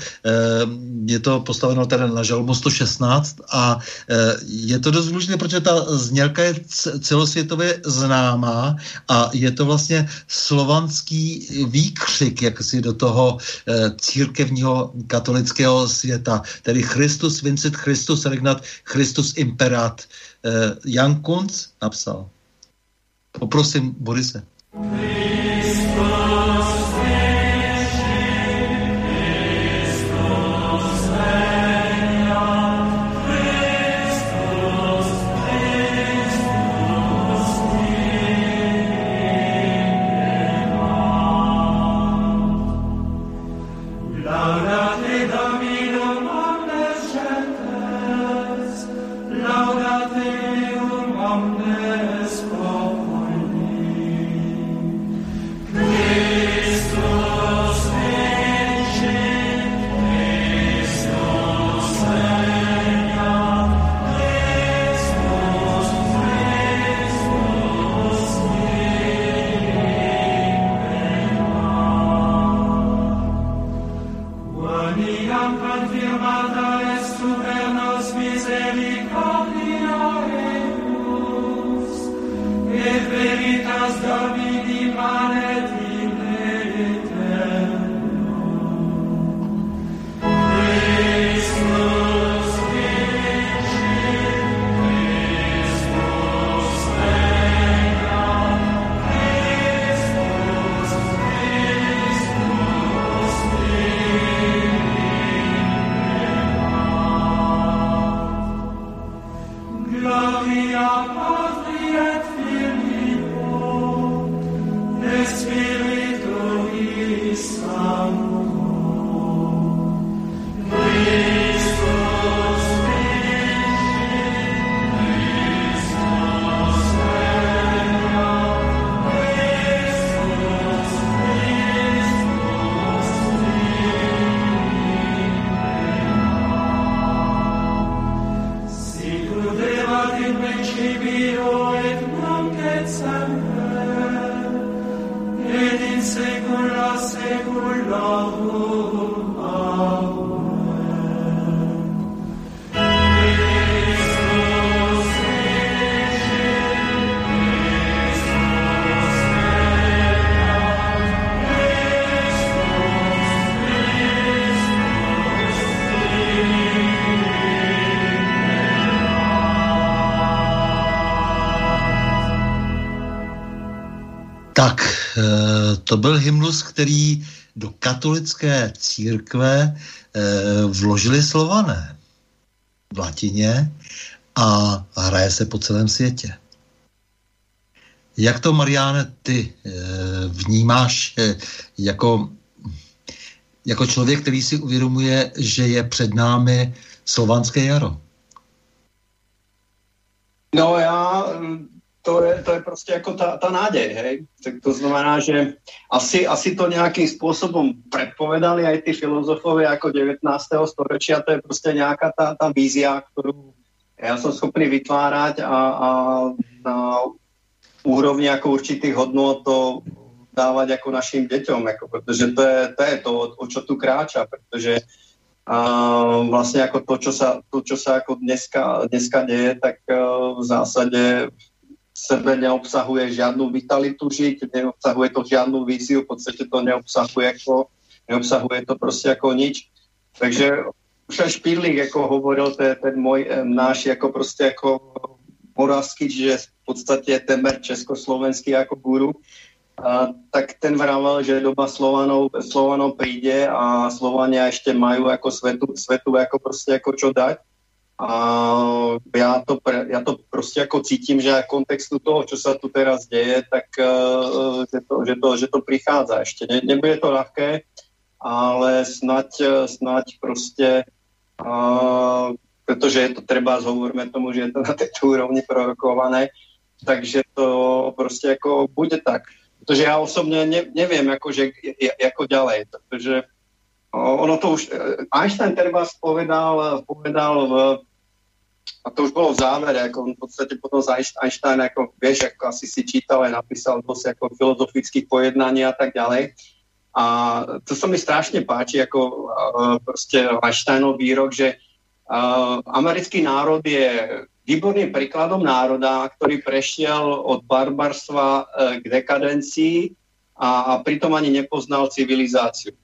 Je to postaveno tady na žalmu sto šestnáct a je to dost důležité, protože ta znělka je celosvětově známá a je to vlastně slovanský výkřik jaksi do toho e, církevního katolického světa, tedy Christus vincit, Christus regnat, Christus imperat. E, Jan Kunc napsal. Poprosím Borise. Tak, to byl hymnus, který do katolické církve vložili Slované v latině a hraje se po celém světě. Jak to, Mariáne, ty vnímáš jako, jako člověk, který si uvědomuje, že je před námi slovanské jaro? No já... To je, to je prostě jako ta, ta nádej, hej. Tak to znamená, že asi, asi to nějakým způsobem predpovedali aj ty filozofové jako devätnásteho storočia, to je prostě nějaká ta, ta vízia, kterou já jsem schopný vytvárať a, a na úrovni jako určitých hodnot to dávať jako našim děťom, jako, protože to je, to je to, o čo tu kráča, protože a vlastně jako to, čo sa, to, čo sa jako dneska, dneska děje, tak v zásadě sebe neobsahuje žádnou vitalitu žiť, neobsahuje to žádnou víziu, v podstatě to neobsahuje jako, neobsahuje to prostě jako nič. Takže už aj Špidlík jako hovoril, ten, ten můj náš jako prostě jako moravský, že v podstatě temer československý jako guru, a, tak ten vravel, že doba Slovanov, Slovanov príde a Slovania ještě mají jako svetu, svetu jako prostě jako čo dať. A já to, pre, já to prostě jako cítím, že v kontextu toho, čo sa tu teraz děje, tak uh, že, to, že, to, že to prichádza ještě. Ne, nebude to ľahké, ale snať, snať prostě, uh, protože je to třeba, zhovorme tomu, že je to na této úrovni prorokované, takže to prostě jako bude tak. Protože já osobně ne, nevím, jako, že, jako ďalej, protože ono to už, Einstein teda povedal, povedal v, a to už bylo v závere, jako on v podstatě potom Einstein, jako vieš, jako asi si čítal a napísal dosť jako filozofických pojednání a tak ďalej. A to se mi strašně páči, jako uh, prostě Einsteinov výrok, že uh, americký národ je výborným príkladom národa, ktorý prešiel od barbarstva uh, k dekadencii a, a pritom ani nepoznal civilizáciu.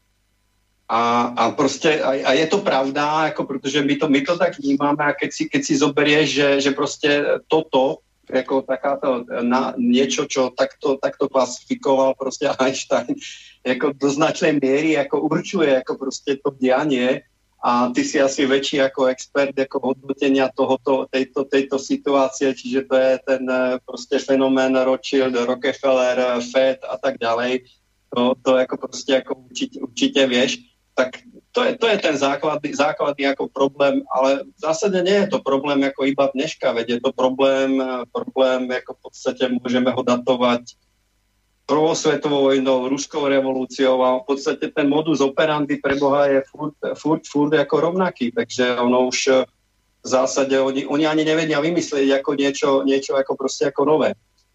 A, a prostě, a, a je to pravda, jako protože my to, my to tak vnímáme a keď si, keď si zoberieš, že, že prostě toto, jako takáto na, niečo, čo takto, takto klasifikoval prostě Einstein, jako do značné míry jako určuje jako prostě to dianie a ty si asi väčší jako expert jako hodnotenia tohoto, tejto, tejto situácie, čiže to je ten prostě fenomén Rothschild, Rockefeller, Fed a tak ďalej, to, to jako prostě jako určitě, určitě vieš. Tak to je, to je ten základný, základný jako problém, ale v zásadě nie je to problém jako iba dneška, veď je to problém, problém jako v podstatě můžeme ho datovat prvou světovou vojnou, ruskou revolúciou a v podstatě ten modus operandi pre Boha je furt, furt, furt jako rovnaký, takže ono už v zásadě oni, oni ani nevedia vymyslet jako niečo, niečo jako prostě jako nové.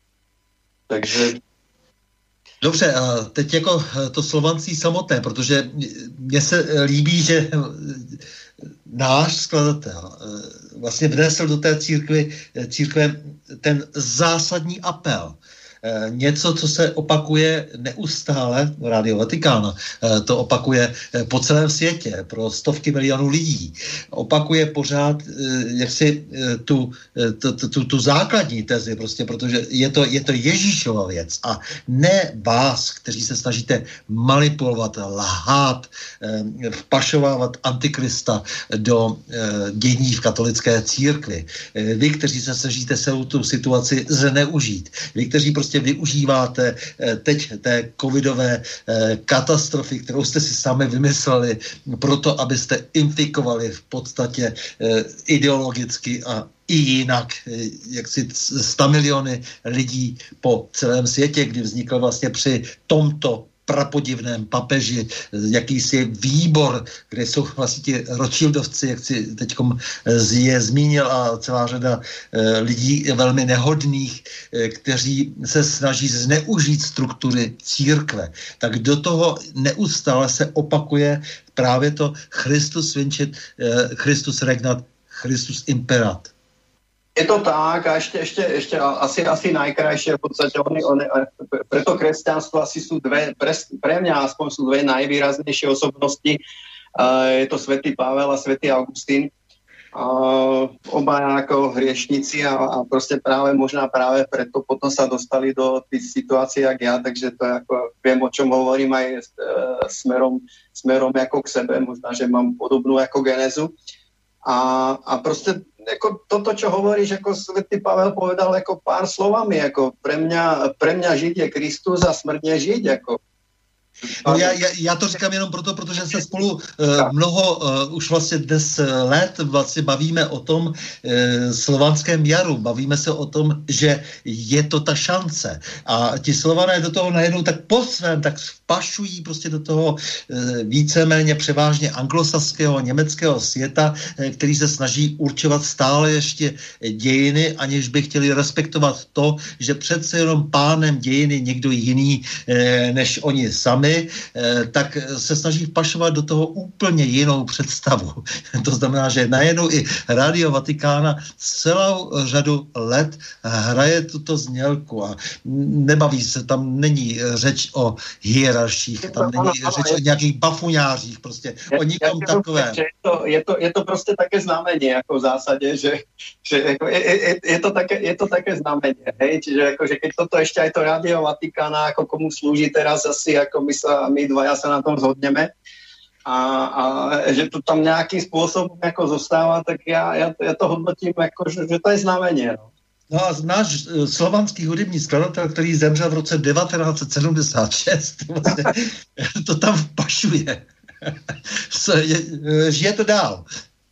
Takže dobře, a teď jako to slovanství samotné, protože mně se líbí, že náš skladatel vlastně vnesl do té církve, církve ten zásadní apel. Něco, co se opakuje neustále, Radio Vatikána to opakuje po celém světě pro stovky milionů lidí. Opakuje pořád jaksi tu, tu, tu, tu základní tezi, prostě, protože je to, je to Ježíšova věc a ne vás, kteří se snažíte manipulovat, lhát, vpašovávat antikrista do dění v katolické církvi. Vy, kteří se snažíte celou tu situaci zneužít. Vy, kteří prostě využíváte teď té covidové katastrofy, kterou jste si sami vymysleli, proto, abyste infikovali v podstatě ideologicky a i jinak, jak si sta miliony lidí po celém světě, kdy vznikl vlastně při tomto prapodivném papeži jakýsi výbor, kde jsou vlastně ti Rothschildovci, jak si teďkom je zmínil, a celá řada lidí velmi nehodných, kteří se snaží zneužít struktury církve. Tak do toho neustále se opakuje právě to Christus vincit, Christus regnat, Christus imperat. Je to tak a ešte, ešte, ešte asi, asi najkrajšie v podstate oni, oni, preto kresťanstvo asi sú dve, pre, pre mňa aspoň sú dve najvýraznejšie osobnosti. Uh, je to svätý Pavel a svätý Augustín. Uh, oba jako hriešnici a, a prostě právě možná právě preto potom sa dostali do té situace jak já, takže to jako vím, o čem hovorím aj uh, smerom, smerom jako k sebe, možná, že mám podobnou jako genezu. A, a prostě jako toto, čo hovoríš, jako svätý Pavel povedal jako pár slovami, jako pre mňa, pre mňa žiť je Kristus a smrt je žiť, jako. No já, já, já to říkám jenom proto, protože se spolu uh, mnoho, uh, už vlastně dnes let vlastně bavíme o tom uh, slovanském jaru, bavíme se o tom, že je to ta šance. A ti Slované do toho najednou tak po svém, tak vpašují prostě do toho uh, víceméně převážně anglosaského, německého světa, uh, který se snaží určovat stále ještě dějiny, aniž by chtěli respektovat to, že přece jenom pánem dějiny někdo jiný uh, než oni sami, tak se snaží vpašovat do toho úplně jinou představu. To znamená, že najednou i Radio Vatikána celou řadu let hraje tuto znělku a nebaví se, tam není řeč o hierarchích, tam není řeč o nějakých bafuňářích, prostě, o nikom takovém. Je to, je, to, je to prostě také znamení, jako v zásadě, že, že jako je, je, je, to také, je to také znamení, hej? Čiže jako, že keď toto ešte aj to Radio Vatikána, ako komu slúži teraz asi, ako my sa, my dvaja sa na tom zhodneme a, a že to tam nejakým spôsobom jako zostáva, tak ja, ja, ja to hodnotím jako, že, že to je znamenie. No. No a náš slovanský hudební skladatel, který zemřel v roce devatenáct set sedmdesát šest, vlastně, to tam vpašuje. Žije to dál.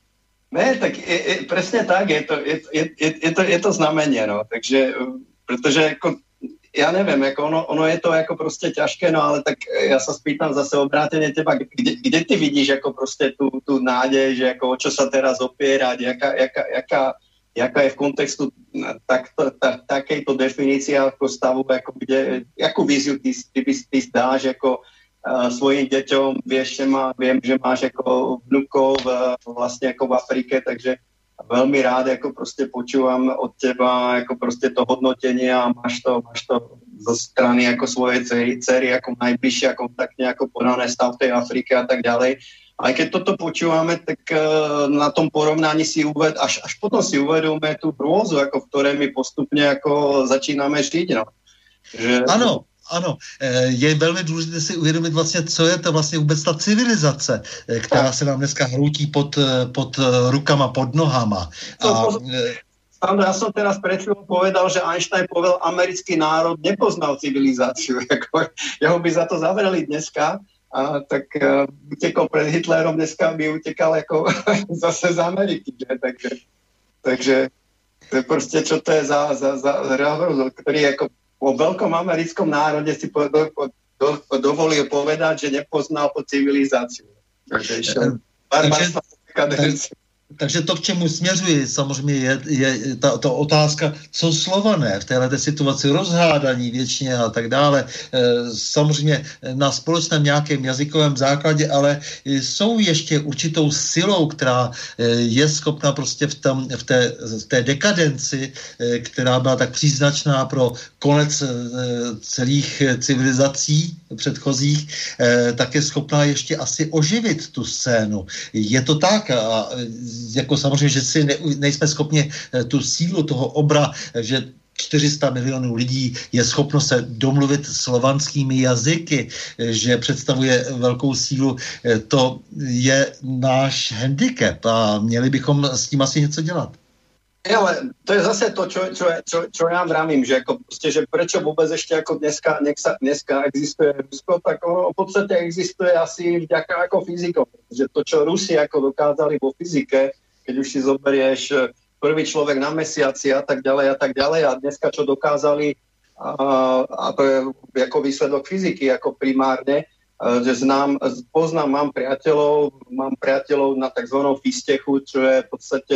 Ne, tak je, je, presne tak, je to, je, je, je to, je to znamenie, no, takže, protože jako ja neviem, jako ono, ono je to jako prostě ťažké, no ale tak ja sa spýtam zase obráteně teba, kde, kde ty vidíš jako prostě tu, tu nádej, že jako o čo sa teraz opierať, jaká, jaká, jaká, jaká je v kontextu takto, tak, takejto definície ako stavu, jako kde, jakú víziu ty, ty, ty dáš jako uh, svojim deťom, vieš, že má, viem, že máš jako vnukov uh, vlastne jako v Afrike, takže veľmi rád jako prostě počúvam od teba jako prostě to hodnotenie a máš to, máš to zo strany jako svojej dcery, dcery jako najbližšie a kontaktne jako podané stav tej Afriky a tak ďalej. A keď toto počúvame, tak uh, na tom porovnaní si uved, až, až potom si uvedome tú hrôzu, jako v ktorej my postupne jako začínáme žiť. No. Že, ano. Ano, je velmi důležité si uvědomit vlastně, co je to vlastně vůbec ta civilizace, která se nám dneska hroutí pod, pod rukama, pod nohama. A... Sandra, ja som teraz pred chvíľou povedal, že Einstein povedal, americký národ nepoznal civilizáciu. Jeho by za to zavreli dneska, a tak uh, utekol pred Hitlerom, dneska by utekal jako zase z Ameriky. Že? Takže, takže to je prostě, čo to je za, za, za hrozok, ktorý jako o veľkom americkom národe si po, do, do, dovolil povedať, že nepoznal po civilizáciu. Takže išiel barbarstva dekadenci. Takže to, k čemu směřuji, samozřejmě je, je ta, ta otázka, co Slované v této situaci rozhádaní věčně a tak dále. E, samozřejmě na společném nějakém jazykovém základě, ale jsou ještě určitou silou, která je schopna prostě v, tam, v, té, v té dekadenci, která byla tak příznačná pro konec celých civilizací předchozích, tak je schopná ještě asi oživit tu scénu. Je to tak a jako samozřejmě, že si ne, nejsme schopni tu sílu toho obra, že čtyři sta milionů lidí je schopno se domluvit slovanskými jazyky, že představuje velkou sílu, to je náš handicap a měli bychom s tím asi něco dělat. Ale to je zase to, čo, čo, čo, čo ja vravím, že, ako proste, že prečo vôbec ešte ako dneska, dneska existuje Rusko, tak ono v podstate existuje asi vďaka ako fyzikom. Že to, čo Rusi ako dokázali vo fyzike, keď už si zoberieš prvý človek na mesiaci a tak ďalej a tak ďalej a dneska čo dokázali, a, a to je ako výsledok fyziky, ako primárne, že znám, poznám, mám priateľov, mám priateľov na takzvanom Fistechu, čo je v podstate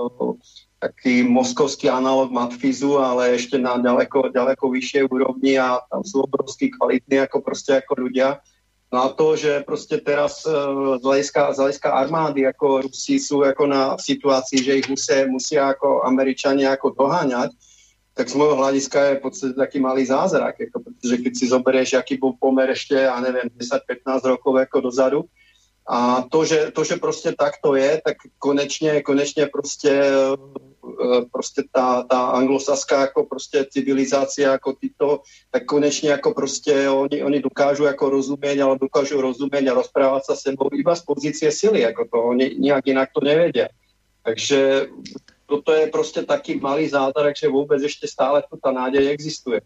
taký moskovský analog matfizu, ale ešte na ďaleko, ďaleko vyššej úrovni a tam sú obrovský kvalitní ako proste ako ľudia. No a to, že proste teraz z hľadiska, z hľadiska armády ako Rusi sú ako na situácii, že ich musia, musia ako Američania ako doháňať, tak z môjho hľadiska je v podstate taký malý zázrak, ako, pretože keď si zoberieš, aký bol pomer ešte, ja neviem, desať pätnásť rokov ako dozadu, A to, že, to, že prostě tak to je, tak konečně, konečně prostě, prostě ta, ta anglosaská jako prostě civilizácia jako tyto, tak konečně jako prostě oni, oni dokážu jako rozumět, ale dokážu rozumět a rozprávat se sebou iba z pozície sily, jako to oni nějak jinak to nevědí. Takže toto je prostě taký malý zázrak, že vůbec ještě stále tu ta nádej existuje.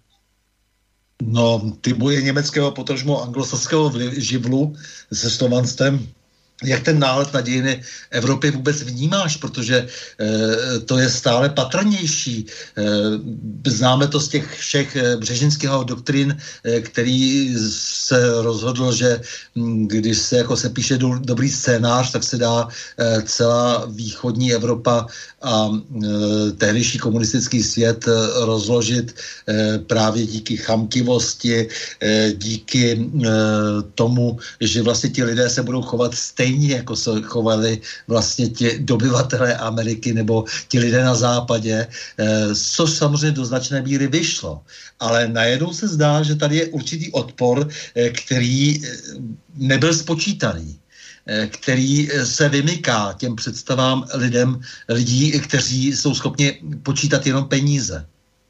No, ty boje německého, potažmo anglosaského živlu se slovanstvem, jak ten náhled na dějiny Evropy vůbec vnímáš, protože e, to je stále patrnější. E, známe to z těch všech Břežinského doktrin, e, který se rozhodl, že m, když se jako se píše do, dobrý scénář, tak se dá e, celá východní Evropa a e, tehdejší komunistický svět e, rozložit e, právě díky chamtivosti, e, díky e, tomu, že vlastně ti lidé se budou chovat stejně, jako se chovali vlastně ti dobyvatelé Ameriky nebo ti lidé na západě, e, což samozřejmě do značné míry vyšlo. Ale najednou se zdá, že tady je určitý odpor, e, který nebyl spočítaný, který se vymyká těm představám lidem, lidí, kteří jsou schopni počítat jenom peníze.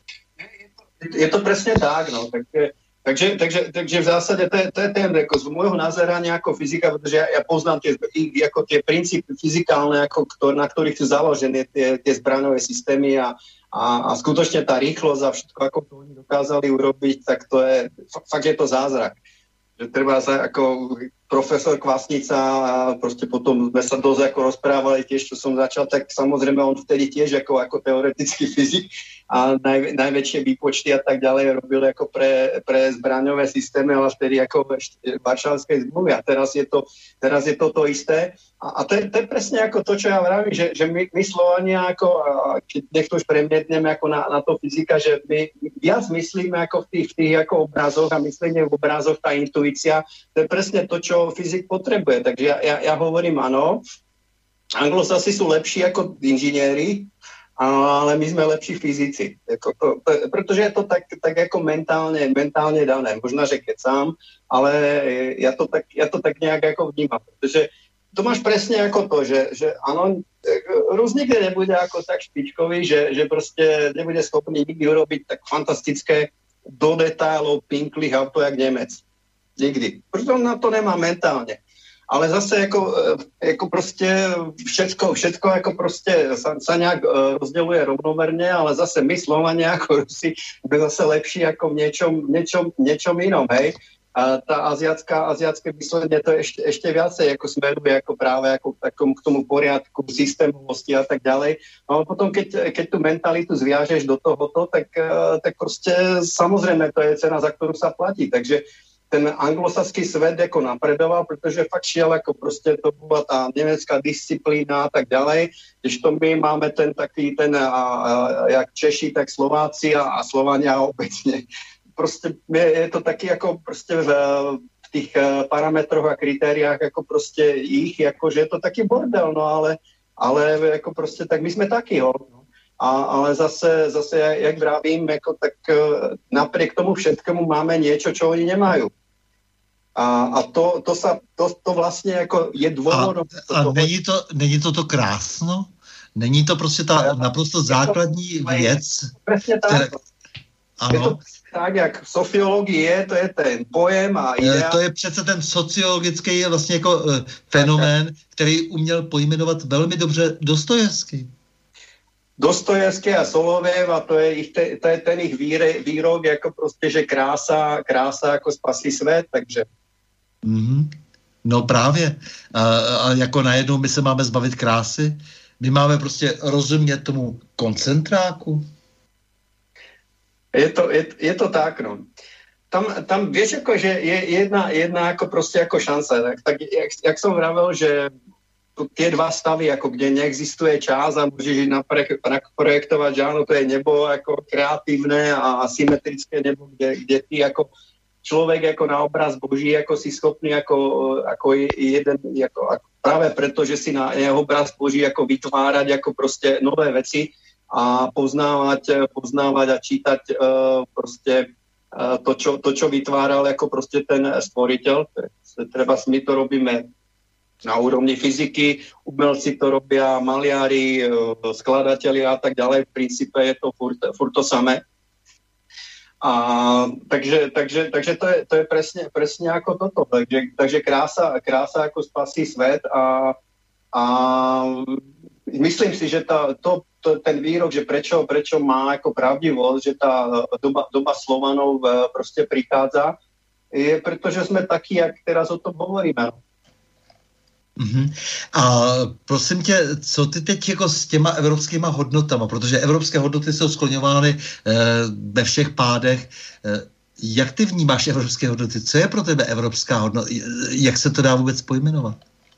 Je to přesně tak, no. Takže, takže, takže, takže v zásadě to je, to je ten, jako z môjho nazerania jako fyzika, protože ja, ja poznám tie, jako tie princípy fyzikálne, jako, ktor, na ktorých sú založené tie, tie zbraňové systémy a, a, a skutočne tá rýchlosť a všetko, ako to oni dokázali urobiť, tak to je, fakt je to zázrak. Že treba sa ako profesor Kvasnica a proste potom sme sa dosť ako rozprávali tiež, čo som začal, tak samozrejme on vtedy tiež ako, ako teoretický fyzik a naj, najväčšie výpočty a tak ďalej robil ako pre, pre zbraňové systémy, ale vtedy ako v Varšavskej zmluvy. A teraz je to, teraz je to, to isté. A, a to, je, to je presne ako to, čo ja vravím, že, že my, my Slovania, ako, keď nechto už premietneme ako na, na to fyzika, že my viac myslíme ako v tých, v tých ako obrazoch a myslenie v obrazoch, tá intuícia, to je presne to, čo fyzik potrebuje. Takže ja, ja, ja hovorím, áno, Anglosasi sú lepší ako inžinieri, ale my sme lepší fyzici. Jako to, to, protože je to tak, tak jako mentálne, mentálne dané. Možná, že kecám, ale ja to tak, ja to tak nejak ako vnímam. Protože to máš presne ako to, že, že áno, Rus nikdy nebude ako tak špičkový, že, že proste nebude schopný nikdy urobiť tak fantastické do detailov pinklých auto jak Nemec. Nikdy. Protože on na to nemá mentálne. Ale zase jako, jako prostě všetko, všetko jako prostě sa, sa nějak rozděluje rovnomerne, ale zase my Slovania jako Rusi by zase lepší jako v něčom, něčom, něčom inom, hej. A ta aziatská, aziatské myslenie to ešte, ešte viacej jako smeruje jako práve jako takom, k tomu poriadku, systémovosti a tak ďalej. No ale potom, keď, keď tu mentalitu zviažeš do tohoto, tak, tak prostě samozřejmě to je cena, za kterou sa platí. Takže ten anglosaský svet jako napredoval, protože fakt šiel jako prostě to byla ta německá disciplína a tak ďalej, když to my máme ten taký ten, a, a, jak Češi, tak Slováci a, a Slovania obecně. Prostě je to taky jako prostě v, v těch parametroch a kritériách jako prostě jich, jako že je to taky bordel, no ale, ale jako prostě tak my jsme taky, jo. A, ale zase, zase jak vravím, jako tak napriek tomu všetkému máme niečo, čo oni nemajú. A, a to, to, sa, to, to vlastně jako je důvodom. A, a toho... není, to, není to to krásno? Není to prostě ta naprosto základní to, věc? Přesně tak. Které... Ano. Je to tak, jak sofiologii je, to je ten pojem a idea. To je přece ten sociologický vlastně jako uh, fenomén, který uměl pojmenovat velmi dobře Dostojevský. Dostojevský a Solovev a to je, ich, to je ten ich výre, výrok, jako prostě, že krása, krása jako spasí svět, takže. Mm-hmm. No právě. A, a jako najednou my se máme zbavit krásy? My máme prostě rozumět tomu koncentráku? Je to, je, je to tak, no. Tam, tam vieš, jako, že je jedna, jedna jako prostě jako šance, tak, tak jak, jak som vravel, že tie dva stavy, ako kde neexistuje čas a môžeš naprojektovať, že áno, to je nebo ako kreatívne a asymetrické nebo, kde, kde ty ako človek ako na obraz Boží ako si schopný ako, ako jeden, ako, ako práve preto, že si na jeho obraz Boží ako vytvárať ako proste nové veci a poznávať, poznávať a čítať uh, proste uh, to, čo, to, čo vytváral ako proste ten stvoriteľ. Treba, my to robíme na úrovni fyziky, umelci to robia, maliari, skladatelia a tak ďalej. V princípe je to furt, furt to samé. A takže, takže, takže to je, to je presne, presne ako toto. Takže, takže krása, krása ako spasí svet a, a myslím si, že tá, to, to, ten výrok, že prečo, prečo má ako pravdivosť, že tá doba, doba Slovanov proste prichádza, je pretože sme takí, jak teraz o tom hovoríme. Mm-hmm. A prosím tě, co ty teď jako s těma evropskýma hodnotama, protože evropské hodnoty jsou skloňovány eh, ve všech pádech. Eh, jak ty vnímáš evropské hodnoty? Co je pro tebe evropská hodnota? Jak se to dá vůbec pojmenovat?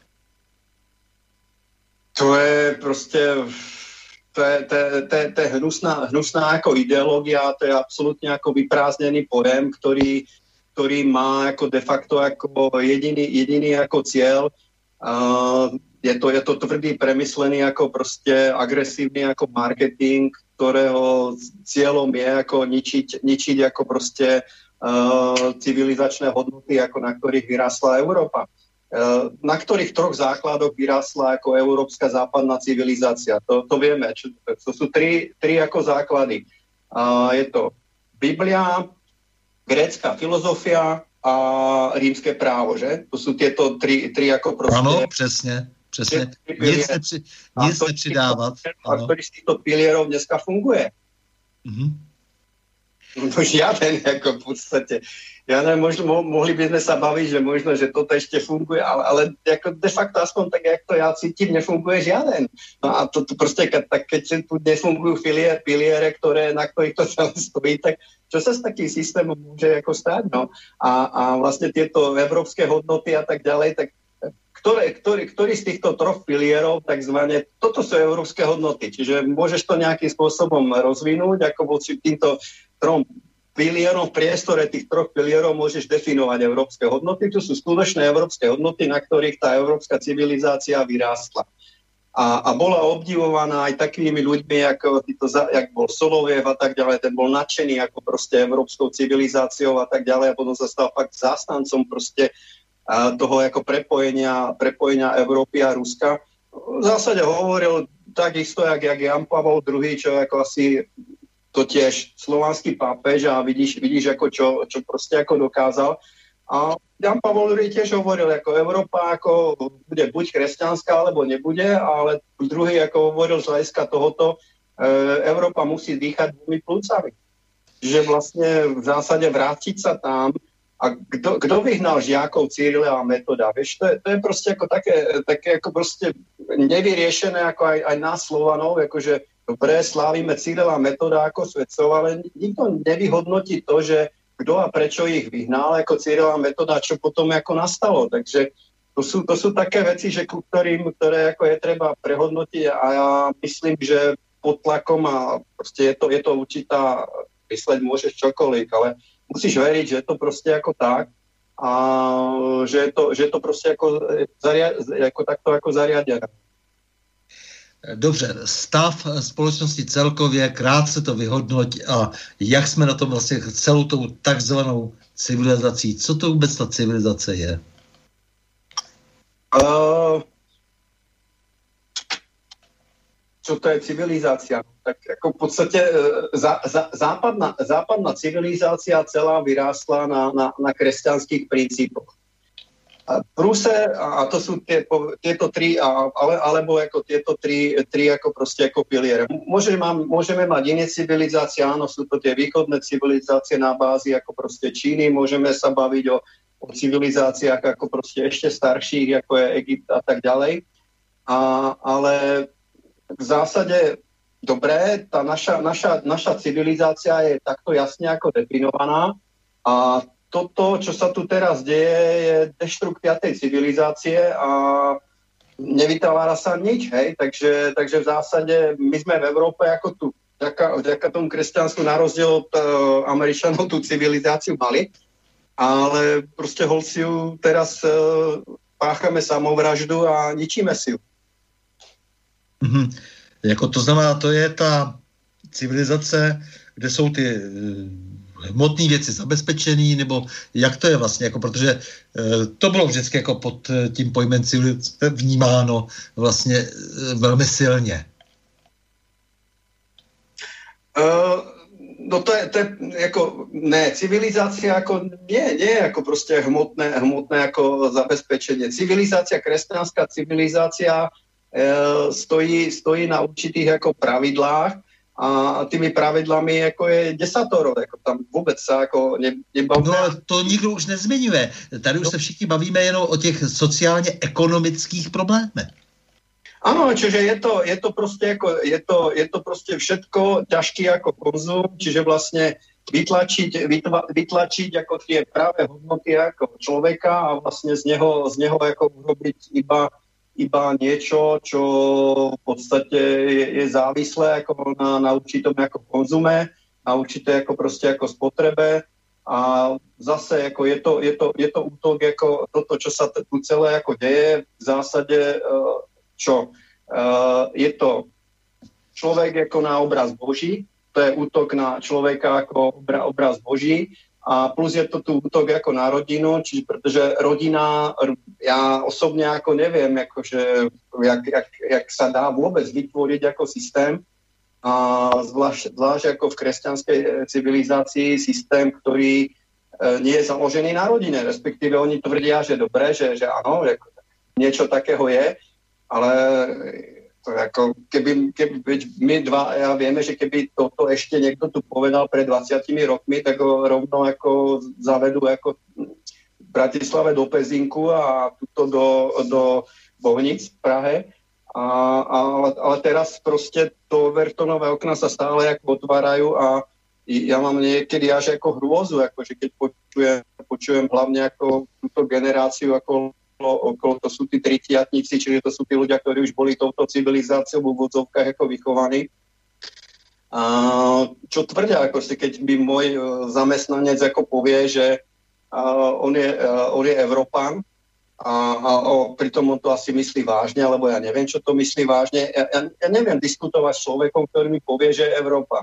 To je prostě to je, to je, to je, to je hnusná, hnusná jako ideológia, to je absolútne ako vyprázdnený pojem, ktorý, ktorý má ako de facto ako jediný, jediný ako cieľ. Uh, je, to, je to tvrdý, premyslený ako proste agresívny ako marketing, ktorého cieľom je ako ničiť, ničiť ako proste uh, civilizačné hodnoty, ako na ktorých vyrásla Európa. Uh, na ktorých troch základoch vyrásla ako európska západná civilizácia. To, to vieme. Čo, to sú tri, tri ako základy. Uh, je to Biblia, grécka filozofia a rímske právo, že? To sú tieto tri, tri ako proste... Áno, presne, presne. Nic, nepři, nic nepřidávat. A ktorý z týchto pilierov dneska funguje? Mm-hmm. No žiaden, ako v podstate. Ja neviem, možno, mo, mohli by sme sa baviť, že možno, že toto ešte funguje, ale, ale ako de facto aspoň tak, jak to ja cítim, nefunguje žiaden. No a to, to proste, keď, tak, keď tu nefungujú piliere, piliere, ktoré, na ktorých to celé stojí, tak čo sa s takým systémom môže ako stať? No? A, a vlastne tieto európske hodnoty a tak ďalej, tak ktoré, ktorý, ktorý z týchto troch pilierov, takzvané, toto sú európske hodnoty. Čiže môžeš to nejakým spôsobom rozvinúť, ako voči týmto trom pilierom v priestore tých troch pilierov môžeš definovať európske hodnoty. To sú skutočné európske hodnoty, na ktorých tá európska civilizácia vyrástla. A, a bola obdivovaná aj takými ľuďmi, ako títo, jak bol Soloviev a tak ďalej, ten bol nadšený ako proste európskou civilizáciou a tak ďalej a potom sa stal fakt zástancom proste a toho ako prepojenia, prepojenia Európy a Ruska. V zásade hovoril takisto, jak, jak Jan Pavol druhý, čo ako asi to tiež slovanský pápež a vidíš, vidíš ako čo, čo proste ako dokázal. A Jan Pavol druhý tiež hovoril, ako Európa ako bude buď kresťanská, alebo nebude, ale druhý ako hovoril z hľadiska tohoto, e, Európa musí dýchať dvomi plúcami. Čiže vlastne v zásade vrátiť sa tam. A kto, kto vyhnal žiakov Cyrila a Metoda? Vieš, to je, to je proste ako také, také ako proste nevyriešené ako aj, aj nás Slovanov, akože dobre, slávime Cyrila a Metoda ako svetcov, ale nikto nevyhodnotí to, že kto a prečo ich vyhnal, ako Cyrila a Metoda, čo potom ako nastalo. Takže to sú, to sú také veci, že ku ktorým, ktoré ako je treba prehodnotiť a ja myslím, že pod tlakom a proste je to, je to určitá, mysleť môžeš čokoľvek, ale musíš veriť, že je to proste ako tak a že je to, že je to proste ako, zaria- ako takto ako zariadené. Dobře, stav společnosti celkově, krátce to vyhodnoť a jak jsme na tom vlastně celou tou takzvanou civilizací. Co to vůbec ta civilizace je? Uh, čo to je civilizácia? Tak ako v podstate zá, zá, západná, západná civilizácia celá vyrástla na, na, na kresťanských princípoch. Prúse, a to sú tie, tieto tri, ale, alebo ako tieto tri, tri ako proste ako piliere. Môžeme, môžeme mať iné civilizácie, áno, sú to tie východné civilizácie na bázi ako proste Číny, môžeme sa baviť o, o civilizáciách ako proste ešte starších, ako je Egypt a tak ďalej. A, ale v zásade, dobré, tá naša, naša, naša civilizácia je takto jasne ako definovaná a toto, čo sa tu teraz deje, je deštrukcia tej civilizácie a nevytvára sa nič, hej, takže, takže v zásade my sme v Európe ako tu, vďaka, vďaka tomu kresťanstvu na rozdiel od uh, Američanov tú civilizáciu mali, ale proste hol si ju teraz uh, páchame samovraždu a ničíme si ju. Mm-hmm. Jako to znamená, to je ta civilizace, kde jsou ty hmotné věci zabezpečený, nebo jak to je vlastně, jako, protože e, to bylo vždycky jako pod tím pojmem civilizace vnímáno vlastně e, velmi silně. Uh, no to je, to je jako, ne, civilizácia jako nie, nie jako prostě hmotné, hmotné jako zabezpečenie. Civilizácia, kresťanská civilizácia uh, stojí, stojí na určitých jako pravidlách a tými pravidlami jako je desatoro, jako tam vůbec se jako ne, nebavíme. No to nikdo už nezmiňuje. Tady už no. se všichni bavíme jenom o těch sociálně-ekonomických problémech. Áno, čiže je to, je to proste ako, je to, je to proste všetko ťažký ako konzum, čiže vlastne vytlačiť, vytva, vytlačiť ako tie práve hodnoty ako človeka a vlastne z neho, z neho ako urobiť iba, iba niečo, čo v podstate je, je závislé ako na, na určitom ako konzume, na určité ako proste ako spotrebe a zase ako je to, je to, je to útok ako toto, čo sa tu celé ako deje v zásade čo? Uh, je to človek ako na obraz Boží, to je útok na človeka ako obra, obraz Boží a plus je to tu útok ako na rodinu, čiže pretože rodina, ja osobne ako neviem, akože, jak, jak, jak sa dá vôbec vytvoriť ako systém, a zvlášť, zvlášť ako v kresťanskej civilizácii systém, ktorý uh, nie je založený na rodine, respektíve oni tvrdia, že dobre, že, že áno, že niečo takého je, ale to ako, keby, keby my dva, ja vieme, že keby toto ešte niekto tu povedal pred dvadsiatimi rokmi, tak ho rovno ako zavedú ako v Bratislave do Pezinku a tuto do, do Bohnic v Prahe. A, a, ale teraz proste to Overtonové okna sa stále ako otvárajú a ja mám niekedy až ako hrôzu, ako, že keď počujem, počujem hlavne ako túto generáciu ako okolo, to sú tí tritiatníci, čiže to sú tí ľudia, ktorí už boli touto civilizáciou v úvodzovkách ako vychovaní. A čo tvrdia, ako si keď by môj zamestnanec ako povie, že uh, on, je, uh, on je Európan a, a o, pritom on to asi myslí vážne, alebo ja neviem, čo to myslí vážne. Ja, ja, ja neviem diskutovať s človekom, ktorý mi povie, že je Európa.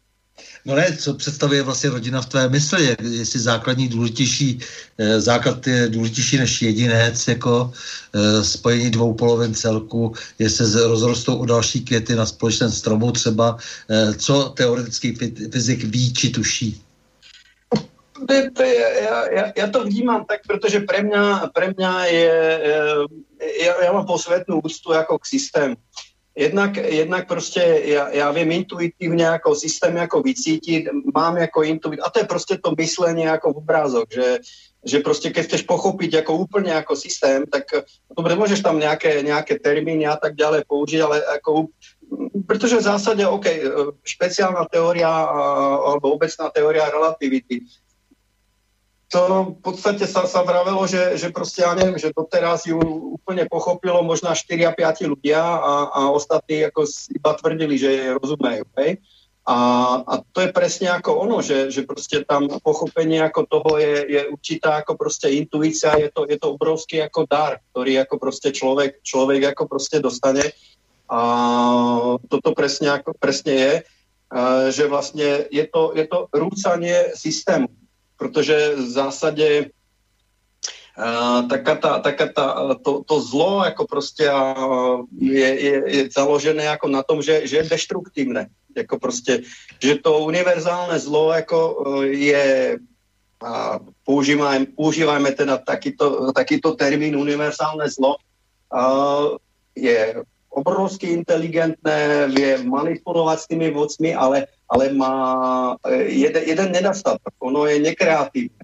No ne, co představuje vlastně rodina v tvé mysli, jestli základní důležitější, základ je důležitější než jedinec, jako spojení dvou polovin celku, jestli se rozrostou o další květy na společném stromu třeba, co teoretický fyzik ví či tuší? Ja, ja, ja to vnímam tak, pretože pre mňa, pre mňa je, ja, ja mám posvetnú úctu ako k systému. Jednak, jednak proste ja, ja viem intuitívne ako systém ako vycítiť, mám ako intuit, a to je proste to myslenie ako v obrázok, že, že proste keď chceš pochopiť ako úplne ako systém, tak dobre, môžeš tam nejaké, nejaké termíny a tak ďalej použiť, ale ako, pretože v zásade, OK, špeciálna teória alebo obecná teória relativity, to v podstate sa, sa vravelo, že, že proste, ja neviem, že doteraz ju úplne pochopilo možná štyri a päť ľudia a, a ostatní ako iba tvrdili, že je rozumejú. Hej? A, a to je presne ako ono, že, že proste tam pochopenie ako toho je, je určitá ako proste intuícia, je to, je to obrovský ako dar, ktorý ako proste človek, človek ako proste dostane. A toto presne, ako, presne je, že vlastne je to, je to rúcanie systému. Protože v zásade uh, taká tá, taká tá, to, to zlo ako proste uh, je, je, je založené ako na tom, že, že je deštruktívne. Ako proste, že to univerzálne zlo ako uh, je, uh, používajme, používajme teda takýto, takýto termín univerzálne zlo, uh, je obrovsky inteligentné, vie manipulovať s tými vocmi, ale, ale má jeden, jeden nedostatok. Ono je nekreatívne.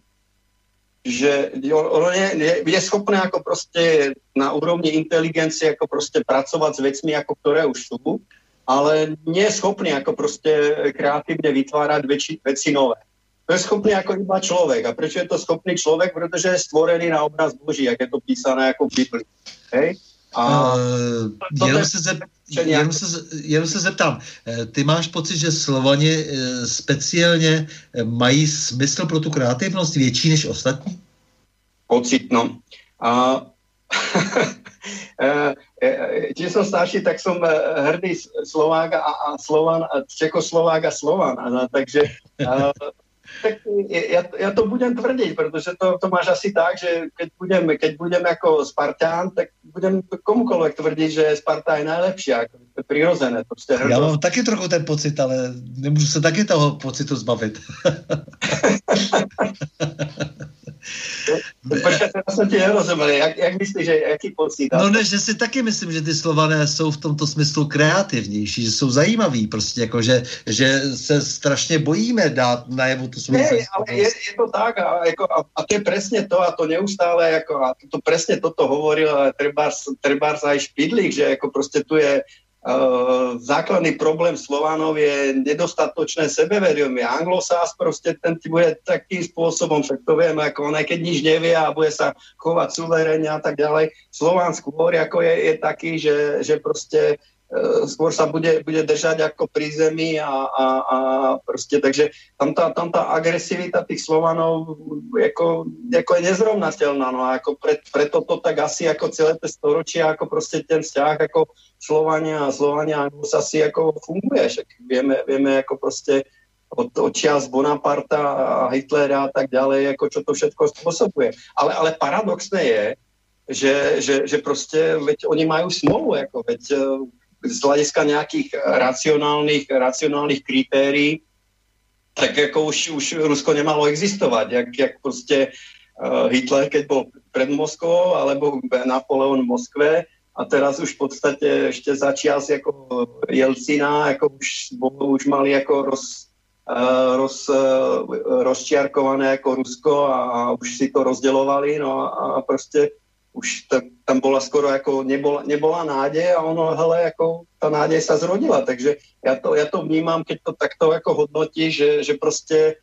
Že ono je, je, je schopné ako proste na úrovni inteligencie ako proste pracovať s vecmi, ako ktoré už sú, ale nie je schopný ako proste kreatívne vytvárať veci, veci nové. To je schopný ako iba človek. A prečo je to schopný človek? Pretože je stvorený na obraz Boží, jak je to písané ako v Biblii. Hej? A uh, jenom, se zep, jenom, se, jenom se zeptám, ty máš pocit, že Slovani speciálně mají smysl pro tu kreativnost větší než ostatní? Pocit, no. A čiže som starší, tak som hrdý Slovák a, a Slovan, Čekoslovák a Slovan. A, takže a, Tak ja, ja to budem tvrdiť, pretože to, to máš asi tak, že keď budem, keď budem ako Spartán, tak budem komukoľvek tvrdiť, že Sparta je najlepšia. Ako to je prirozené. To Já mám taky trochu ten pocit, ale nemůžu se taky toho pocitu zbavit. Počkej, teraz som ti nerozumel. Jak, jak myslíš, že jaký pocit? No ne, že si taky myslím, že ty Slované jsou v tomto smyslu kreativnější, že jsou zajímaví, prostě jako, že, že se strašně bojíme dát najevu tu svou. Ne, ale je, je to tak a, jako, a, a to je presne to a to neustále jako, a to, to presne toto hovoril trebárs, trebárs aj Špidlík, že ako proste tu je Uh, základný problém Slovanov je nedostatočné sebevedomie. Anglosás proste ten ti bude takým spôsobom, však to vieme, ako on aj keď nič nevie a bude sa chovať suverene a tak ďalej. Slován skôr ako je, je taký, že, že proste uh, skôr sa bude, bude držať ako pri zemi a, a, a proste, takže tam tá, tam tá agresivita tých Slovanov ako, ako je nezrovnateľná. No a ako pre, preto to tak asi ako celé tie storočia, ako proste ten vzťah ako Slovania a Slovania Anglosasi ako funguje. Však vieme, vieme ako proste od, od čias Bonaparta a Hitlera a tak ďalej, ako čo to všetko spôsobuje. Ale, ale paradoxné je, že, že, že proste veď oni majú smolu, ako veď z hľadiska nejakých racionálnych, racionálnych kritérií, tak ako už, už Rusko nemalo existovať. Jak, jak proste uh, Hitler, keď bol pred Moskvou, alebo Napoleon v Moskve, a teraz už v podstate ešte začias ako Jelcina, ako už, už mali ako roz, roz, rozčiarkované ako Rusko a už si to rozdeľovali, no a proste už to, tam bola skoro ako nebola, nebola nádej a ono, hele, ako tá nádej sa zrodila, takže ja to, ja to vnímam, keď to takto ako hodnotí, že, že proste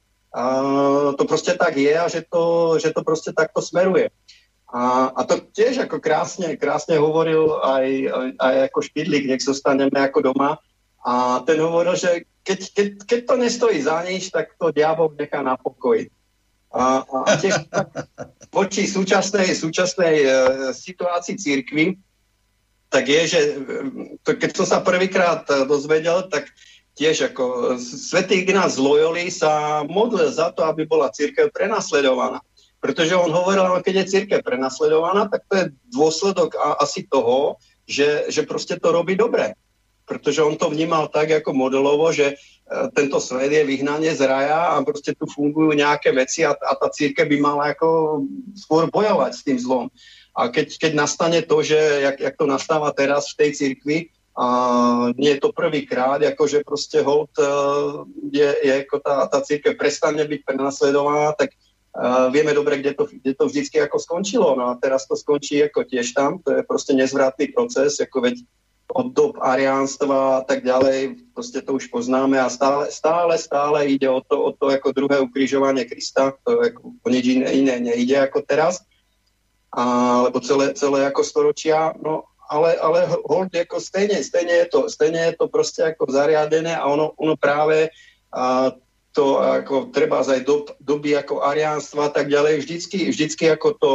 a, to proste tak je a že to, že to proste takto smeruje. A, a to tiež ako krásne, krásne hovoril aj, aj, aj ako Špidlík, nech zostaneme ako doma. A ten hovoril, že keď, keď, keď to nestojí za nič, tak to diabol nechá na pokoji. A, a tiež voči súčasnej, súčasnej e, situácii cirkvi, tak je, že to, keď som sa prvýkrát dozvedel, tak tiež ako svätý Ignác z Loyoli sa modlil za to, aby bola cirkev prenasledovaná. Pretože on hovoril, že keď je cirkev prenasledovaná, tak to je dôsledok a, asi toho, že, že proste to robí dobre. Pretože on to vnímal tak ako modelovo, že e, tento svet je vyhnanie z raja a proste tu fungujú nejaké veci a, a tá cirkev by mala ako skôr bojovať s tým zlom. A keď, keď nastane to, že jak, jak to nastáva teraz v tej cirkvi, a nie je to prvýkrát, akože proste hold e, je, je ako tá, tá cirkev prestane byť prenasledovaná, tak Uh, vieme dobre, kde to, kde to vždycky ako skončilo, no a teraz to skončí ako tiež tam, to je proste nezvratný proces, ako veď od dob ariánstva a tak ďalej, proste to už poznáme a stále, stále, stále ide o to, o to ako druhé ukrižovanie Krista, to ako o nič iné, iné nejde ako teraz, a, lebo celé, celé ako storočia, no ale, ale hold, ako stejne, stejne je to, stejne je to proste ako zariadené a ono, ono práve a, to ako treba aj dob, doby ako ariánstva a tak ďalej, vždycky, vždycky ako to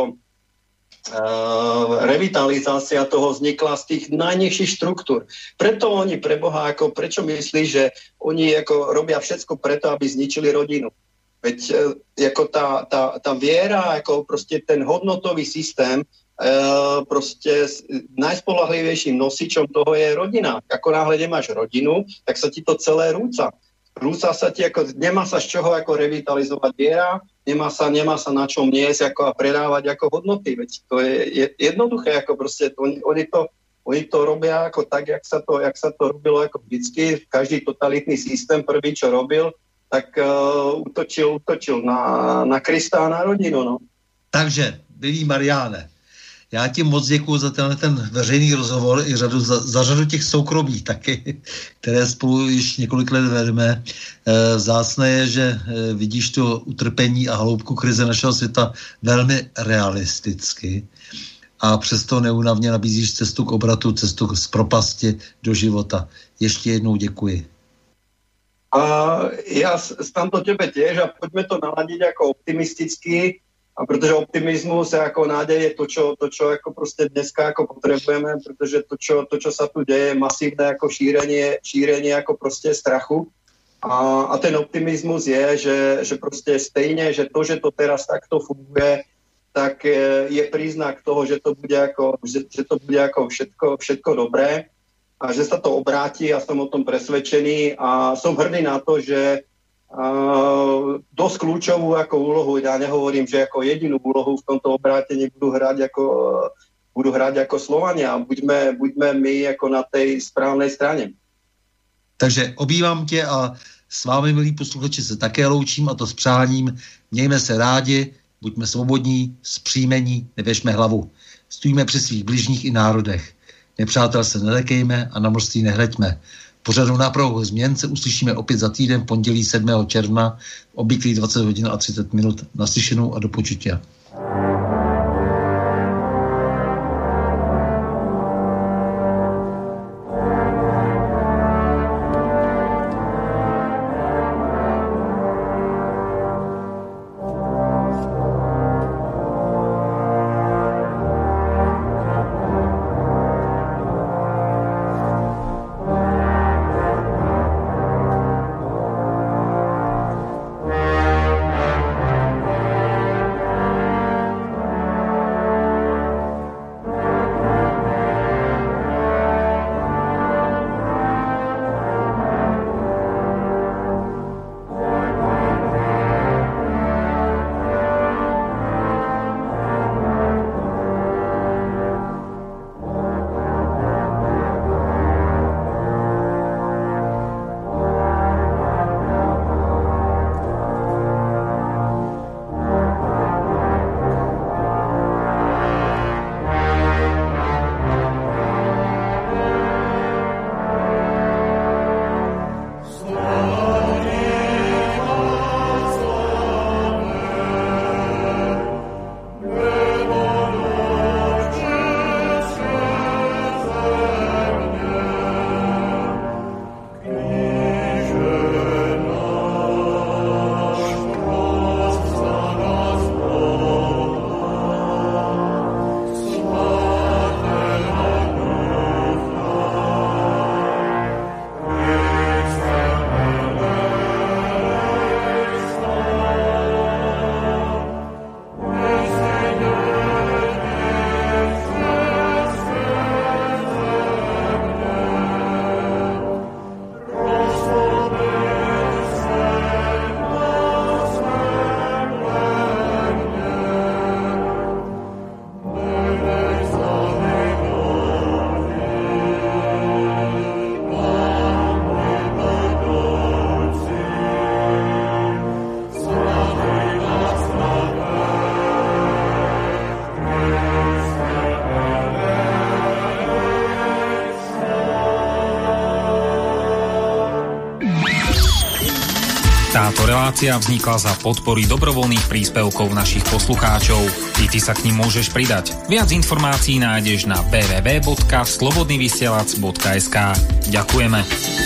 uh, revitalizácia toho vznikla z tých najnižších štruktúr. Preto oni pre Boha, ako prečo myslí, že oni ako robia všetko preto, aby zničili rodinu. Veď uh, ako tá, tá, tá viera, ako proste ten hodnotový systém, uh, proste najspolahlivejším nosičom toho je rodina. Ako náhle nemáš rodinu, tak sa ti to celé rúca. Rúca sa ti, ako, nemá sa z čoho ako revitalizovať viera, nemá sa, nemá sa na čom niesť ako, a predávať ako hodnoty. Veď to je, je jednoduché, ako proste, oni, oni, to, oni to robia ako tak, jak sa to, jak sa to robilo ako vždycky. Každý totalitný systém prvý, čo robil, tak uh, útočil, útočil na, na Krista a na rodinu. No. Takže, milý Mariáne, já ti moc děkuju za tenhle ten veřejný rozhovor i řadu, za, za řadu těch soukromých taky, které spolu již několik let vedeme. E, vzácné je, že e, vidíš to utrpení a hloubku krize našeho světa velmi realisticky a přesto neúnavně nabízíš cestu k obratu, cestu z propasti do života. Ještě jednou děkuji. A ja tam to tebe tiež a poďme to naladiť ako optimisticky, a pretože optimizmus a ako nádej je to, čo, to, čo ako proste dneska ako potrebujeme, pretože to čo, to, čo sa tu deje, masívne ako šírenie, šírenie ako proste strachu A, a ten optimismus je, že, že prostě stejně, že to, že to teraz takto funguje, tak je, je príznak toho, že to bude ako, že, že to bude ako všetko, všetko dobré a že sa to obráti. Ja som o tom presvedčený a som hrdý na to, že Uh, dosť kľúčovú ako úlohu, ja nehovorím, že ako jedinú úlohu v tomto obrátení budú hrať ako, budú hrať ako Slovania. Buďme, buďme my ako na tej správnej strane. Takže obývám tě a s vámi, milí posluchači, se také loučím, a to s přáním. Mějme se rádi, buďme svobodní, zpříjmení, nevěšme hlavu. Stojíme při svých bližních i národech. Nepřátel se nelekejme a na množství nehleďme. Pořadu Na prouhu změn se uslyšíme opět za týden v pondělí sedmého června v obvyklých dvacet hodin a třicet minut. Naslyšenou a do počutia. Táto relácia vznikla za podpory dobrovoľných príspevkov našich poslucháčov. I ty sa k nim môžeš pridať. Viac informácií nájdeš na w w w bodka slobodnyvysielac bodka es ka. Ďakujeme.